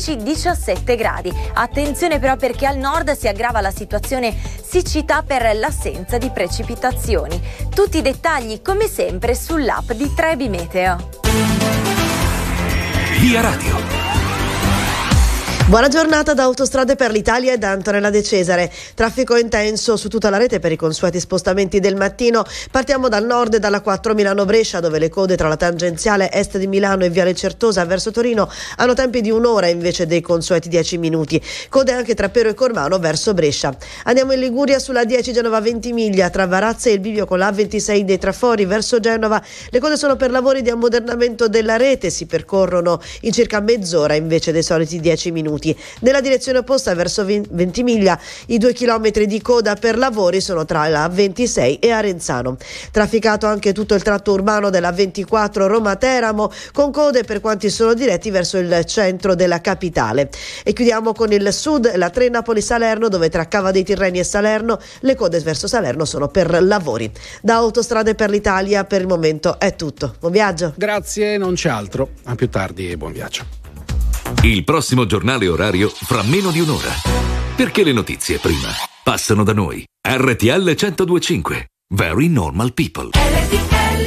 16-17 gradi. Attenzione però perché al nord si aggrava la situazione siccità per l'assenza di precipitazioni. Tutti i dettagli come sempre sull'app di Trebi Meteo. Via Radio. Buona giornata da Autostrade per l'Italia e da Antonella De Cesare. Traffico intenso su tutta la rete per i consueti spostamenti del mattino. Partiamo dal nord e dalla 4 Milano-Brescia, dove le code tra la tangenziale est di Milano e Viale Certosa verso Torino hanno tempi di un'ora invece dei consueti 10 minuti. Code anche tra Pero e Cormano verso Brescia. Andiamo in Liguria sulla 10 Genova-Ventimiglia, tra Varazze e il bivio con la A26 dei Trafori verso Genova. Le code sono per lavori di ammodernamento della rete, si percorrono in circa mezz'ora invece dei soliti 10 minuti. Nella direzione opposta verso Ventimiglia i 2 chilometri di coda per lavori sono tra la A26 e Arenzano. Trafficato anche tutto il tratto urbano della 24 Roma-Teramo, con code per quanti sono diretti verso il centro della capitale. E chiudiamo con il sud, la 3 Napoli-Salerno, dove tra Cava dei Tirreni e Salerno le code verso Salerno sono per lavori. Da Autostrade per l'Italia per il momento è tutto. Buon viaggio. Grazie, non c'è altro. A più tardi e buon viaggio. Il prossimo giornale orario fra meno di un'ora. Perché le notizie prima passano da noi. RTL 102.5. Very normal people. RTL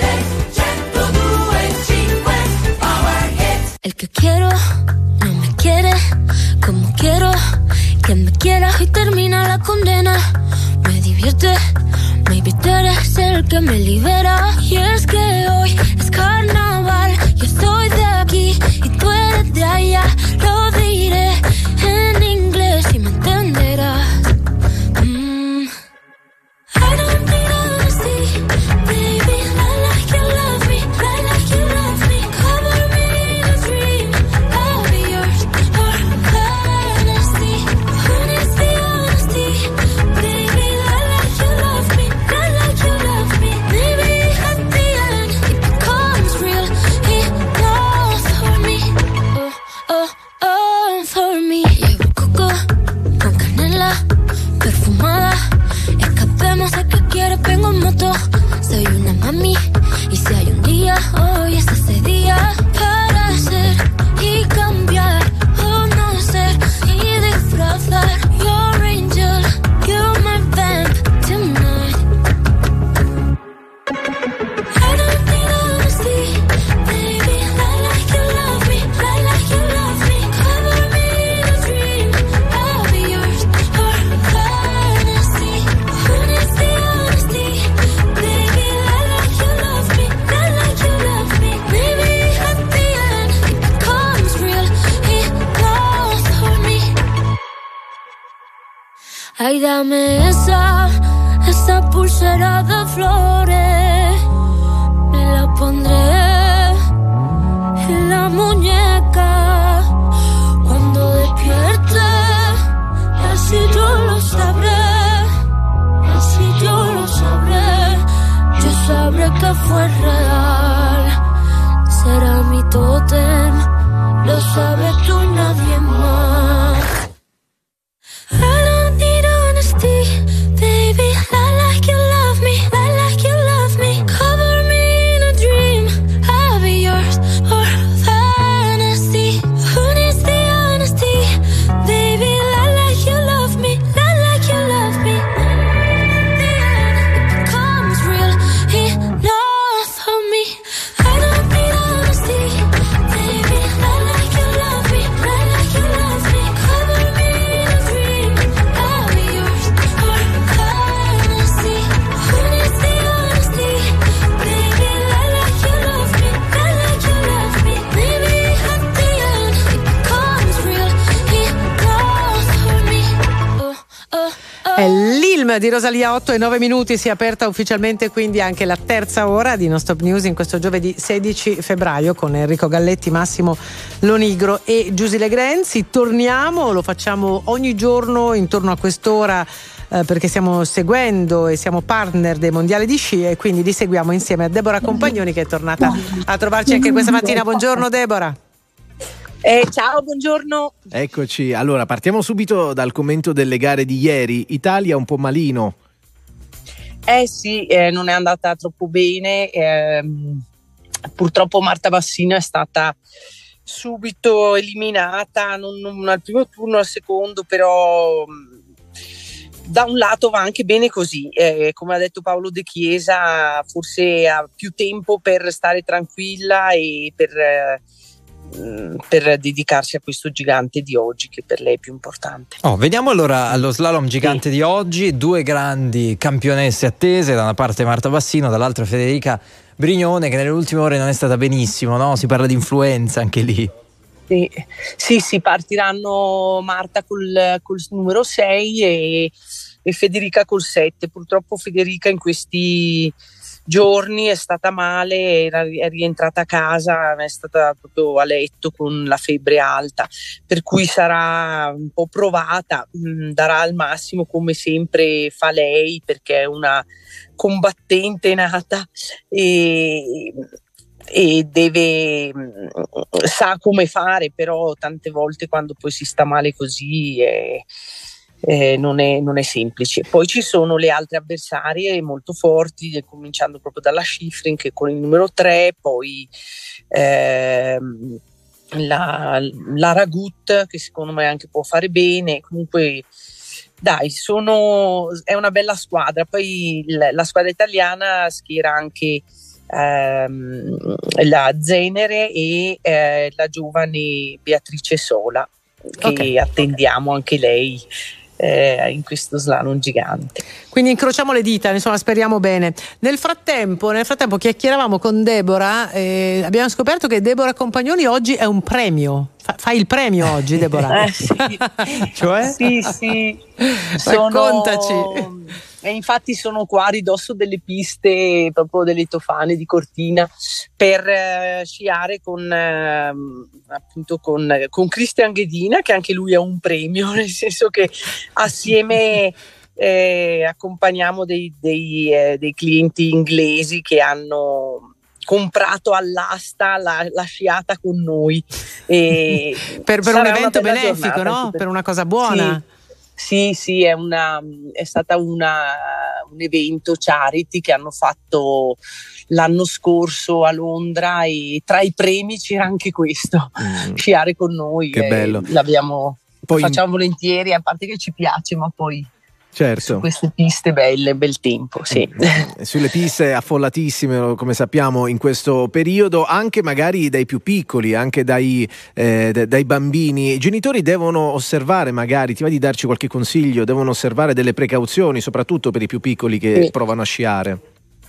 102.5. Power Hit. El que quiero no me quiere como quiero que me quiera y termina la condena. Me divierte, maybe tú eres el que me libera. Y es que hoy es carnaval, yo soy de aquí y tú eres de allá. Lo diré en inglés y me entenderás. I don't need honesty, baby. I like you love me, I like you love me. Cover me in a dream, I'll be yours for honesty. Who needs the honesty, baby? I like you love me, I like you love me. Maybe at the end it becomes real enough for me. For me. Llevo coco con canela perfumada. Escapemos a que quieres, vengo en moto. Soy una mami y si hay un día, hoy es ese día para ser y cambiar o no ser y disfrazar. Your angel, you're my vamp tonight. I don't need honesty, baby. I like you love me, I like you love me. Cover me in a dream, I'll be yours for honesty. Who needs the honesty, baby? I like you love me, I like you love me. Maybe at the end it becomes real enough for me. Ay, dame esa pulsera de flores. Me la pondré en la muñeca cuando despierte. Así yo lo sabré, así yo lo sabré. Yo sabré que fue real. Será mi tótem, lo sabes tú y nadie más. I don't need honesty, baby. I like you love me, I like you love me. Cover me in a dream, I'll be yours for fantasy. Who needs the honesty, baby? I like you love me, I like you love me. The end, it becomes real enough for me. I don't need honesty, baby. I like you love me, I like you love me. Cover me in a dream, I'll be yours for fantasy. Who needs the honesty, baby? I like you love me, I like you love me. Maybe at the end it becomes real enough for me. È l'Ilm di Rosalia, 8:09. Si è aperta ufficialmente quindi anche la terza ora di Non Stop News in questo giovedì 16 febbraio con Enrico Galletti, Massimo Lonigro e Giusy Legrenzi. Torniamo, lo facciamo ogni giorno intorno a quest'ora perché stiamo seguendo e siamo partner dei mondiali di sci e quindi li seguiamo insieme a Deborah Compagnoni, che è tornata a trovarci anche questa mattina. Buongiorno Deborah. Ciao, buongiorno. Eccoci, allora partiamo subito dal commento delle gare di ieri. Italia un po' malino. Sì, non è andata troppo bene. Purtroppo Marta Bassino è stata subito eliminata, non al primo turno, al secondo, però da un lato va anche bene così. Come ha detto Paolo De Chiesa, forse ha più tempo per stare tranquilla e per per dedicarsi a questo gigante di oggi che per lei è più importante. Vediamo allora allo slalom gigante di oggi, due grandi campionesse attese, da una parte Marta Bassino, dall'altra Federica Brignone, che nelle ultime ore non è stata benissimo, no? Si parla di influenza anche lì. Sì, partiranno Marta col numero 6 e Federica col 7. Purtroppo Federica in questi giorni è stata male, è rientrata a casa, è stata proprio a letto con la febbre alta, per cui sarà un po' provata, darà al massimo come sempre fa lei, perché è una combattente nata e sa come fare, però tante volte quando poi si sta male così non è semplice. Poi ci sono le altre avversarie molto forti, cominciando proprio dalla Schifrin che con il numero 3, poi la Ragut che secondo me anche può fare bene. Comunque dai, è una bella squadra. Poi la squadra italiana schiera anche la Zenere e la giovane Beatrice Sola, che attendiamo anche lei in questo slalom gigante. Quindi incrociamo le dita, insomma, speriamo bene. Nel frattempo chiacchieravamo con Deborah, abbiamo scoperto che Deborah Compagnoni oggi è un premio. Fai il premio oggi, Deborah? Sì. Cioè? Sì. Raccontaci. E infatti sono qua a ridosso delle piste proprio delle Tofane di Cortina per sciare con Christian Ghedina, che anche lui è un premio, nel senso che assieme accompagniamo dei clienti inglesi che hanno comprato all'asta la sciata con noi per un evento benefico, no? Per una cosa buona. Sì, è stata un evento charity che hanno fatto l'anno scorso a Londra, e tra i premi c'era anche questo, sciare con noi. Che bello. Facciamo volentieri, a parte che ci piace, ma poi certo, su queste piste belle, bel tempo, sì. Sulle piste affollatissime, come sappiamo in questo periodo, anche magari dai più piccoli, anche dai bambini. I genitori devono osservare, magari, ti va di darci qualche consiglio, devono osservare delle precauzioni, soprattutto per i più piccoli che provano a sciare.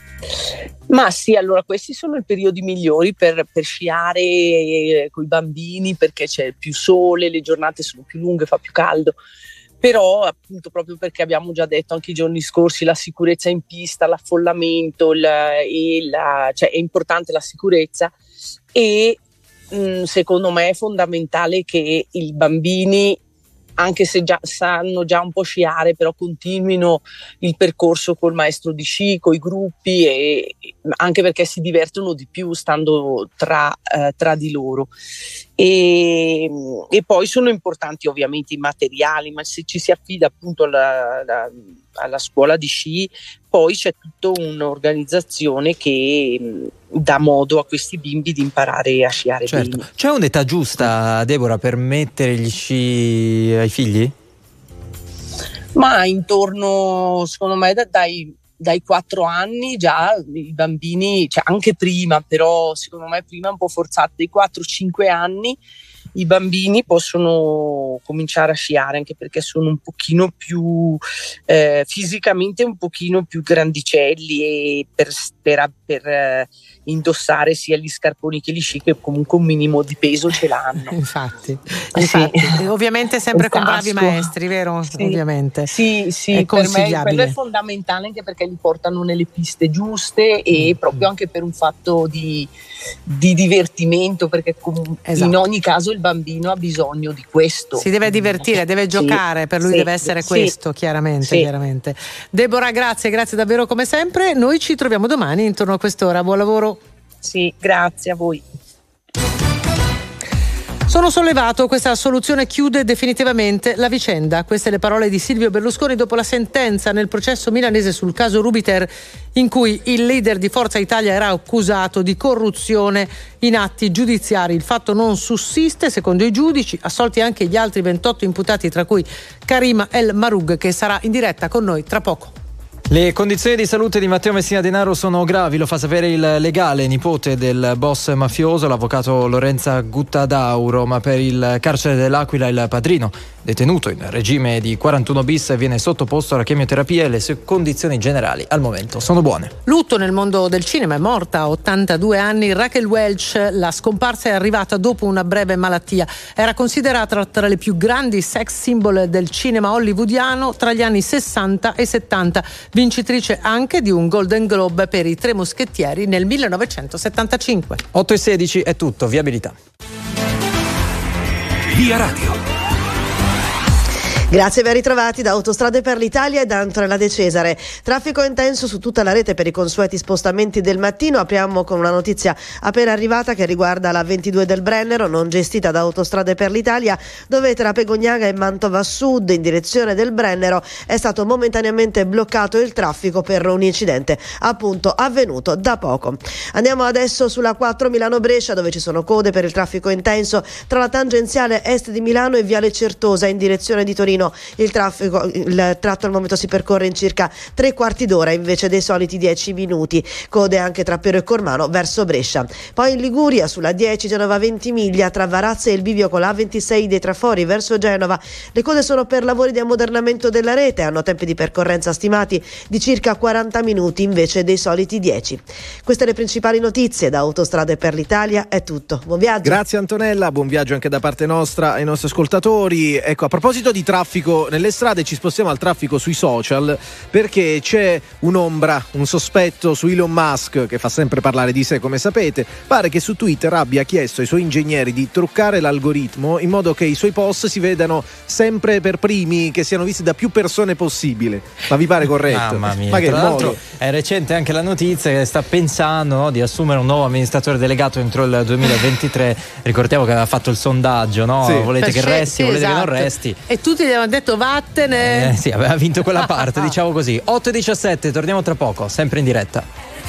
Ma sì, allora questi sono i periodi migliori per sciare con i bambini, perché c'è più sole, le giornate sono più lunghe, fa più caldo. Però appunto, proprio perché abbiamo già detto anche i giorni scorsi, la sicurezza in pista, l'affollamento, cioè è importante la sicurezza, e secondo me è fondamentale che i bambini, anche se sanno già un po' sciare, però continuino il percorso col maestro di sci, coi gruppi, e anche perché si divertono di più stando tra di loro. E poi sono importanti ovviamente i materiali, ma se ci si affida appunto alla scuola di sci, poi c'è tutta un'organizzazione che dà modo a questi bimbi di imparare a sciare bene. C'è un'età giusta, Deborah, per mettere gli sci ai figli? Ma intorno, secondo me, dai 4 anni già i bambini, cioè anche prima, però secondo me prima è un po' forzato, dai 4-5 anni i bambini possono cominciare a sciare, anche perché sono un pochino più fisicamente un pochino più grandicelli, e per indossare sia gli scarponi che gli sci, che comunque un minimo di peso ce l'hanno. Infatti. Ovviamente sempre con bravi maestri, vero? Sì. Ovviamente. Sì, è per me quello è consigliabile. fondamentale, anche perché li portano nelle piste giuste, e proprio anche per un fatto di divertimento, perché in ogni caso il bambino ha bisogno di questo. Si deve divertire, deve giocare, per lui deve essere questo, chiaramente. Deborah, grazie davvero come sempre. Noi ci troviamo domani intorno a quest'ora. Buon lavoro. Sì, grazie a voi. Sono sollevato, questa soluzione chiude definitivamente la vicenda. Queste le parole di Silvio Berlusconi dopo la sentenza nel processo milanese sul caso Rubiter, in cui il leader di Forza Italia era accusato di corruzione in atti giudiziari. Il fatto non sussiste, secondo i giudici, assolti anche gli altri 28 imputati, tra cui Karima El Marug, che sarà in diretta con noi tra poco. Le condizioni di salute di Matteo Messina Denaro sono gravi, lo fa sapere il legale nipote del boss mafioso, l'avvocato Lorenza Guttadauro, ma per il carcere dell'Aquila il padrino, detenuto in regime di 41 bis, viene sottoposto alla chemioterapia e le sue condizioni generali al momento sono buone. Lutto nel mondo del cinema, è morta a 82 anni Raquel Welch, la scomparsa è arrivata dopo una breve malattia, era considerata tra le più grandi sex symbol del cinema hollywoodiano tra gli anni 60 e 70, vincitrice anche di un Golden Globe per I Tre Moschettieri nel 1975. 8:16 è tutto, viabilità. Via Radio. Grazie, ben ritrovati da Autostrade per l'Italia e da Antonella De Cesare. Traffico intenso su tutta la rete per i consueti spostamenti del mattino. Apriamo con una notizia appena arrivata che riguarda la 22 del Brennero, non gestita da Autostrade per l'Italia, dove tra Pegognaga e Mantova Sud in direzione del Brennero è stato momentaneamente bloccato il traffico per un incidente appunto avvenuto da poco. Andiamo adesso sulla 4 Milano-Brescia, dove ci sono code per il traffico intenso tra la tangenziale est di Milano e Viale Certosa in direzione di Torino. Il tratto al momento si percorre in circa 3/4 d'ora invece dei soliti 10 minuti. Code anche tra Pero e Cormano verso Brescia. Poi in Liguria sulla 10 Genova Ventimiglia tra Varazze e il bivio con la A26 dei Trafori verso Genova. Le code sono per lavori di ammodernamento della rete, hanno tempi di percorrenza stimati di circa 40 minuti invece dei soliti 10. Queste le principali notizie da Autostrade per l'Italia, è tutto. Buon viaggio. Grazie Antonella, buon viaggio anche da parte nostra ai nostri ascoltatori. Ecco, a proposito di traffico nelle strade, ci spostiamo al traffico sui social, perché c'è un'ombra, un sospetto su Elon Musk, che fa sempre parlare di sé, come sapete. Pare che su Twitter abbia chiesto ai suoi ingegneri di truccare l'algoritmo in modo che i suoi post si vedano sempre per primi, che siano visti da più persone possibile. Ma vi pare corretto? Mamma mia. Ma che Tra l'altro modo? è recente anche la notizia che sta pensando, no, di assumere un nuovo amministratore delegato entro il 2023. Ricordiamo che aveva fatto il sondaggio, no? Sì. Volete che resti, volete che non resti? E tutti gli avevano detto vattene. Sì, aveva vinto quella parte, diciamo così. 8:17, torniamo tra poco, sempre in diretta.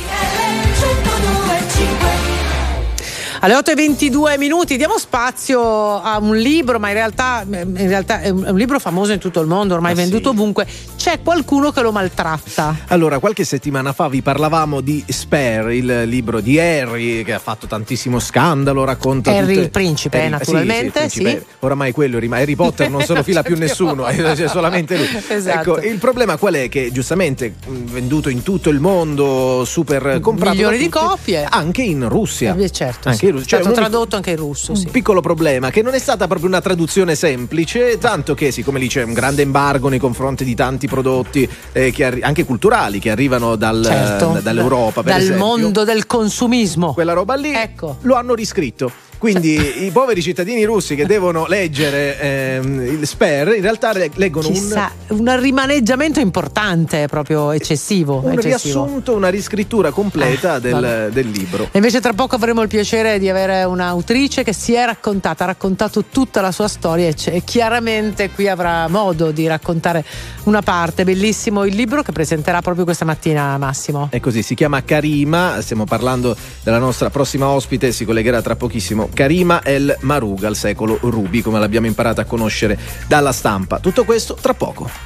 Alle 8:22 diamo spazio a un libro, ma in realtà è un libro famoso in tutto il mondo, ormai venduto ovunque. C'è qualcuno che lo maltratta. Allora, qualche settimana fa vi parlavamo di Spare, il libro di Harry, che ha fatto tantissimo scandalo, racconta Harry tutte... il principe, naturalmente, sì, il principe. Oramai quello rimane. Harry Potter non se lo fila più nessuno, c'è solamente lui. Esatto. Ecco, il problema qual è? Che giustamente venduto in tutto il mondo, super comprato, milioni di copie, anche in Russia. Certo, anche in Russia. È stato tradotto anche in russo. Un piccolo problema, che non è stata proprio una traduzione semplice, tanto che siccome lì c'è un grande embargo nei confronti di tanti prodotti anche culturali che arrivano dall'Europa, per dal esempio, mondo del consumismo, quella roba lì, ecco, lo hanno riscritto. Quindi i poveri cittadini russi che devono leggere il Spare in realtà leggono un rimaneggiamento importante, proprio eccessivo. Riassunto, una riscrittura completa del libro. E invece tra poco avremo il piacere di avere un'autrice che si è ha raccontato tutta la sua storia e chiaramente qui avrà modo di raccontare una parte. Bellissimo il libro che presenterà proprio questa mattina Massimo. È così, si chiama Karima, stiamo parlando della nostra prossima ospite, si collegherà tra pochissimo. Karima El Maruga, al secolo Ruby, come l'abbiamo imparato a conoscere dalla stampa. Tutto questo tra poco.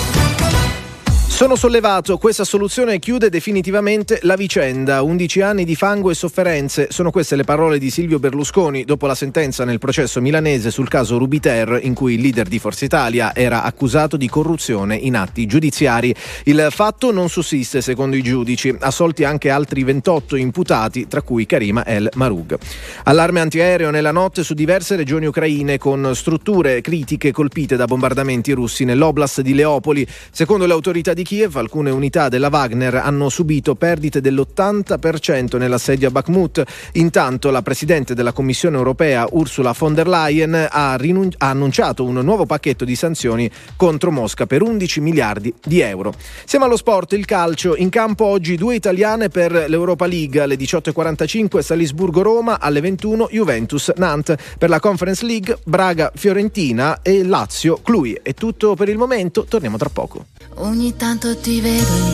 Sono sollevato, questa soluzione chiude definitivamente la vicenda. 11 anni di fango e sofferenze. Sono queste le parole di Silvio Berlusconi dopo la sentenza nel processo milanese sul caso Rubiter, in cui il leader di Forza Italia era accusato di corruzione in atti giudiziari. Il fatto non sussiste secondo i giudici, assolti anche altri 28 imputati, tra cui Karima El Marug. Allarme antiaereo nella notte su diverse regioni ucraine, con strutture critiche colpite da bombardamenti russi nell'oblast di Leopoli. Secondo le autorità di Kiev, alcune unità della Wagner hanno subito perdite dell'80% nell'assedio a Bakhmut. Intanto la presidente della Commissione europea Ursula von der Leyen ha annunciato un nuovo pacchetto di sanzioni contro Mosca per 11 miliardi di euro. Siamo allo sport, il calcio. In campo oggi 2 italiane per l'Europa League, alle 18:45 Salisburgo-Roma, alle 21 Juventus-Nantes. Per la Conference League Braga-Fiorentina e Lazio-Cluj. È tutto per il momento, torniamo tra poco. Ogni tanto ti vedo in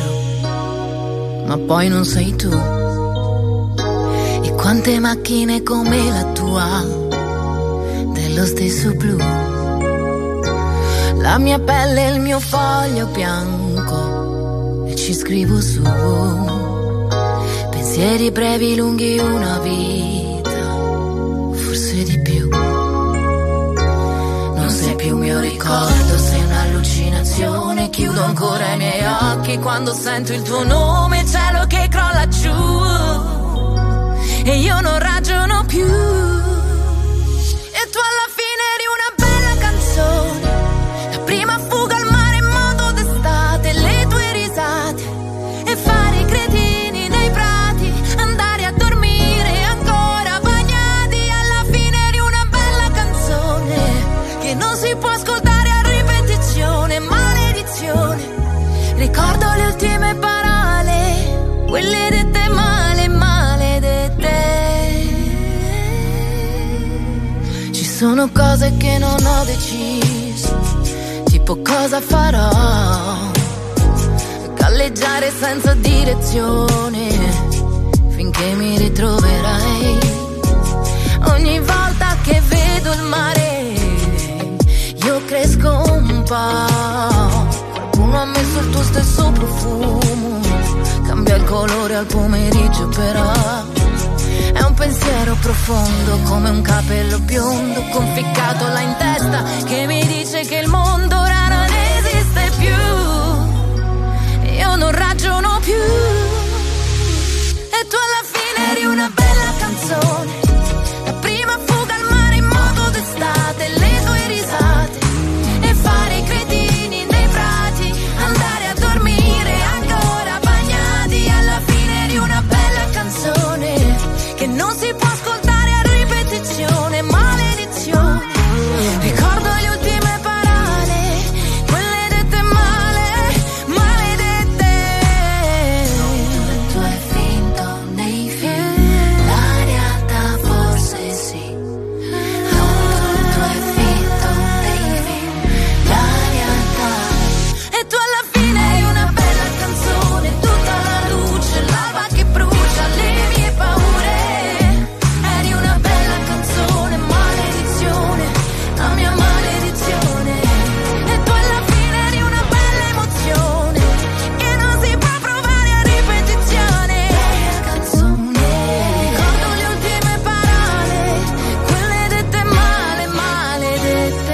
giro, ma poi non sei tu. E quante macchine come la tua, dello stesso blu. La mia pelle e il mio foglio bianco, ci scrivo su. Pensieri brevi, lunghi, una vita, forse di più. Non sei più mio ricordo, sei un'allucinazione. Chiudo ancora i miei occhi quando sento il tuo nome, cielo che crolla giù e io non ragiono più. E tu alla fine eri una bella canzone, la prima fuga al mare in moto d'estate, le tue risate e fare i cretini nei prati, andare a dormire ancora bagnati. Alla fine eri una bella canzone che non si può ascoltare a ripetizione, maledizione. Ricordo le ultime parole, quelle dette male, maledette. Ci sono cose che non ho deciso, tipo cosa farò, galleggiare senza direzione finché mi ritroverai. Ogni volta che vedo il mare io cresco un po'. Qualcuno ha messo il tuo stesso profumo, cambia il colore al pomeriggio, però è un pensiero profondo come un capello biondo conficcato là in testa che mi dice che il mondo ora non esiste più. Io non ragiono più. E tu alla fine eri una bella canzone, la prima fuga al mare in moto d'estate, le tue risate e fare i cretini nei prati, andare a dormire ancora bagnati. Alla fine eri una bella canzone che non si può ascoltare a ripetizione, maledizione. Ricordo le ultime parole, quelle dette male, maledette. Tutto è finto nei film, la realtà forse sì. Tutto è finto nei film, la realtà. E tu alla fine eri una bella canzone, tutta la luce, l'alba che brucia le mie paure. Eri una bella canzone, maledizione, la mia maledizione. E tu alla fine eri una bella emozione che non si può provare a ripetizione. Bella canzone. Ricordo le ultime parole, quelle dette male, maledette.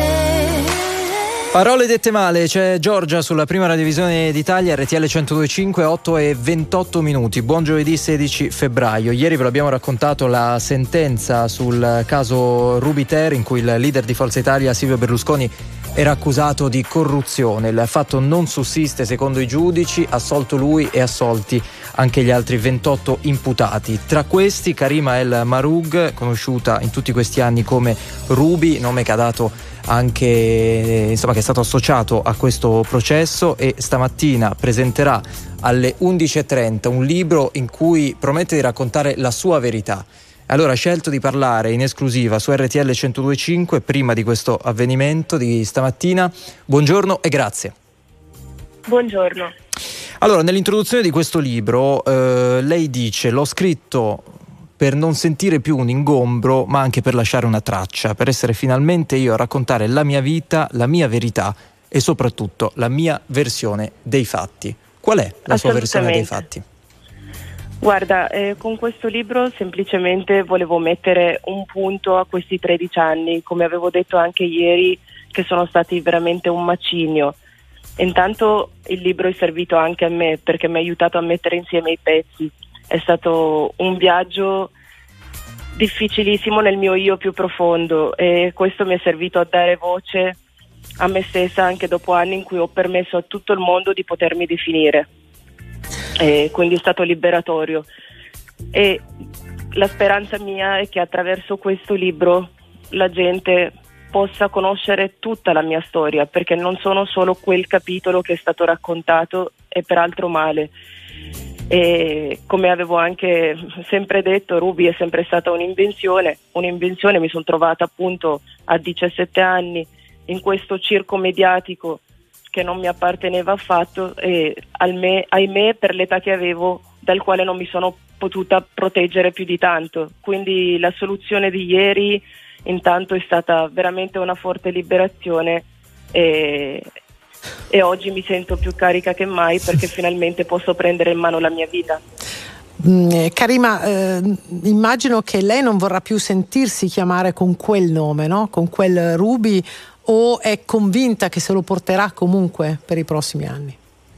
Parole dette male, c'è Giorgia sulla prima radiovisione d'Italia, RTL 102.5, 8:28. Buon giovedì 16 febbraio. Ieri ve l'abbiamo raccontato la sentenza sul caso Rubiter, in cui il leader di Forza Italia Silvio Berlusconi era accusato di corruzione. Il fatto non sussiste secondo i giudici, assolto lui e assolti anche gli altri 28 imputati. Tra questi Karima El Mahroug, conosciuta in tutti questi anni come Ruby, nome che ha dato anche, insomma, che è stato associato a questo processo, e stamattina presenterà alle 11:30 un libro in cui promette di raccontare la sua verità. Allora ha scelto di parlare in esclusiva su RTL 102.5 prima di questo avvenimento di stamattina. Buongiorno e grazie. Buongiorno. Allora, nell'introduzione di questo libro lei dice: l'ho scritto per non sentire più un ingombro, ma anche per lasciare una traccia, per essere finalmente io a raccontare la mia vita, la mia verità e soprattutto la mia versione dei fatti. Qual è la sua versione dei fatti? Guarda, con questo libro semplicemente volevo mettere un punto a questi 13 anni, come avevo detto anche ieri, che sono stati veramente un macigno. Intanto il libro è servito anche a me perché mi ha aiutato a mettere insieme i pezzi. È stato un viaggio difficilissimo nel mio io più profondo, e questo mi è servito a dare voce a me stessa anche dopo anni in cui ho permesso a tutto il mondo di potermi definire, e quindi è stato liberatorio. E la speranza mia è che attraverso questo libro la gente possa conoscere tutta la mia storia, perché non sono solo quel capitolo che è stato raccontato, e peraltro male. E come avevo anche sempre detto, Ruby è sempre stata un'invenzione. Mi sono trovata appunto a 17 anni in questo circo mediatico che non mi apparteneva affatto, e ahimè per l'età che avevo, dal quale non mi sono potuta proteggere più di tanto. Quindi la soluzione di ieri intanto è stata veramente una forte liberazione, e e oggi mi sento più carica che mai perché finalmente posso prendere in mano la mia vita. Karima, immagino che lei non vorrà più sentirsi chiamare con quel nome, no? Con quel Ruby, o è convinta che se lo porterà comunque per i prossimi anni?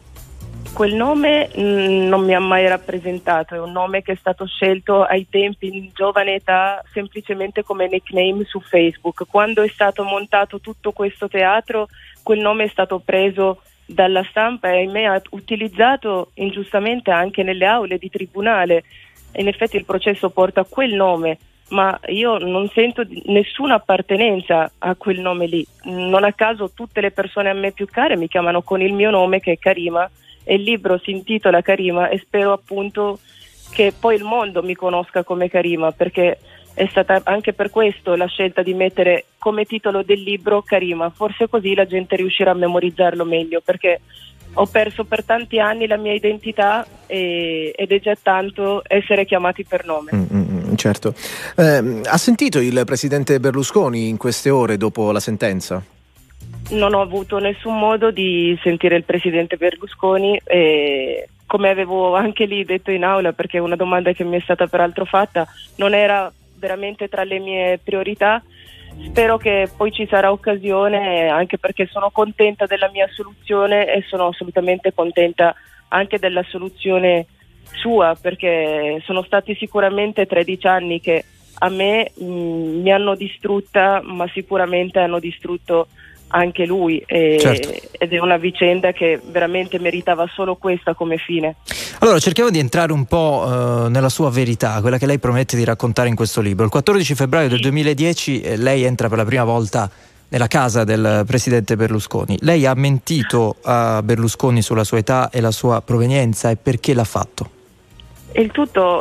Quel nome non mi ha mai rappresentato, è un nome che è stato scelto ai tempi in giovane età semplicemente come nickname su Facebook. Quando è stato montato tutto questo teatro, quel nome è stato preso dalla stampa e ahimè utilizzato ingiustamente anche nelle aule di tribunale. In effetti il processo porta quel nome, ma io non sento nessuna appartenenza a quel nome lì. Non a caso tutte le persone a me più care mi chiamano con il mio nome, che è Karima, e il libro si intitola Karima, e spero appunto che poi il mondo mi conosca come Karima, perché è stata anche per questo la scelta di mettere come titolo del libro Karima. Forse così la gente riuscirà a memorizzarlo meglio, perché ho perso per tanti anni la mia identità ed è già tanto essere chiamati per nome. Certo. Ha sentito il presidente Berlusconi in queste ore dopo la sentenza? Non ho avuto nessun modo di sentire il presidente Berlusconi, come avevo anche lì detto in aula, perché è una domanda che mi è stata peraltro fatta, non era veramente tra le mie priorità. Spero che poi ci sarà occasione, anche perché sono contenta della mia soluzione e sono assolutamente contenta anche della soluzione sua, perché sono stati sicuramente 13 anni che a me mi hanno distrutta, ma sicuramente hanno distrutto anche lui, Certo. ed è una vicenda che veramente meritava solo questa come fine. Allora cerchiamo di entrare un po' nella sua verità, quella che lei promette di raccontare in questo libro. Il 14 febbraio del 2010 lei entra per la prima volta nella casa del presidente Berlusconi. Lei ha mentito a Berlusconi sulla sua età e la sua provenienza, e perché l'ha fatto? Il tutto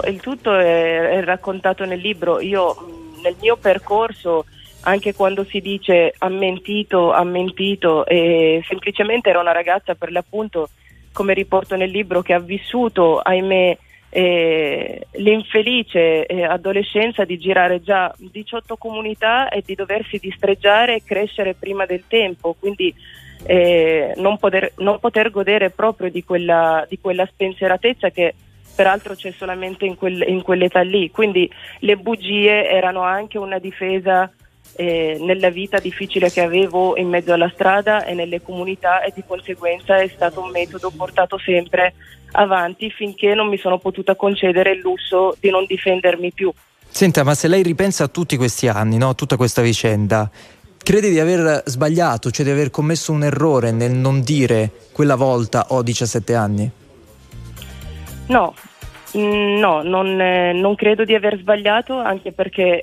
è raccontato nel libro. Io nel mio percorso, anche quando si dice ha mentito, semplicemente era una ragazza, per l'appunto, come riporto nel libro, che ha vissuto, ahimè, l'infelice adolescenza di girare già 18 comunità e di doversi distreggiare e crescere prima del tempo, quindi non poter godere proprio di quella spensieratezza che peraltro c'è solamente in quell'età lì. Quindi le bugie erano anche una difesa nella vita difficile che avevo in mezzo alla strada e nelle comunità, e di conseguenza è stato un metodo portato sempre avanti finché non mi sono potuta concedere il lusso di non difendermi più. Senta, ma se lei ripensa a tutti questi anni, no, a tutta questa vicenda, crede di aver sbagliato, cioè di aver commesso un errore nel non dire quella volta ho 17 anni? No, non credo di aver sbagliato, anche perché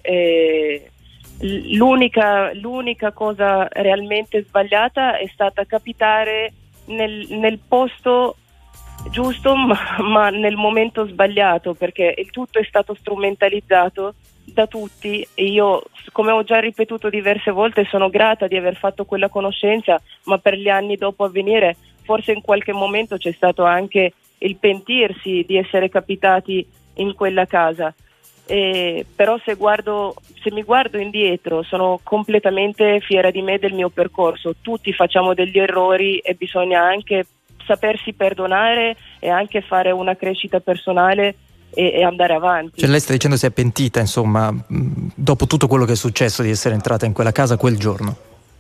l'unica cosa realmente sbagliata è stata capitare nel posto giusto, ma nel momento sbagliato, perché il tutto è stato strumentalizzato da tutti e io, come ho già ripetuto diverse volte, sono grata di aver fatto quella conoscenza, ma per gli anni dopo a venire forse in qualche momento c'è stato anche il pentirsi di essere capitati in quella casa. Però se mi guardo indietro sono completamente fiera di me, del mio percorso. Tutti facciamo degli errori e bisogna anche sapersi perdonare e anche fare una crescita personale e andare avanti. Cioè lei sta dicendo si è pentita, insomma, dopo tutto quello che è successo, di essere entrata in quella casa quel giorno?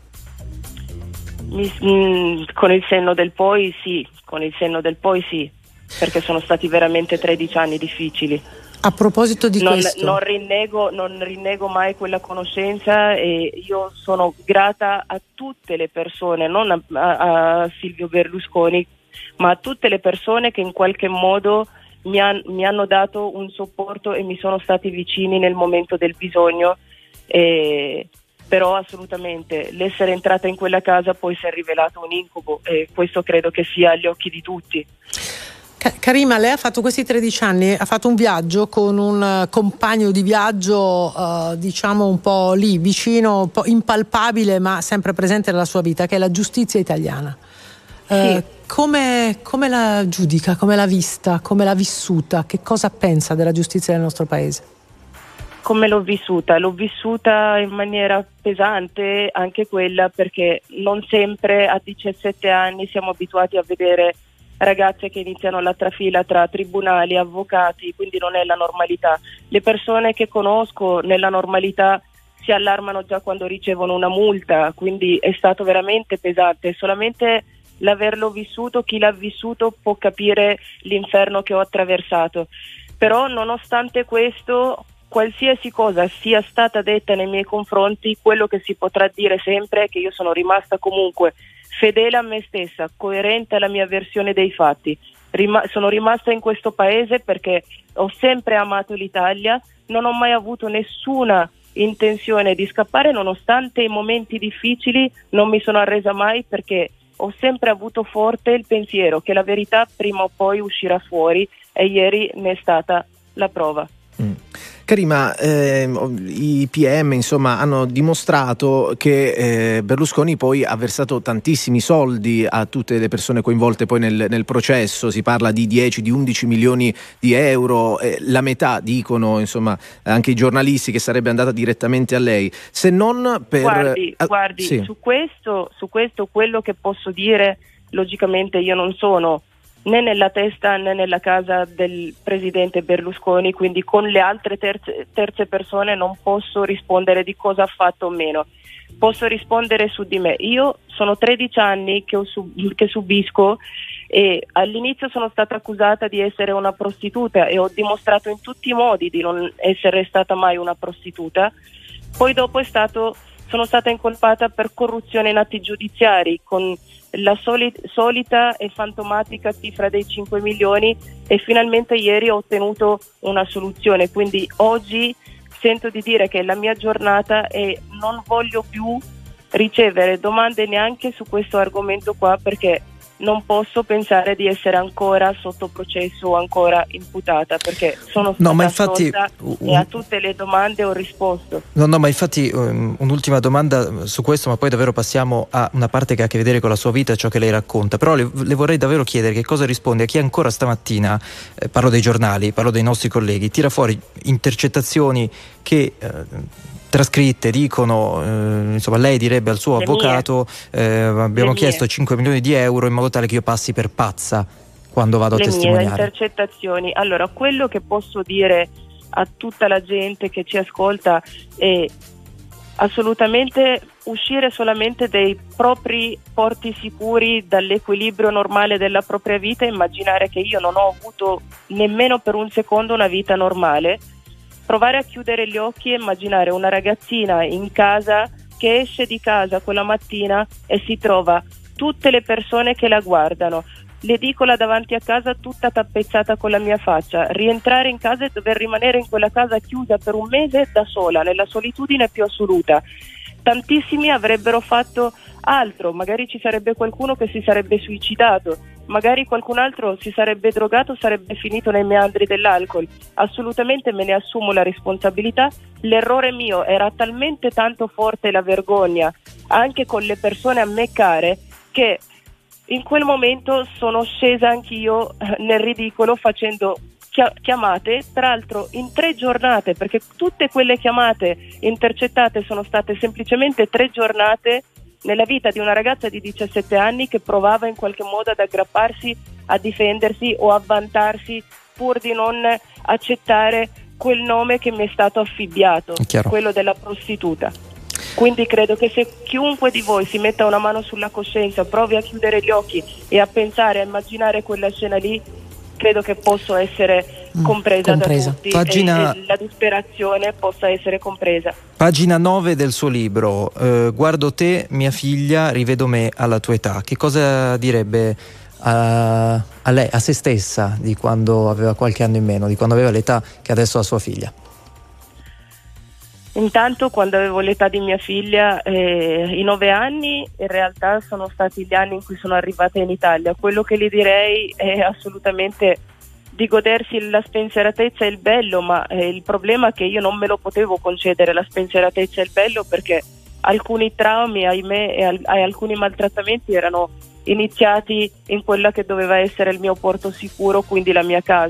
Con il senno del poi sì, perché sono stati veramente 13 anni difficili. A proposito di questo, non rinnego mai quella conoscenza, e io sono grata a tutte le persone, non a Silvio Berlusconi, ma a tutte le persone che in qualche modo mi hanno dato un supporto e mi sono stati vicini nel momento del bisogno. Però assolutamente l'essere entrata in quella casa poi si è rivelato un incubo, e questo credo che sia agli occhi di tutti. Karima, lei ha fatto questi 13 anni, ha fatto un viaggio con un compagno di viaggio diciamo un po' lì vicino, un po' impalpabile ma sempre presente nella sua vita, che è la giustizia italiana. Sì. Come la giudica, come l'ha vista, come l'ha vissuta, che cosa pensa della giustizia del nostro paese? Come l'ho vissuta? L'ho vissuta in maniera pesante anche quella, perché non sempre a 17 anni siamo abituati a vedere ragazze che iniziano la trafila tra tribunali, avvocati, quindi non è la normalità. Le persone che conosco nella normalità si allarmano già quando ricevono una multa, quindi è stato veramente pesante. Solamente l'averlo vissuto, chi l'ha vissuto può capire l'inferno che ho attraversato. Però nonostante questo, qualsiasi cosa sia stata detta nei miei confronti, quello che si potrà dire sempre è che io sono rimasta comunque fedele a me stessa, coerente alla mia versione dei fatti. Sono rimasta in questo paese perché ho sempre amato l'Italia, non ho mai avuto nessuna intenzione di scappare, nonostante i momenti difficili non mi sono arresa mai, perché ho sempre avuto forte il pensiero che la verità prima o poi uscirà fuori, e ieri ne è stata la prova. Karima, i PM insomma hanno dimostrato che Berlusconi poi ha versato tantissimi soldi a tutte le persone coinvolte poi nel processo. Si parla di 10, di 11 milioni di euro, la metà dicono insomma anche i giornalisti che sarebbe andata direttamente a lei, se non per... Guardi, sì. su questo quello che posso dire, logicamente io non sono né nella testa né nella casa del presidente Berlusconi, quindi con le altre terze persone non posso rispondere di cosa ha fatto o meno. Posso rispondere su di me. Io sono 13 anni che subisco, e all'inizio sono stata accusata di essere una prostituta e ho dimostrato in tutti i modi di non essere stata mai una prostituta. Poi dopo sono stata incolpata per corruzione in atti giudiziari con la solita e fantomatica cifra dei 5 milioni, e finalmente ieri ho ottenuto una soluzione. Quindi oggi sento di dire che è la mia giornata e non voglio più ricevere domande neanche su questo argomento qua, perché non posso pensare di essere ancora sotto processo o ancora imputata, perché sono stata assolta e a tutte le domande ho risposto. No, ma infatti un'ultima domanda su questo, ma poi davvero passiamo a una parte che ha a che vedere con la sua vita e ciò che lei racconta. Però le vorrei davvero chiedere che cosa risponde a chi ancora stamattina, parlo dei giornali, parlo dei nostri colleghi, tira fuori intercettazioni che... trascritte dicono, insomma lei direbbe al suo avvocato abbiamo chiesto 5 milioni di euro in modo tale che io passi per pazza quando vado a testimoniare. Le mie intercettazioni. Allora, quello che posso dire a tutta la gente che ci ascolta è assolutamente uscire solamente dai propri porti sicuri, dall'equilibrio normale della propria vita, e immaginare che io non ho avuto nemmeno per un secondo una vita normale. Provare a chiudere gli occhi e immaginare una ragazzina in casa che esce di casa quella mattina e si trova tutte le persone che la guardano, l'edicola davanti a casa tutta tappezzata con la mia faccia, rientrare in casa e dover rimanere in quella casa chiusa per un mese da sola, nella solitudine più assoluta. Tantissimi avrebbero fatto altro, magari ci sarebbe qualcuno che si sarebbe suicidato, magari qualcun altro si sarebbe drogato, sarebbe finito nei meandri dell'alcol. Assolutamente me ne assumo la responsabilità. L'errore mio era talmente tanto forte, la vergogna, anche con le persone a me care, che in quel momento sono scesa anch'io nel ridicolo facendo chiamate, tra l'altro in 3 giornate, perché tutte quelle chiamate intercettate sono state semplicemente 3 giornate nella vita di una ragazza di 17 anni che provava in qualche modo ad aggrapparsi, a difendersi o a vantarsi pur di non accettare quel nome che mi è stato affibbiato, quello della prostituta. Quindi credo che se chiunque di voi si metta una mano sulla coscienza, provi a chiudere gli occhi e a pensare, a immaginare quella scena lì, credo che posso essere compresa da tutti e la disperazione possa essere compresa. Pagina 9 del suo libro, guardo te, mia figlia, rivedo me alla tua età. Che cosa direbbe a lei, a se stessa, di quando aveva qualche anno in meno, di quando aveva l'età che adesso ha sua figlia? Intanto, quando avevo l'età di mia figlia, i 9 anni in realtà sono stati gli anni in cui sono arrivata in Italia. Quello che le direi è assolutamente di godersi la spensieratezza e il bello, ma il problema è che io non me lo potevo concedere la spensieratezza e il bello, perché alcuni traumi, ahimè, e alcuni maltrattamenti erano iniziati in quella che doveva essere il mio porto sicuro, quindi la mia casa.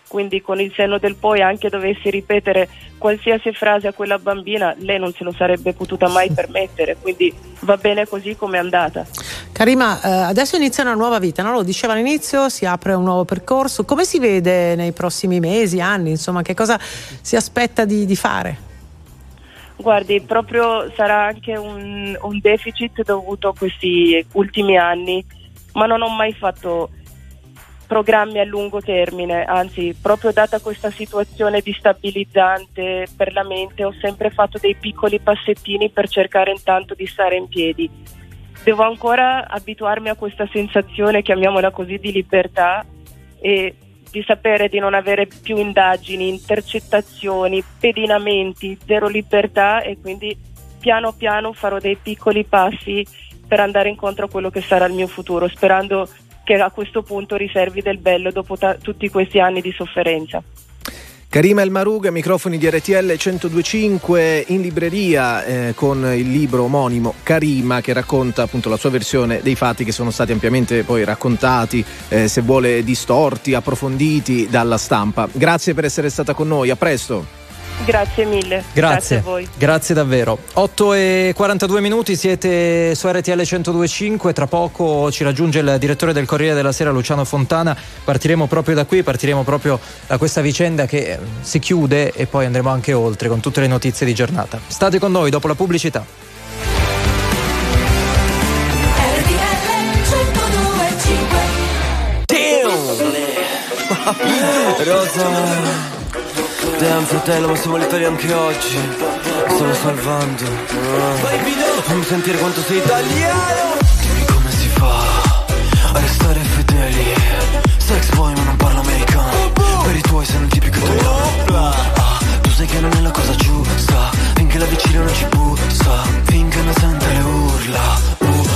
quindi con il senno del poi, anche dovessi ripetere qualsiasi frase a quella bambina, lei non se lo sarebbe potuta mai permettere, quindi va bene così come è andata. Karima, adesso inizia una nuova vita, no? Lo diceva all'inizio, si apre un nuovo percorso. Come si vede nei prossimi mesi, anni, insomma, che cosa si aspetta di fare? Guardi, proprio sarà anche un deficit dovuto a questi ultimi anni, ma non ho mai fatto programmi a lungo termine, anzi, proprio data questa situazione destabilizzante per la mente, ho sempre fatto dei piccoli passettini per cercare intanto di stare in piedi. Devo ancora abituarmi a questa sensazione, chiamiamola così, di libertà e di sapere di non avere più indagini, intercettazioni, pedinamenti, zero libertà, e quindi piano piano farò dei piccoli passi per andare incontro a quello che sarà il mio futuro, sperando che a questo punto riservi del bello dopo tutti questi anni di sofferenza. Karima El Mahroug, microfoni di RTL 102.5, in libreria con il libro omonimo Karima, che racconta appunto la sua versione dei fatti che sono stati ampiamente poi raccontati, se vuole distorti, approfonditi dalla stampa. Grazie per essere stata con noi, a presto. Grazie mille. Grazie a voi. Grazie davvero. 8:42, siete su RTL 102.5. Tra poco ci raggiunge il direttore del Corriere della Sera, Luciano Fontana. Partiremo proprio da qui, partiremo proprio da questa vicenda che si chiude e poi andremo anche oltre con tutte le notizie di giornata. State con noi dopo la pubblicità. Rosa, damn fratello, ma siamo letali anche oggi. Mi sto salvando. Fammi sentire quanto sei italiano. Dimmi come si fa a restare fedeli. Sex boy ma non parlo americano. Per i tuoi sei un tipico italiano. Tu sai che non è la cosa giusta. Finché la vicina non ci bussa, finché non sente le urla.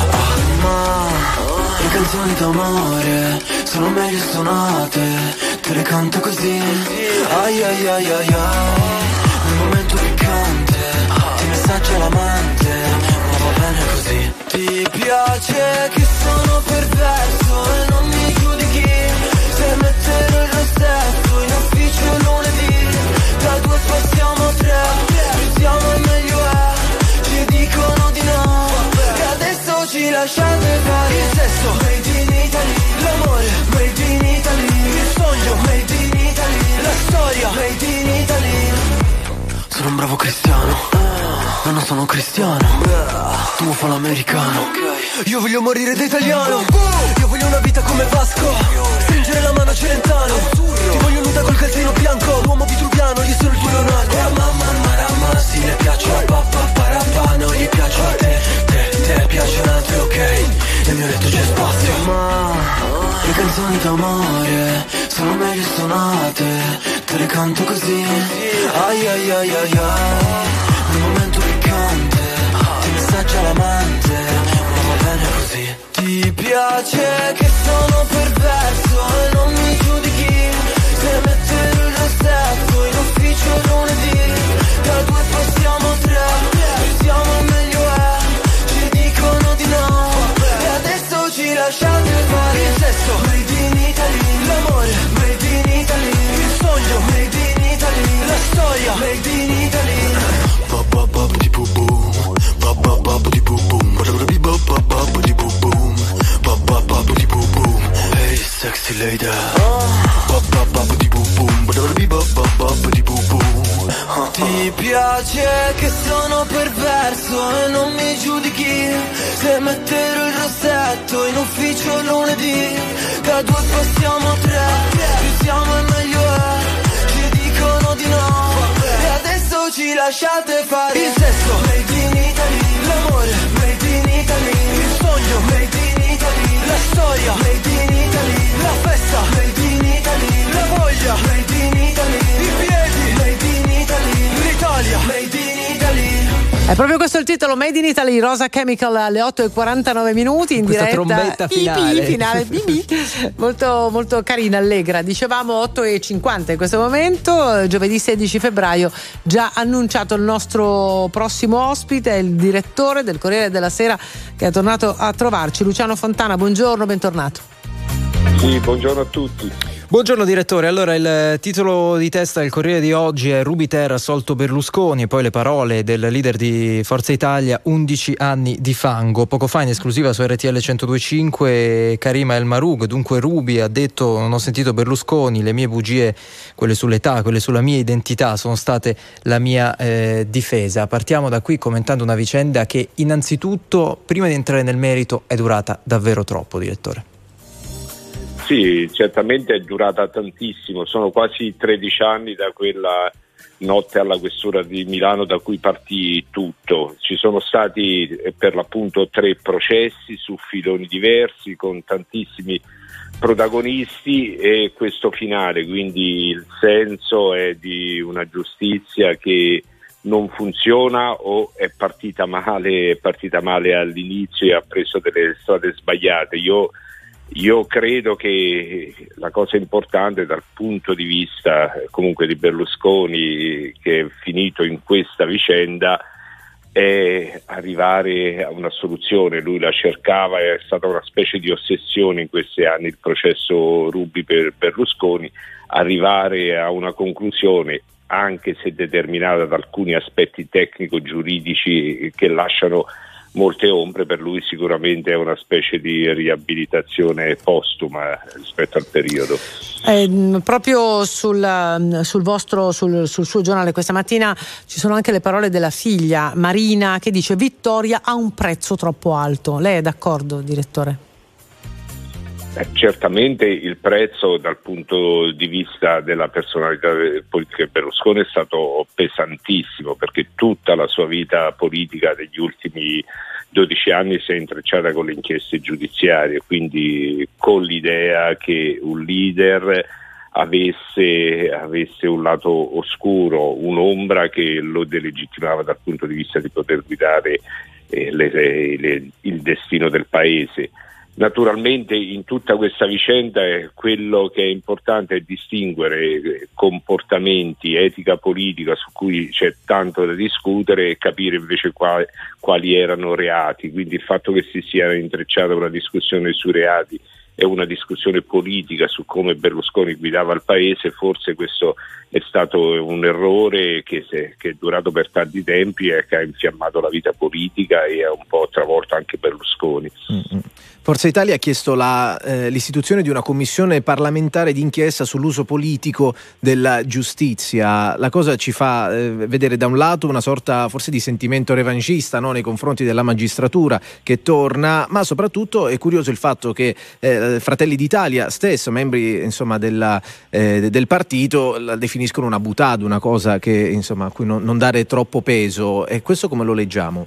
Ma le canzoni d'amore sono meglio suonate, te le canto così. Ai ai ai ai ai. Nel momento piccante ti messaggia l'amante, ma va bene così. Ti piace che sono perverso e non mi giudichi se metterò il rossetto in ufficio lunedì. Da 2 passiamo a 3, più siamo e meglio è. Ci dicono di no e adesso ci lasciate fare. Il sesso made in Italy, l'amore made in Italy, il sogno made in Italy, la storia made in Italy. Sono un bravo cristiano, ma non sono cristiano. Tu fa l'americano, io voglio morire da italiano. Io voglio una vita come Vasco, stringere la mano a Celentano. Ti voglio nuda col calzino bianco, l'uomo vitruviano, io sono il tuo Leonardo. Mamma, sì, le piace la pappa, parappa, non gli piace a te piace un altro, ok, nel mio letto c'è spazio. Ma le canzoni d'amore sono meglio suonate, te le canto così. Ai ai ai ai ai. Nel momento piccante ti messaggia l'amante, ma va bene così. Ti piace che sono perverso e non mi giudichi se mettere il rossetto in ufficio lunedì. Da 2 passiamo a 3, più siamo e meglio è. Ci dicono di no e adesso ci lasciate fare. Il sesso made in Italy, l'amore made in Italy, il sogno made in Italy, la storia made in Italy. Hey sexy lady, ti piace che sono perverso e non mi giudichi se metterò il rossetto in ufficio lunedì. Da 2 passiamo a 3, più siamo e meglio è. Ci dicono di no e adesso ci lasciate fare. Il sesso made in Italy, l'amore made in Italy, il sogno made in Italy, la storia made in Italy, la festa made in Italy, la voglia made in Italy, i piedi made in Italy, l'Italia made in Italy. È proprio questo il titolo, Made in Italy, Rosa Chemical alle 8:49 in questa diretta. trombetta finale. Finale molto, molto carina, allegra. Dicevamo 8:50 in questo momento, giovedì 16 febbraio, già annunciato il nostro prossimo ospite, il direttore del Corriere della Sera che è tornato a trovarci, Luciano Fontana. Buongiorno, bentornato. Sì, buongiorno a tutti. Buongiorno direttore, allora il titolo di testa del Corriere di oggi è Rubiter assolto Berlusconi, e poi le parole del leader di Forza Italia, 11 anni di fango. Poco fa in esclusiva su RTL 102.5 Karima El Marug, dunque Rubi, ha detto: non ho sentito Berlusconi, le mie bugie, quelle sull'età, quelle sulla mia identità, sono state la mia difesa. Partiamo da qui commentando una vicenda che innanzitutto, prima di entrare nel merito, è durata davvero troppo, direttore. Sì, certamente è durata tantissimo, sono quasi 13 anni da quella notte alla questura di Milano da cui partì tutto. Ci sono stati per l'appunto 3 processi su filoni diversi con tantissimi protagonisti e questo finale, quindi il senso è di una giustizia che non funziona o è partita male all'inizio e ha preso delle strade sbagliate. Io credo che la cosa importante dal punto di vista comunque di Berlusconi, che è finito in questa vicenda, è arrivare a una soluzione. Lui la cercava, è stata una specie di ossessione in questi anni il processo Ruby per Berlusconi, arrivare a una conclusione, anche se determinata da alcuni aspetti tecnico-giuridici che lasciano molte ombre. Per lui sicuramente è una specie di riabilitazione postuma rispetto al periodo. Proprio sul suo giornale questa mattina ci sono anche le parole della figlia Marina, che dice: Vittoria ha un prezzo troppo alto. Lei è d'accordo, direttore? Certamente il prezzo dal punto di vista della personalità politica di Berlusconi è stato pesantissimo, perché tutta la sua vita politica degli ultimi 12 anni si è intrecciata con le inchieste giudiziarie, quindi con l'idea che un leader avesse un lato oscuro, un'ombra che lo delegittimava dal punto di vista di poter guidare il destino del paese. Naturalmente in tutta questa vicenda quello che è importante è distinguere comportamenti, etica politica su cui c'è tanto da discutere, e capire invece quali erano reati. Quindi il fatto che si sia intrecciata una discussione sui reati e una discussione politica su come Berlusconi guidava il paese, forse questo è stato un errore che è durato per tanti tempi e che ha infiammato la vita politica e ha un po' travolto anche Berlusconi. Forza Italia ha chiesto l'istituzione di una commissione parlamentare d'inchiesta sull'uso politico della giustizia. La cosa ci fa vedere da un lato una sorta forse di sentimento revanchista, no? Nei confronti della magistratura che torna, ma soprattutto è curioso il fatto che Fratelli d'Italia stesso, membri insomma del partito, la definiscono una boutade, una cosa che insomma a cui non dare troppo peso. E questo come lo leggiamo?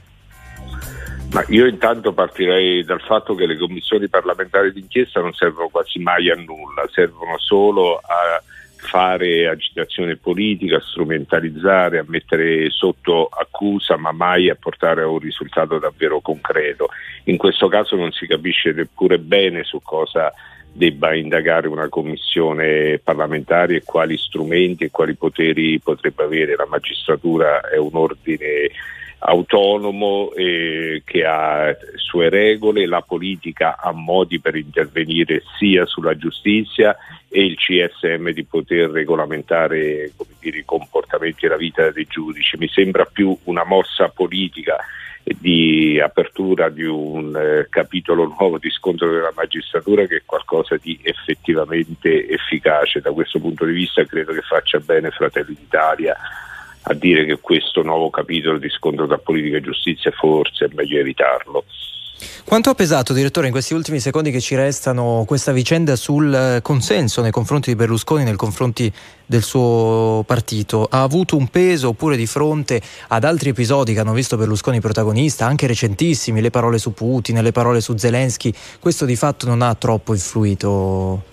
Ma io intanto partirei dal fatto che le commissioni parlamentari d'inchiesta non servono quasi mai a nulla, servono solo a fare agitazione politica, a strumentalizzare, a mettere sotto accusa, ma mai a portare a un risultato davvero concreto. In questo caso non si capisce neppure bene su cosa debba indagare una commissione parlamentare e quali strumenti e quali poteri potrebbe avere. La magistratura è un ordine autonomo che ha sue regole, la politica ha modi per intervenire sia sulla giustizia e il CSM di poter regolamentare, come dire, i comportamenti e la vita dei giudici. Mi sembra più una mossa politica di apertura di un capitolo nuovo di scontro della magistratura che è qualcosa di effettivamente efficace. Da questo punto di vista credo che faccia bene Fratelli d'Italia a dire che questo nuovo capitolo di scontro tra politica e giustizia forse è meglio evitarlo. Quanto ha pesato, direttore, in questi ultimi secondi che ci restano, questa vicenda sul consenso nei confronti di Berlusconi, nei confronti del suo partito? Ha avuto un peso, oppure di fronte ad altri episodi che hanno visto Berlusconi protagonista, anche recentissimi, le parole su Putin, le parole su Zelensky, questo di fatto non ha troppo influito?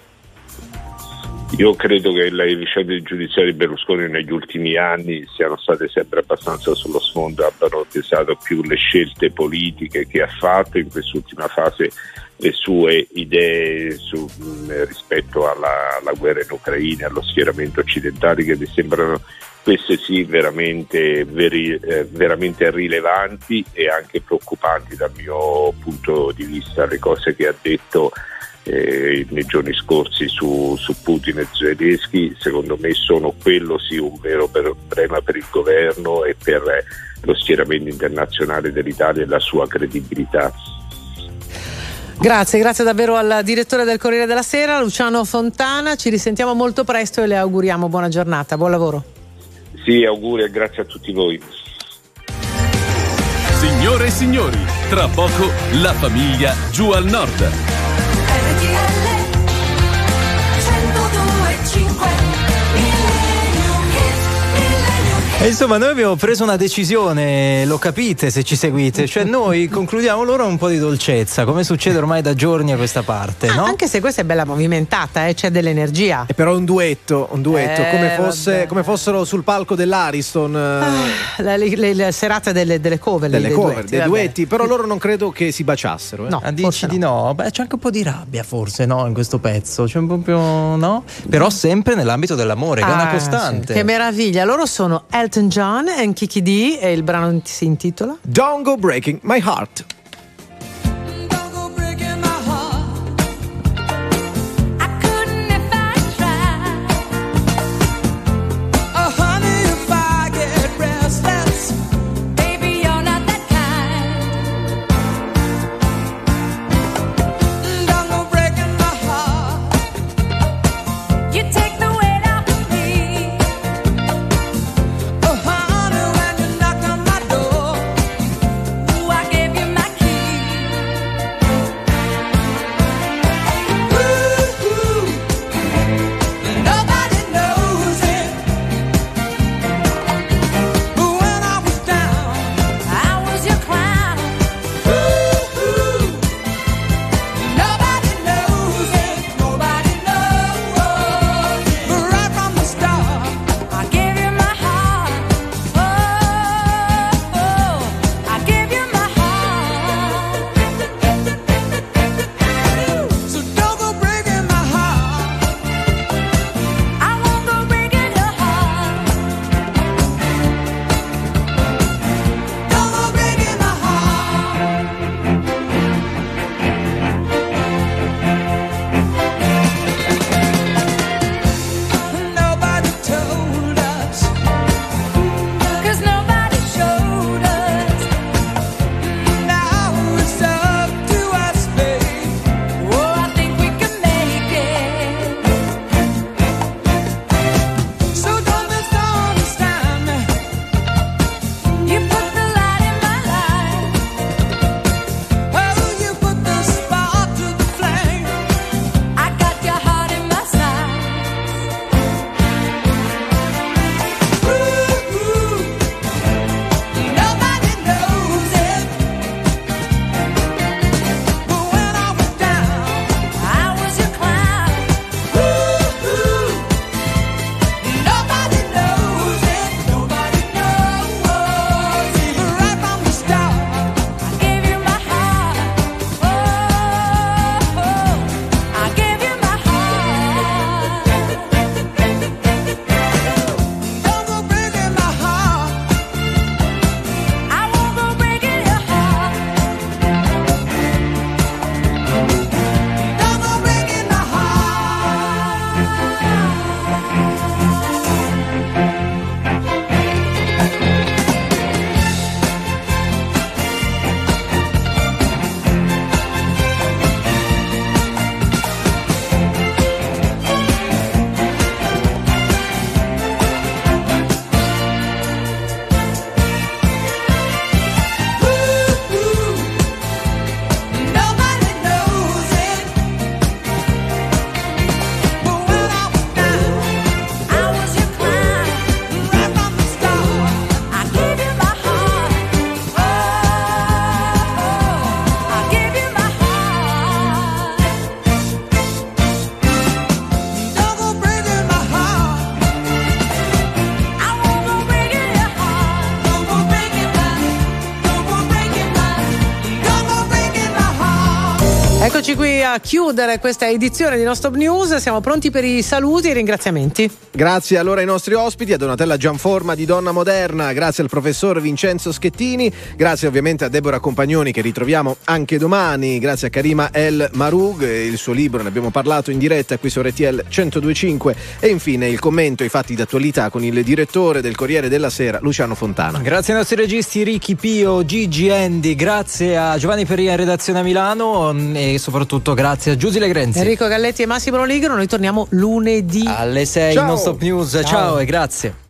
Io credo che le vicende giudiziarie di Berlusconi negli ultimi anni siano state sempre abbastanza sullo sfondo, abbiano pesato più le scelte politiche che ha fatto in quest'ultima fase, le sue idee rispetto alla guerra in Ucraina, allo schieramento occidentale, che mi sembrano queste sì veramente rilevanti e anche preoccupanti dal mio punto di vista. Le cose che ha detto nei giorni scorsi su Putin e Zelensky, secondo me sono quello sì un vero problema per il governo e per lo schieramento internazionale dell'Italia e la sua credibilità. Grazie davvero al direttore del Corriere della Sera, Luciano Fontana. Ci risentiamo molto presto e le auguriamo buona giornata, buon lavoro. Sì, auguri e grazie a tutti voi. Signore e signori, tra poco la famiglia giù al nord. E insomma, noi abbiamo preso una decisione, lo capite se ci seguite, cioè noi concludiamo l'ora un po' di dolcezza, come succede ormai da giorni a questa parte, no? Anche se questa è bella movimentata, c'è dell'energia. E però un duetto, come fossero sul palco dell'Ariston. Le serate delle cover, dei duetti, però loro non credo che si baciassero. No, dici di no? Beh, c'è anche un po' di rabbia forse, no, in questo pezzo, c'è un proprio, no? Però sempre nell'ambito dell'amore, che è una costante. Sì. Che meraviglia, loro sono Elton John e Kiki D e il brano si intitola Don't Go Breaking My Heart. eccoci qui a chiudere questa edizione di Non Stop News. Siamo pronti per i saluti e i ringraziamenti. Grazie allora ai nostri ospiti, a Donatella Gianforma di Donna Moderna, grazie al professor Vincenzo Schettini, grazie ovviamente a Deborah Compagnoni che ritroviamo anche domani, grazie a Karima El Marug, il suo libro ne abbiamo parlato in diretta qui su RTL 102.5 e infine il commento ai fatti d'attualità con il direttore del Corriere della Sera Luciano Fontana. Grazie ai nostri registi Ricky Pio, Gigi Andy, grazie a Giovanni Peria in redazione a Milano e soprattutto grazie a Giusy Legrenzi, Enrico Galletti e Massimo Loligro. Noi torniamo lunedì alle 6. Ciao. Non Stop News, ciao e grazie.